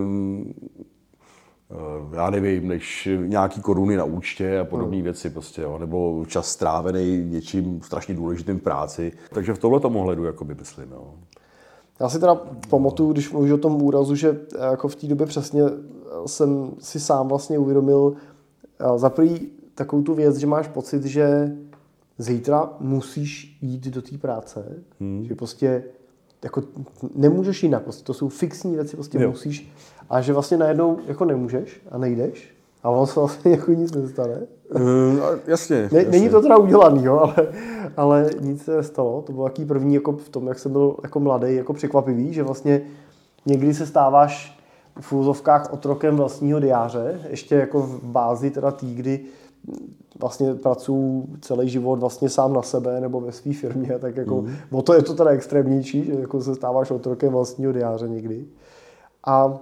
já nevím, než nějaký koruny na účtě a podobné hmm. věci prostě, jo. Nebo čas strávený něčím strašně důležitým v práci. Takže v tomhletom ohledu, jakoby myslím, jo. Já si teda pamatuju, když mluvíš o tom úrazu, že jako v té době přesně jsem si sám vlastně uvědomil za prvý takovou tu věc, že máš pocit, že zítra musíš jít do té práce, hmm. že prostě jako nemůžeš jinak, prostě to jsou fixní věci, prostě jo. musíš, a že vlastně najednou jako nemůžeš a nejdeš a ono se vlastně jako nic nestane. Uh, jasně, ne, jasně. Není to teda udělaný, jo, ale, ale nic se nestalo. To bylo taký první jako v tom, jak jsem byl jako mladý, jako překvapivý, že vlastně někdy se stáváš v úzovkách otrokem vlastního diáře, ještě jako v bázi teda tý, kdy vlastně pracuji celý život vlastně sám na sebe nebo ve své firmě, tak jako mm. o to je to teda extrémnější, že jako se stáváš otrokem vlastního diáře někdy. A uh,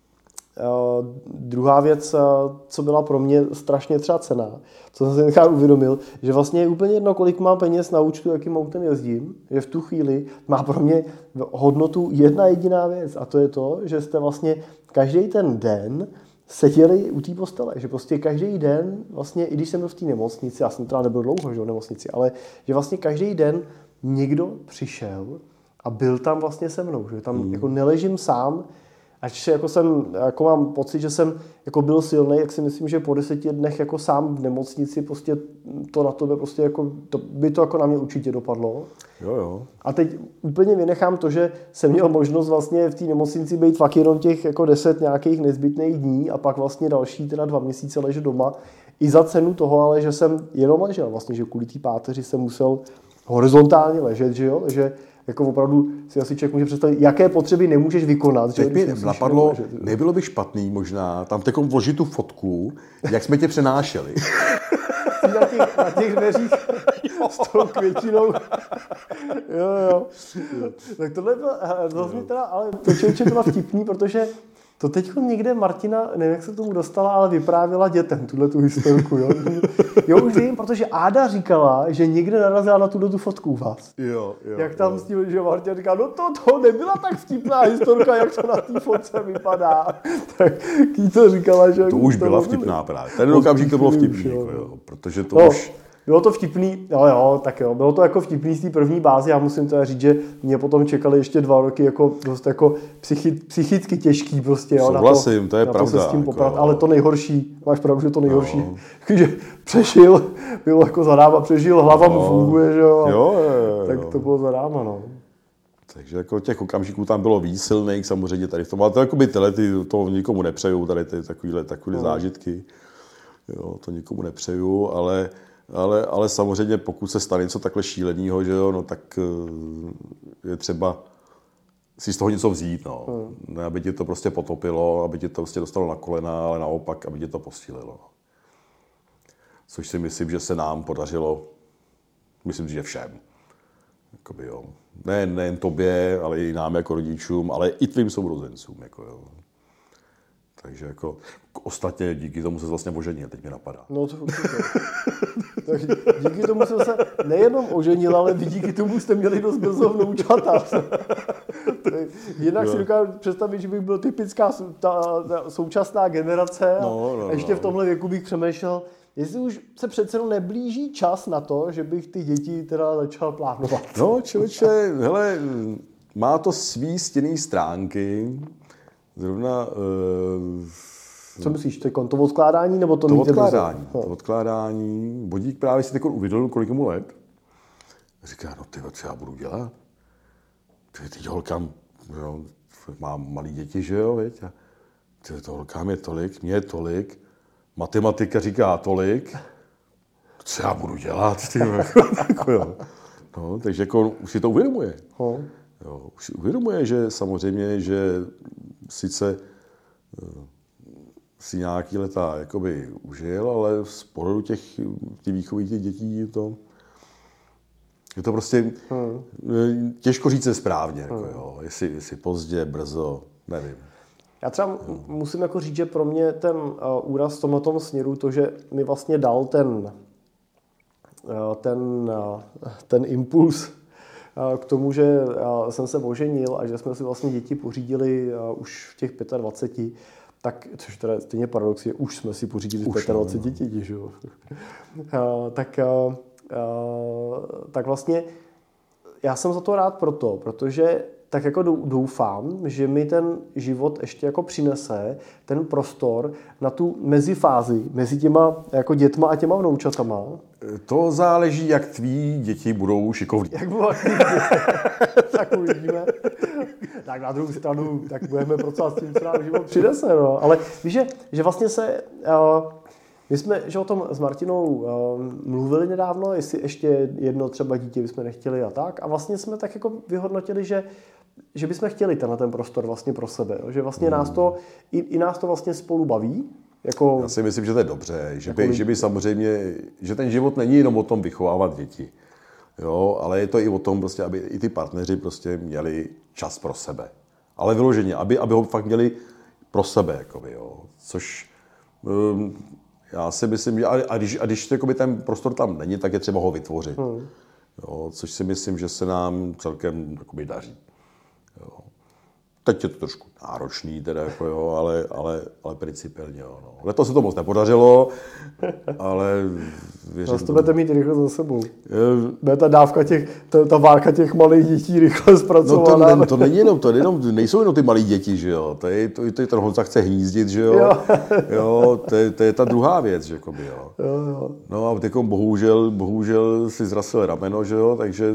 druhá věc, uh, co byla pro mě strašně třeba cenná, co jsem si nechat uvědomil, že vlastně je úplně jedno, kolik mám peněz na účtu, jakým autem jezdím, že v tu chvíli má pro mě hodnotu jedna jediná věc, a to je to, že jste vlastně každý ten den seděli u té postele, že prostě každý den, vlastně, i když jsem byl v té nemocnici, já jsem teda nebyl dlouho, že v nemocnici, ale že vlastně každý den někdo přišel a byl tam vlastně se mnou, že tam mm. jako neležím sám, ač jako jsem, jako mám pocit, že jsem jako byl silný, jak si myslím, že po deseti dnech jako sám v nemocnici prostě to na tebe prostě jako, to, by to jako na mě určitě dopadlo. Jo, jo. A teď úplně vynechám to, že jsem měl možnost vlastně v té nemocnici být fakt jenom těch jako deset nějakých nezbytných dní a pak vlastně další teda dva měsíce ležet doma. I za cenu toho, ale že jsem jenom ležel vlastně, že kvůli té páteři jsem musel horizontálně ležet, že jo, že jako opravdu si asi člověk může představit, jaké potřeby nemůžeš vykonat. Teď mi napadlo, nebylo by špatný možná tam takom vložit tu fotku, jak jsme tě přenášeli. Na těch, na těch dveřích s tou květinou. Jo, jo. Tak tohle bylo, zase teda, ale to člověče byla vtipný, protože to teď někde Martina, nevím, jak se k tomu dostala, ale vyprávěla dětem tuhle tu historku. Jo, jo už vím, protože Áda říkala, že někde narazila na tuhle tu fotku u vás. Jo, jo. Jak tam jo. S tím, že Martina říká, no to, to nebyla tak vtipná historka, jak to na té fotce vypadá. Tak jí to říkala, že... To už to byla vtipná právě. Ten okamžik to bylo vtipný, jo, jo. Jo, protože to no. už... Bylo to vtipný, jo, jo, tak jo, bylo to jako vtipný z té první bázi, já musím teda říct, že mě potom čekali ještě dva roky jako dost jako psychi, psychicky těžký prostě, jo. Souhlasím, na to, to je na pravda. To se s tím jako, poprat, ale to nejhorší, máš pravdu, že to nejhorší, no. že přežil, bylo jako zadáma, přežil, hlava no. mu funguje, že jo, jo, jo, jo. Tak to bylo zadáma, no. Takže jako těch okamžiků tam bylo víc silných samozřejmě tady v tom, ale to jako by tyhle, ty, to nikomu nepřeju, tady ty takovýhle, takovýhle no. zážitky, jo, to nikomu nepřeju, ale Ale, ale samozřejmě, pokud se stane něco takhle šíleného, že jo, no, tak je třeba si z toho něco vzít. No. Hmm. Ne, aby tě to prostě potopilo, aby tě to prostě dostalo na kolena, ale naopak, aby tě to posílilo. Což si myslím, že se nám podařilo, myslím si, že všem. Jakoby, jo. Ne, nejen tobě, ale i nám jako rodičům, ale i tvým sourozencům. Jako, jo. Takže jako ostatně díky tomu se vlastně oženil, teď mi napadá. No to určitě. Takže díky tomu jsem se nejenom oženil, ale díky tomu jste měli dost brzo vnoučata. Jinak no. si dokážu představit, že bych byl typická ta, ta současná generace a no, no, ještě no. v tomhle věku bych přemýšlel, jestli už se přece jenom neblíží čas na to, že bych ty děti teda začal plánovat. No člověče, hele, má to svý stinný stránky. Zrovna... Uh, Co myslíš, to je to odkládání, nebo to, to mít odkládání, to odkládání. Bodík právě si teď uvědomil, kolik mu let. Říká, no tyjo, co já budu dělat? Ty, teď holkám, jo, mám malý děti, že jo, veď? A ty, to holkám je tolik, mě je tolik, matematika říká tolik, co já budu dělat? Tyjo, jako, jo. No, takže jako už si to uvědomuje. No. Jo, už si uvědomuje, že samozřejmě, že sice si nějaký leta jakoby užil, ale z pohledu těch, těch výchovy těch dětí je to, je to prostě hmm. těžko říct se správně, hmm. jako jo, jestli, jestli pozdě, brzo, nevím. Já třeba musím jako říct, že pro mě ten uh, úraz v tomhle směru, to, že mi vlastně dal ten, uh, ten, uh, ten impuls uh, k tomu, že uh, jsem se oženil a že jsme si vlastně děti pořídili uh, už v těch dvaceti pěti, tak, což teda stejně paradoxně, už jsme si pořídili už, v dvaceti pěti no. děti, že jo. uh, tak, uh, uh, tak vlastně já jsem za to rád proto, protože tak jako doufám, že mi ten život ještě jako přinese ten prostor na tu mezifázi mezi těma jako dětma a těma vnoučatama. To záleží, jak tví děti budou šikovní. Jak budou tak uvidíme. Tak na druhou stranu, tak budeme pracovat s tím, co nám život přinese. No. Ale víš, že, že vlastně se... Uh, my jsme že o tom s Martinou uh, mluvili nedávno, jestli ještě jedno třeba dítě bychom nechtěli a tak. A vlastně jsme tak jako vyhodnotili, že že bychom chtěli tenhle ten prostor vlastně pro sebe. Jo? Že vlastně hmm. nás to, i, i nás to vlastně spolu baví. Jako, Já si myslím, že to je dobře. Že by, jako, že by samozřejmě, že ten život není jenom o tom vychovávat děti. Jo? Ale je to i o tom, prostě, aby i ty partneři prostě měli čas pro sebe. Ale vyloženě, aby, aby ho fakt měli pro sebe. Jakoby, jo? Což um, já si myslím, že a, a když, a když jakoby, ten prostor tam není, tak je třeba ho vytvořit. Hmm. Jo? Což si myslím, že se nám celkem jakoby, daří. Jo. Teď je to trošku náročný, teda, jako jo, ale, ale, ale principiálně jo. No. Letos se to moc nepodařilo, ale věřím... Zase to budete mít rychle za sebou. Bude ta dávka těch, ta, ta várka těch malých dětí rychle zpracovaná. No to, to není jenom, to jenom, nejsou jenom ty malí děti, že jo. To je, to, to je ten Honza chce hnízdit, že jo. Jo, jo to, je, to je ta druhá věc, že jakoby, jo. Jo, jo. No a teď bohužel, bohužel si zrasil rameno, že jo, takže...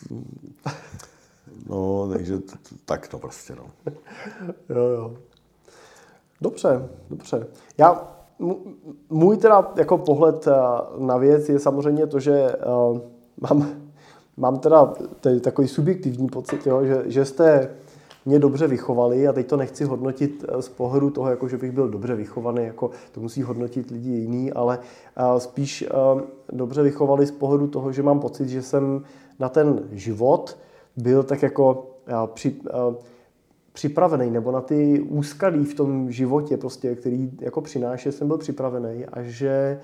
No, takže t- t- tak to prostě, no. Jo, jo. Dobře, dobře. Já, můj teda jako pohled na věc je samozřejmě to, že uh, mám, mám teda takový subjektivní pocit, jo, že, že jste mě dobře vychovali a teď to nechci hodnotit z pohledu toho, jako že bych byl dobře vychovaný, jako to musí hodnotit lidi jiný, ale uh, spíš uh, dobře vychovali z pohledu toho, že mám pocit, že jsem na ten život byl tak jako při, připravený, nebo na ty úskalí v tom životě, prostě, který jako přináší, jsem byl připravený a že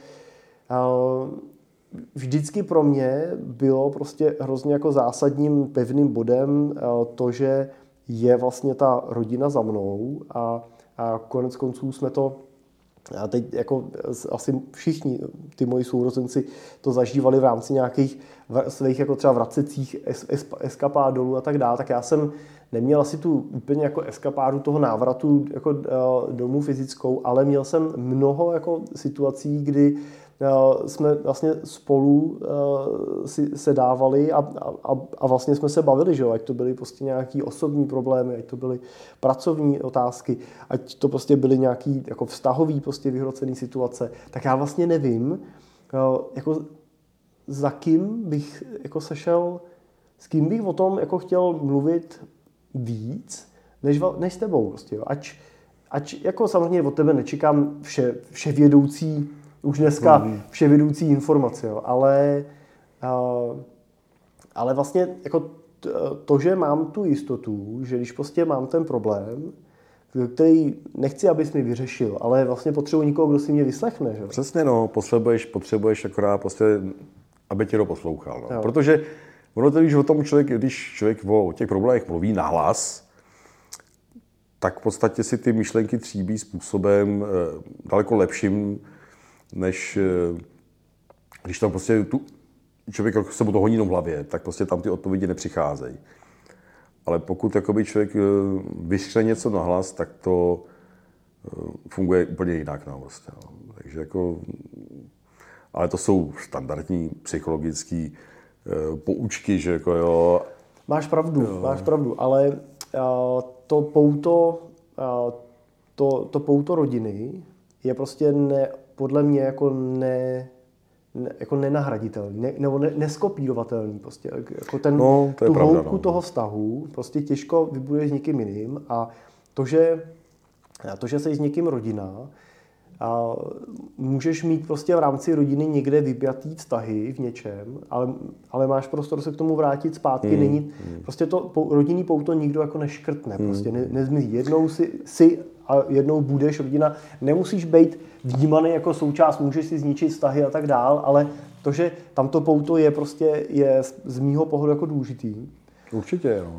vždycky pro mě bylo prostě hrozně jako zásadním pevným bodem to, že je vlastně ta rodina za mnou a, a konec konců jsme to a teď jako asi všichni ty moji sourozenci to zažívali v rámci nějakých svých jako třeba vracecích eskapád dolů a tak dále, tak já jsem neměl asi tu úplně jako eskapádu toho návratu jako domů fyzickou, ale měl jsem mnoho jako situací, kdy jsme vlastně spolu si sedávali a, a, a vlastně jsme se bavili, že jo? Ať to byly prostě nějaký osobní problémy, ať to byly pracovní otázky, ať to prostě byly nějaký jako vztahový prostě vyhrocený situace, tak já vlastně nevím, jako za kým bych jako sešel, s kým bych o tom jako chtěl mluvit víc, než, než s tebou prostě, jo? Ať, ať jako samozřejmě od tebe nečekám vše, vševědoucí už dneska vševědoucí informace, jo. Ale, uh, ale vlastně jako to, že mám tu jistotu, že když prostě mám ten problém, který nechci, abys mi vyřešil, ale vlastně potřebuji někoho, kdo si mě vyslechne. Že? Přesně, no, potřebuješ, potřebuješ akorát prostě, aby tě to poslouchal. No. Protože ono to víš o tom člověk, když člověk o těch problémech mluví nahlas, tak v podstatě si ty myšlenky tříbí způsobem eh, daleko lepším, než když tam prostě tu, člověk se mu to honí jenom v hlavě, tak prostě tam ty odpovědi nepřicházejí. Ale pokud jakoby člověk vyšle něco nahlas, tak to funguje úplně jinak. No, prostě, no. Takže jako, ale to jsou standardní psychologické uh, poučky, že jako jo. Máš pravdu, jo. máš pravdu, ale uh, to pouto, uh, to, to pouto rodiny je prostě ne, podle mě jako ne, ne, jako nenahraditelný, ne, nebo ne, neskopírovatelný. Prostě. Jako ten, no, to je tu pravda, hloubku no. toho vztahu prostě těžko vybuduješ s někým jiným a to, že, to, že jsi s někým rodina, a můžeš mít prostě v rámci rodiny někde vypjatý vztahy v něčem, ale, ale máš prostor se k tomu vrátit zpátky. Hmm. Není, prostě to rodinný pouto nikdo jako neškrtne. Prostě ne, nezmizí. Jednou si, si a jednou budeš rodina. Nemusíš být vnímaný jako součást, můžeš si zničit vztahy a tak dál, ale to, že tamto pouto je prostě je z mýho pohledu jako důležitý. Určitě, no.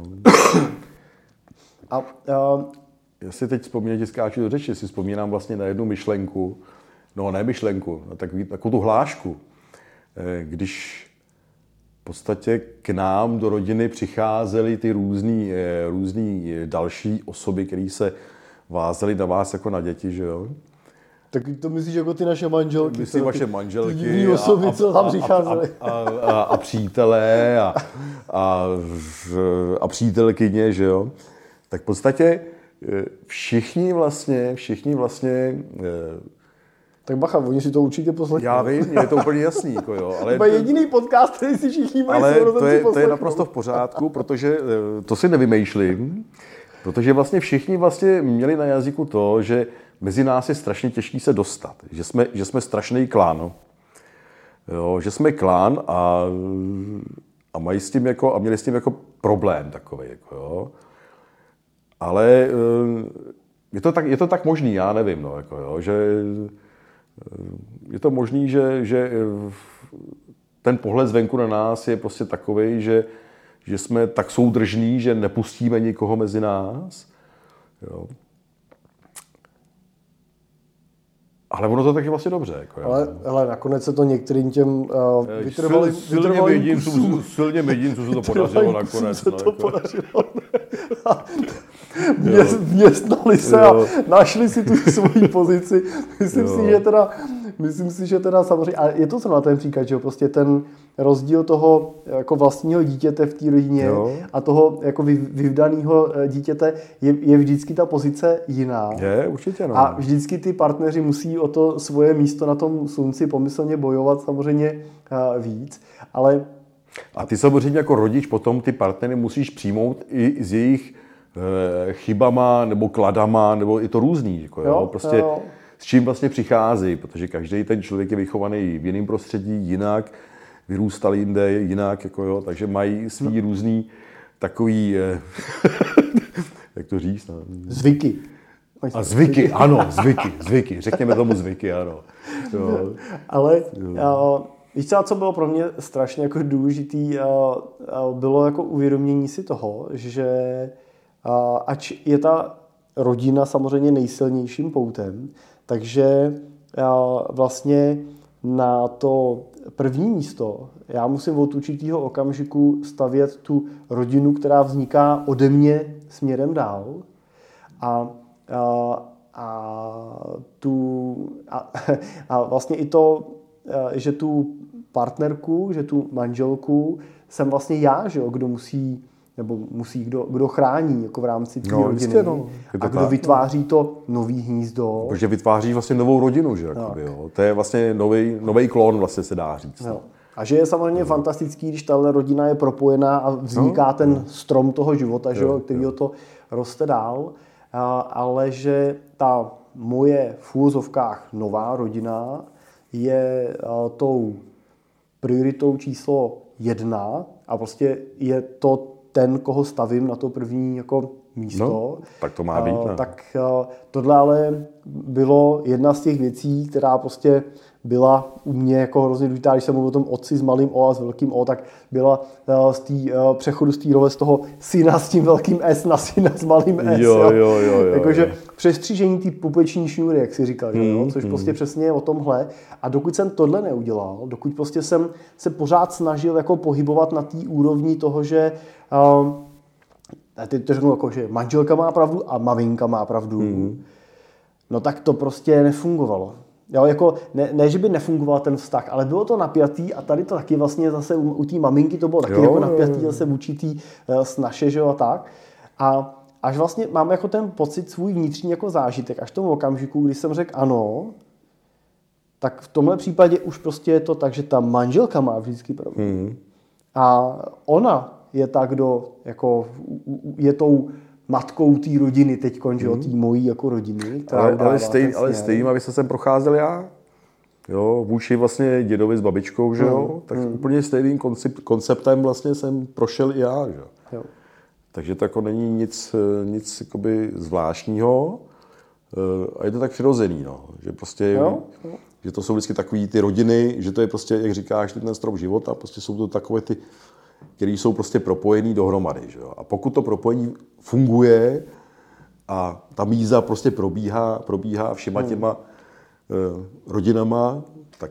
A, a já si teď vzpomínám, že skáču do řeči, si vzpomínám vlastně na jednu myšlenku, no ne myšlenku, na takový, takovou tu hlášku, když v podstatě k nám do rodiny přicházely ty různý, různý další osoby, které se vázaly na vás jako na děti, že jo? Tak to myslíš jako ty naše manželky? Myslí vaše manželky ty divný osoby, a, co tam přicházely. A, a, a, a přátelé a, a, a přítelkyně, že jo? Tak v podstatě všichni vlastně, všichni vlastně... Tak bacha, oni si to určitě poslechnou. Já vím, je to úplně jasný, jako jo. Ale to je jediný podcast, který si všichni mají ale to je, poslechnou. to je naprosto v pořádku, protože to si nevymýšlím, protože vlastně všichni vlastně měli na jazyku to, že mezi nás je strašně těžký se dostat, že jsme, že jsme strašný klán. Jo, že jsme klán a, a, mají s tím jako, a měli s tím jako problém takový, jako jo. Ale je to tak, je to tak možný, já nevím, no, jako jo, že je to možný, že, že ten pohled zvenku na nás je prostě takový, že, že jsme tak soudržní, že nepustíme nikoho mezi nás. Jo. Ale ono to taky vlastně dobře. Jako, ale, ale nakonec se to některým těm uh, vytrvalým, silně vytrvalým jedincům, silně jedincům se to podařilo nakonec. Se no, to jako. podařilo. Vměstnali se a našli si tu svoji pozici. Myslím jo. si, že teda, myslím si, že teda samozřejmě, a je to co na ten příklad, že prostě ten rozdíl toho jako vlastního dítěte v té rodině jo. a toho jako vyvdaného dítěte je, je vždycky ta pozice jiná. Je, určitě no. A vždycky ty partneři musí o to svoje místo na tom slunci pomyslně bojovat samozřejmě víc, ale... A ty samozřejmě jako rodič potom ty partnery musíš přijmout i s jejich chybama nebo kladama, nebo i to různý. Jako, jo? Jo, prostě jo. S čím vlastně přichází, protože každý ten člověk je vychovaný v jiném prostředí, jinak, vyrůstal jinde, jinak, jako, jo, takže mají svý no. různý takový, jak to říct? No? Zvyky. A zvyky, ano, zvyky, zvyky, řekněme tomu zvyky, ano. Jo. Ale jo. Víš co, co bylo pro mě strašně jako důležitý, bylo jako uvědomění si toho, že ač je ta rodina samozřejmě nejsilnějším poutem, takže vlastně na to první místo já musím od určitého okamžiku stavět tu rodinu, která vzniká ode mě směrem dál a, a, a, tu, a, a vlastně i to, že tu partnerku, že tu manželku jsem vlastně já, že jo, kdo musí nebo musí, kdo, kdo chrání jako v rámci té no, rodiny jistě, no. a kdo tak, vytváří to nový hnízdo. Protože vytváří vlastně novou rodinu, že jakoby, jo. To je vlastně nový, nový klon, vlastně se dá říct. No. A že je samozřejmě no. fantastický, když tahle rodina je propojená a vzniká no. ten no. strom toho života, že jo, kterýho to roste dál, a, ale že ta moje v úvozovkách nová rodina je a, tou prioritou číslo jedna a prostě je to ten, koho stavím na to první jako místo. No, tak to má být. Ne? Tak tohle ale bylo jedna z těch věcí, která prostě byla u mě jako hrozně důležitá, když jsem mluvil o tom otci s malým O a s velkým O, tak byla z tý, přechodu z té role z toho syna s tím velkým S na syna s malým S. Jo, jo, jo, jo, Jakože přestřížení ty pupeční šňůry, jak si říkal, mm, jo? Což mm. prostě přesně je o tomhle. A dokud jsem tohle neudělal, dokud prostě jsem se pořád snažil jako pohybovat na té úrovni toho, že um, teď to řeknu jako, že manželka má pravdu a maminka má pravdu, mm. no tak to prostě nefungovalo. Jo, jako ne, ne, že by nefungoval ten vztah, ale bylo to napjatý a tady to taky vlastně zase u, u té maminky to bylo taky jo, jako napjatý zase vůči té uh, snaše, že jo, a tak. A až vlastně mám jako ten pocit svůj vnitřní jako zážitek, až v tom okamžiku, kdy jsem řekl ano, tak v tomhle případě už prostě je to tak, že ta manželka má vždycky pravdu. Mm. A ona je ta, kdo jako je tou matkou té rodiny teď, že mm. té mojí jako rodiny. Ale, ale, stej, ale stejím, aby se sem procházel já. Jo, vůči vlastně dědovi s babičkou, že jo, mm. tak mm. úplně stejným koncept, konceptem vlastně jsem prošel i já, že jo. Takže to jako není nic, nic jakoby zvláštního a je to tak přirozený, no, že prostě, jo. že to jsou vždycky takový ty rodiny, že to je prostě, jak říkáš, ten strop života, prostě jsou to takové ty, které jsou prostě propojený dohromady, že jo. A pokud to propojení funguje a ta míza prostě probíhá, probíhá všema těma hmm. rodinama, tak,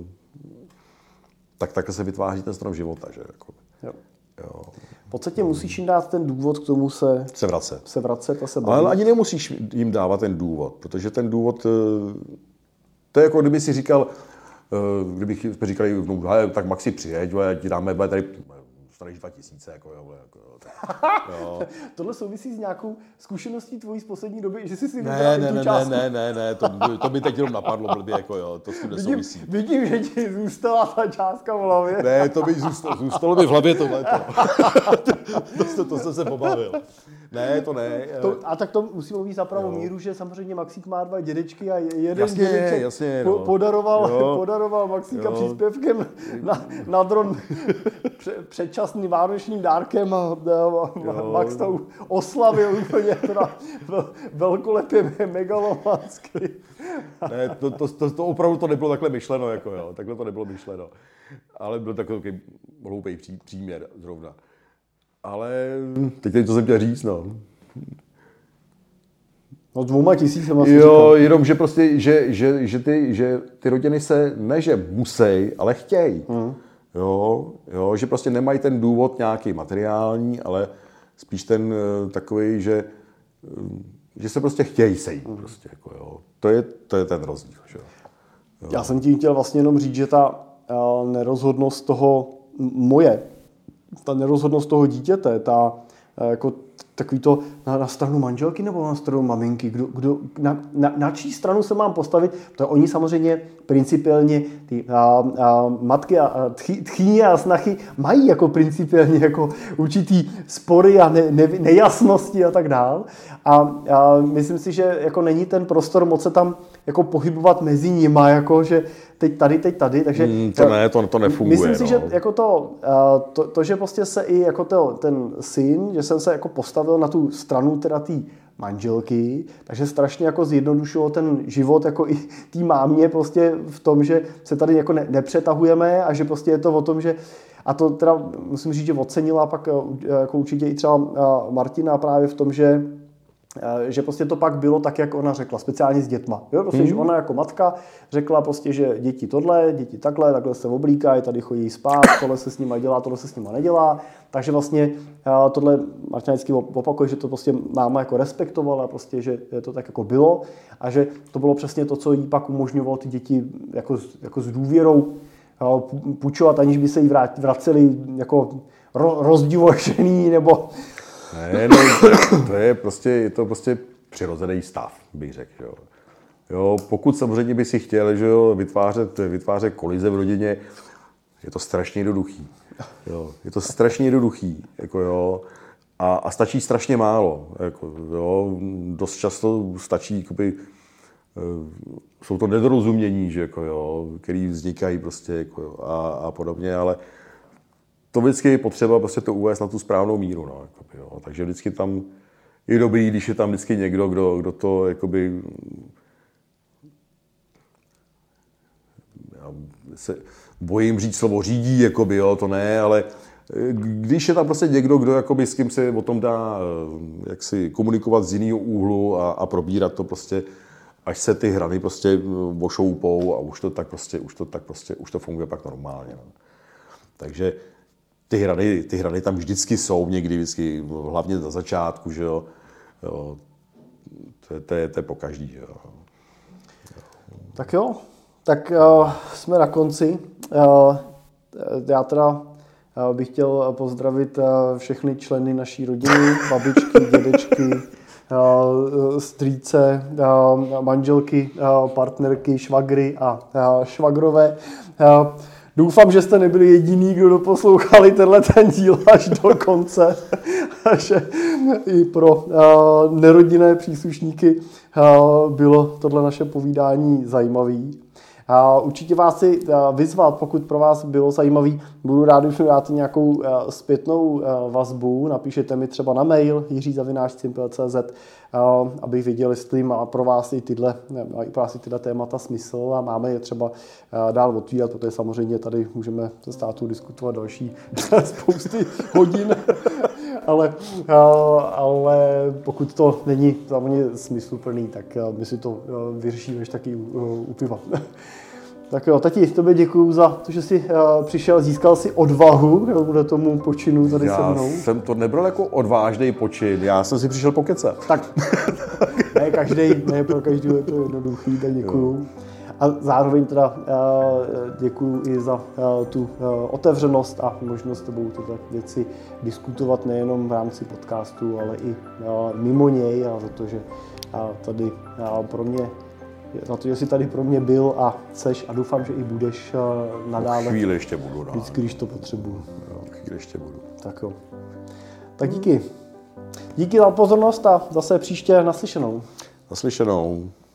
tak takhle se vytváří ten strop života, že jako. Jo. Jo. V podstatě musíš jim dát ten důvod k tomu se, se vracet. Se vracet a se bavit. Ale ani nemusíš jim dávat ten důvod, protože ten důvod, to je jako kdyby si říkal, kdybych jsme říkali, no, tak Maxi přijeď, ti dáme tady dostaneš dva tisíce, jako jo, jako jo, tak, jo. Tohle souvisí s nějakou zkušeností tvojí z poslední doby, že jsi si vybral ne, tu ne, částku? Ne, ne, ne, to, to by teď jenom napadlo blbě, jako jo, to s tím nesouvisí. Vidím, vidím, že ti zůstala ta částka v hlavě. Ne, to by zůstalo, zůstalo by v hlavě tohleto. to, to, to jsem se pobavil. Ne, to ne. To, a tak to musíme mít za pravou míru, že samozřejmě Maxík má dva dědečky a jeden jasně, dědeček jasně, no. podaroval, podaroval Maxíka jo. příspěvkem na, na dron předčasným vánočním dárkem a, a Max to oslavil úplně teda velkolepě megalomansky. Ne, to, to, to, to opravdu to nebylo takhle myšleno, jako jo, takhle to nebylo myšleno. Ale byl takový hloupý pří, příměr zrovna. Ale teď tady to jsem chtěl říct, no. No dvouma tisícema. Jo, jenom, že prostě, že, že, že, ty, že ty rodiny se, ne že musí, ale chtějí. Hmm. Jo, jo, že prostě nemají ten důvod nějaký materiální, ale spíš ten takový, že, že se prostě chtějí sejít. Hmm. Prostě, jako, jo. To, je, to je ten rozdíl. Že? Jo. Já jsem tím chtěl vlastně jenom říct, že ta uh, nerozhodnost toho moje, ta nerozhodnost toho dítěte, ta jako takový to na, na stranu manželky nebo na stranu maminky, kdo, kdo, na, na, na čí stranu se mám postavit, to oni samozřejmě principiálně ty a, a, matky a, a tchy, tchýně a snachy mají jako principiálně jako určitý spory a ne, ne, nejasnosti a tak dál. A, a myslím si, že jako není ten prostor moc se tam jako pohybovat mezi nima, jako že teď tady, teď tady, takže hmm, to ne, to, to nefunguje. Myslím si, no. že jako to, to, to, že prostě se i jako to, ten syn, že jsem se jako postavil na tu stranu teda té manželky, takže strašně jako zjednodušilo ten život jako i té mámě prostě v tom, že se tady jako ne, nepřetahujeme a že prostě je to o tom, že a to teda musím říct, že ocenila pak jako určitě i třeba Martina právě v tom, že že prostě to pak bylo tak, jak ona řekla, speciálně s dětma. Jo? Prostě, mm. že ona jako matka řekla prostě, že děti tohle, děti takhle, takhle se oblíkají, tady chodí spát, tohle se s nima dělá, tohle se s nima nedělá. Takže vlastně tohle Martina vždycky opakuje, že to prostě máma jako respektovala, prostě, že to tak jako bylo a že to bylo přesně to, co jí pak umožňovalo ty děti jako, jako s důvěrou půjčovat, aniž by se jí vraceli jako rozdivočený nebo ne, no, to je prostě, je to prostě přirozený stav, bych řekl. Jo. Jo, pokud samozřejmě by si chtěl, že jo, vytvářet, vytvářet kolize v rodině, je to strašně jednoduchý. Jo. Je to strašně jednoduchý. Jako jo. A, a stačí strašně málo. Jako, jo. Dost často stačí, jakoby, jsou to nedorozumění, že, jako, jo, který vznikají prostě, jako, jo, a, a podobně, ale to vždycky je potřeba prostě to uvést na tu správnou míru. No, jakoby, jo. Takže vždycky tam je dobrý, když je tam vždycky někdo, kdo, kdo to jakoby, já se bojím říct slovo řídí, jakoby, jo, to ne, ale když je tam prostě někdo, kdo jakoby, s kým se o tom dá jak si komunikovat z jiného úhlu a, a probírat to prostě, až se ty hrany prostě ošoupou a už to tak prostě, už to tak prostě, už to funguje pak normálně. No. Takže Ty hrany, ty hrany tam vždycky jsou, někdy vždycky, hlavně na začátku, že jo. jo to, je, to, je, to je po každý, že jo. Tak jo, tak uh, jsme na konci. Uh, já teda uh, bych chtěl pozdravit uh, všechny členy naší rodiny, babičky, dědečky, strýce, manželky, partnerky, švagry a švagrové. Doufám, že jste nebyli jediný, kdo doposlouchali tenhle ten díl až do konce, že i pro nerodinné příslušníky bylo tohle naše povídání zajímavé. Určitě vás si vyzvat, pokud pro vás bylo zajímavý, budu rád, když mi dáte nějakou zpětnou vazbu, napíšete mi třeba na mail jiří zavináč cimpel tečka cé zet, abych věděl, jestli má pro vás i tyhle, mají pro vás i tyhle témata smysl a máme je třeba dál otvírat, protože samozřejmě tady můžeme se státu diskutovat další spousty hodin, ale, ale pokud to není za mě smysluplný, tak my si to vyřešíme až taky u piva. Tak jo, tati, tobě děkuju za to, že jsi uh, přišel, získal si odvahu kvůli tomu počinu tady já se mnou. Já jsem to nebral jako odvážný počin, já jsem si přišel pokecat. Tak, ne každý, ne pro každý je to jednoduchý, tak děkuju. A zároveň teda uh, děkuju i za uh, tu uh, otevřenost a možnost s tebou tyto věci diskutovat nejenom v rámci podcastu, ale i uh, mimo něj a za to, že uh, tady uh, pro mě za to, že jsi tady pro mě byl a seš a doufám, že i budeš uh, nadále. Chvíli ještě budu, no. Vždycky, když to potřebuju. Jo, chvíli ještě budu. Tak jo. Tak díky. Díky za pozornost a zase příště naslyšenou. Naslyšenou.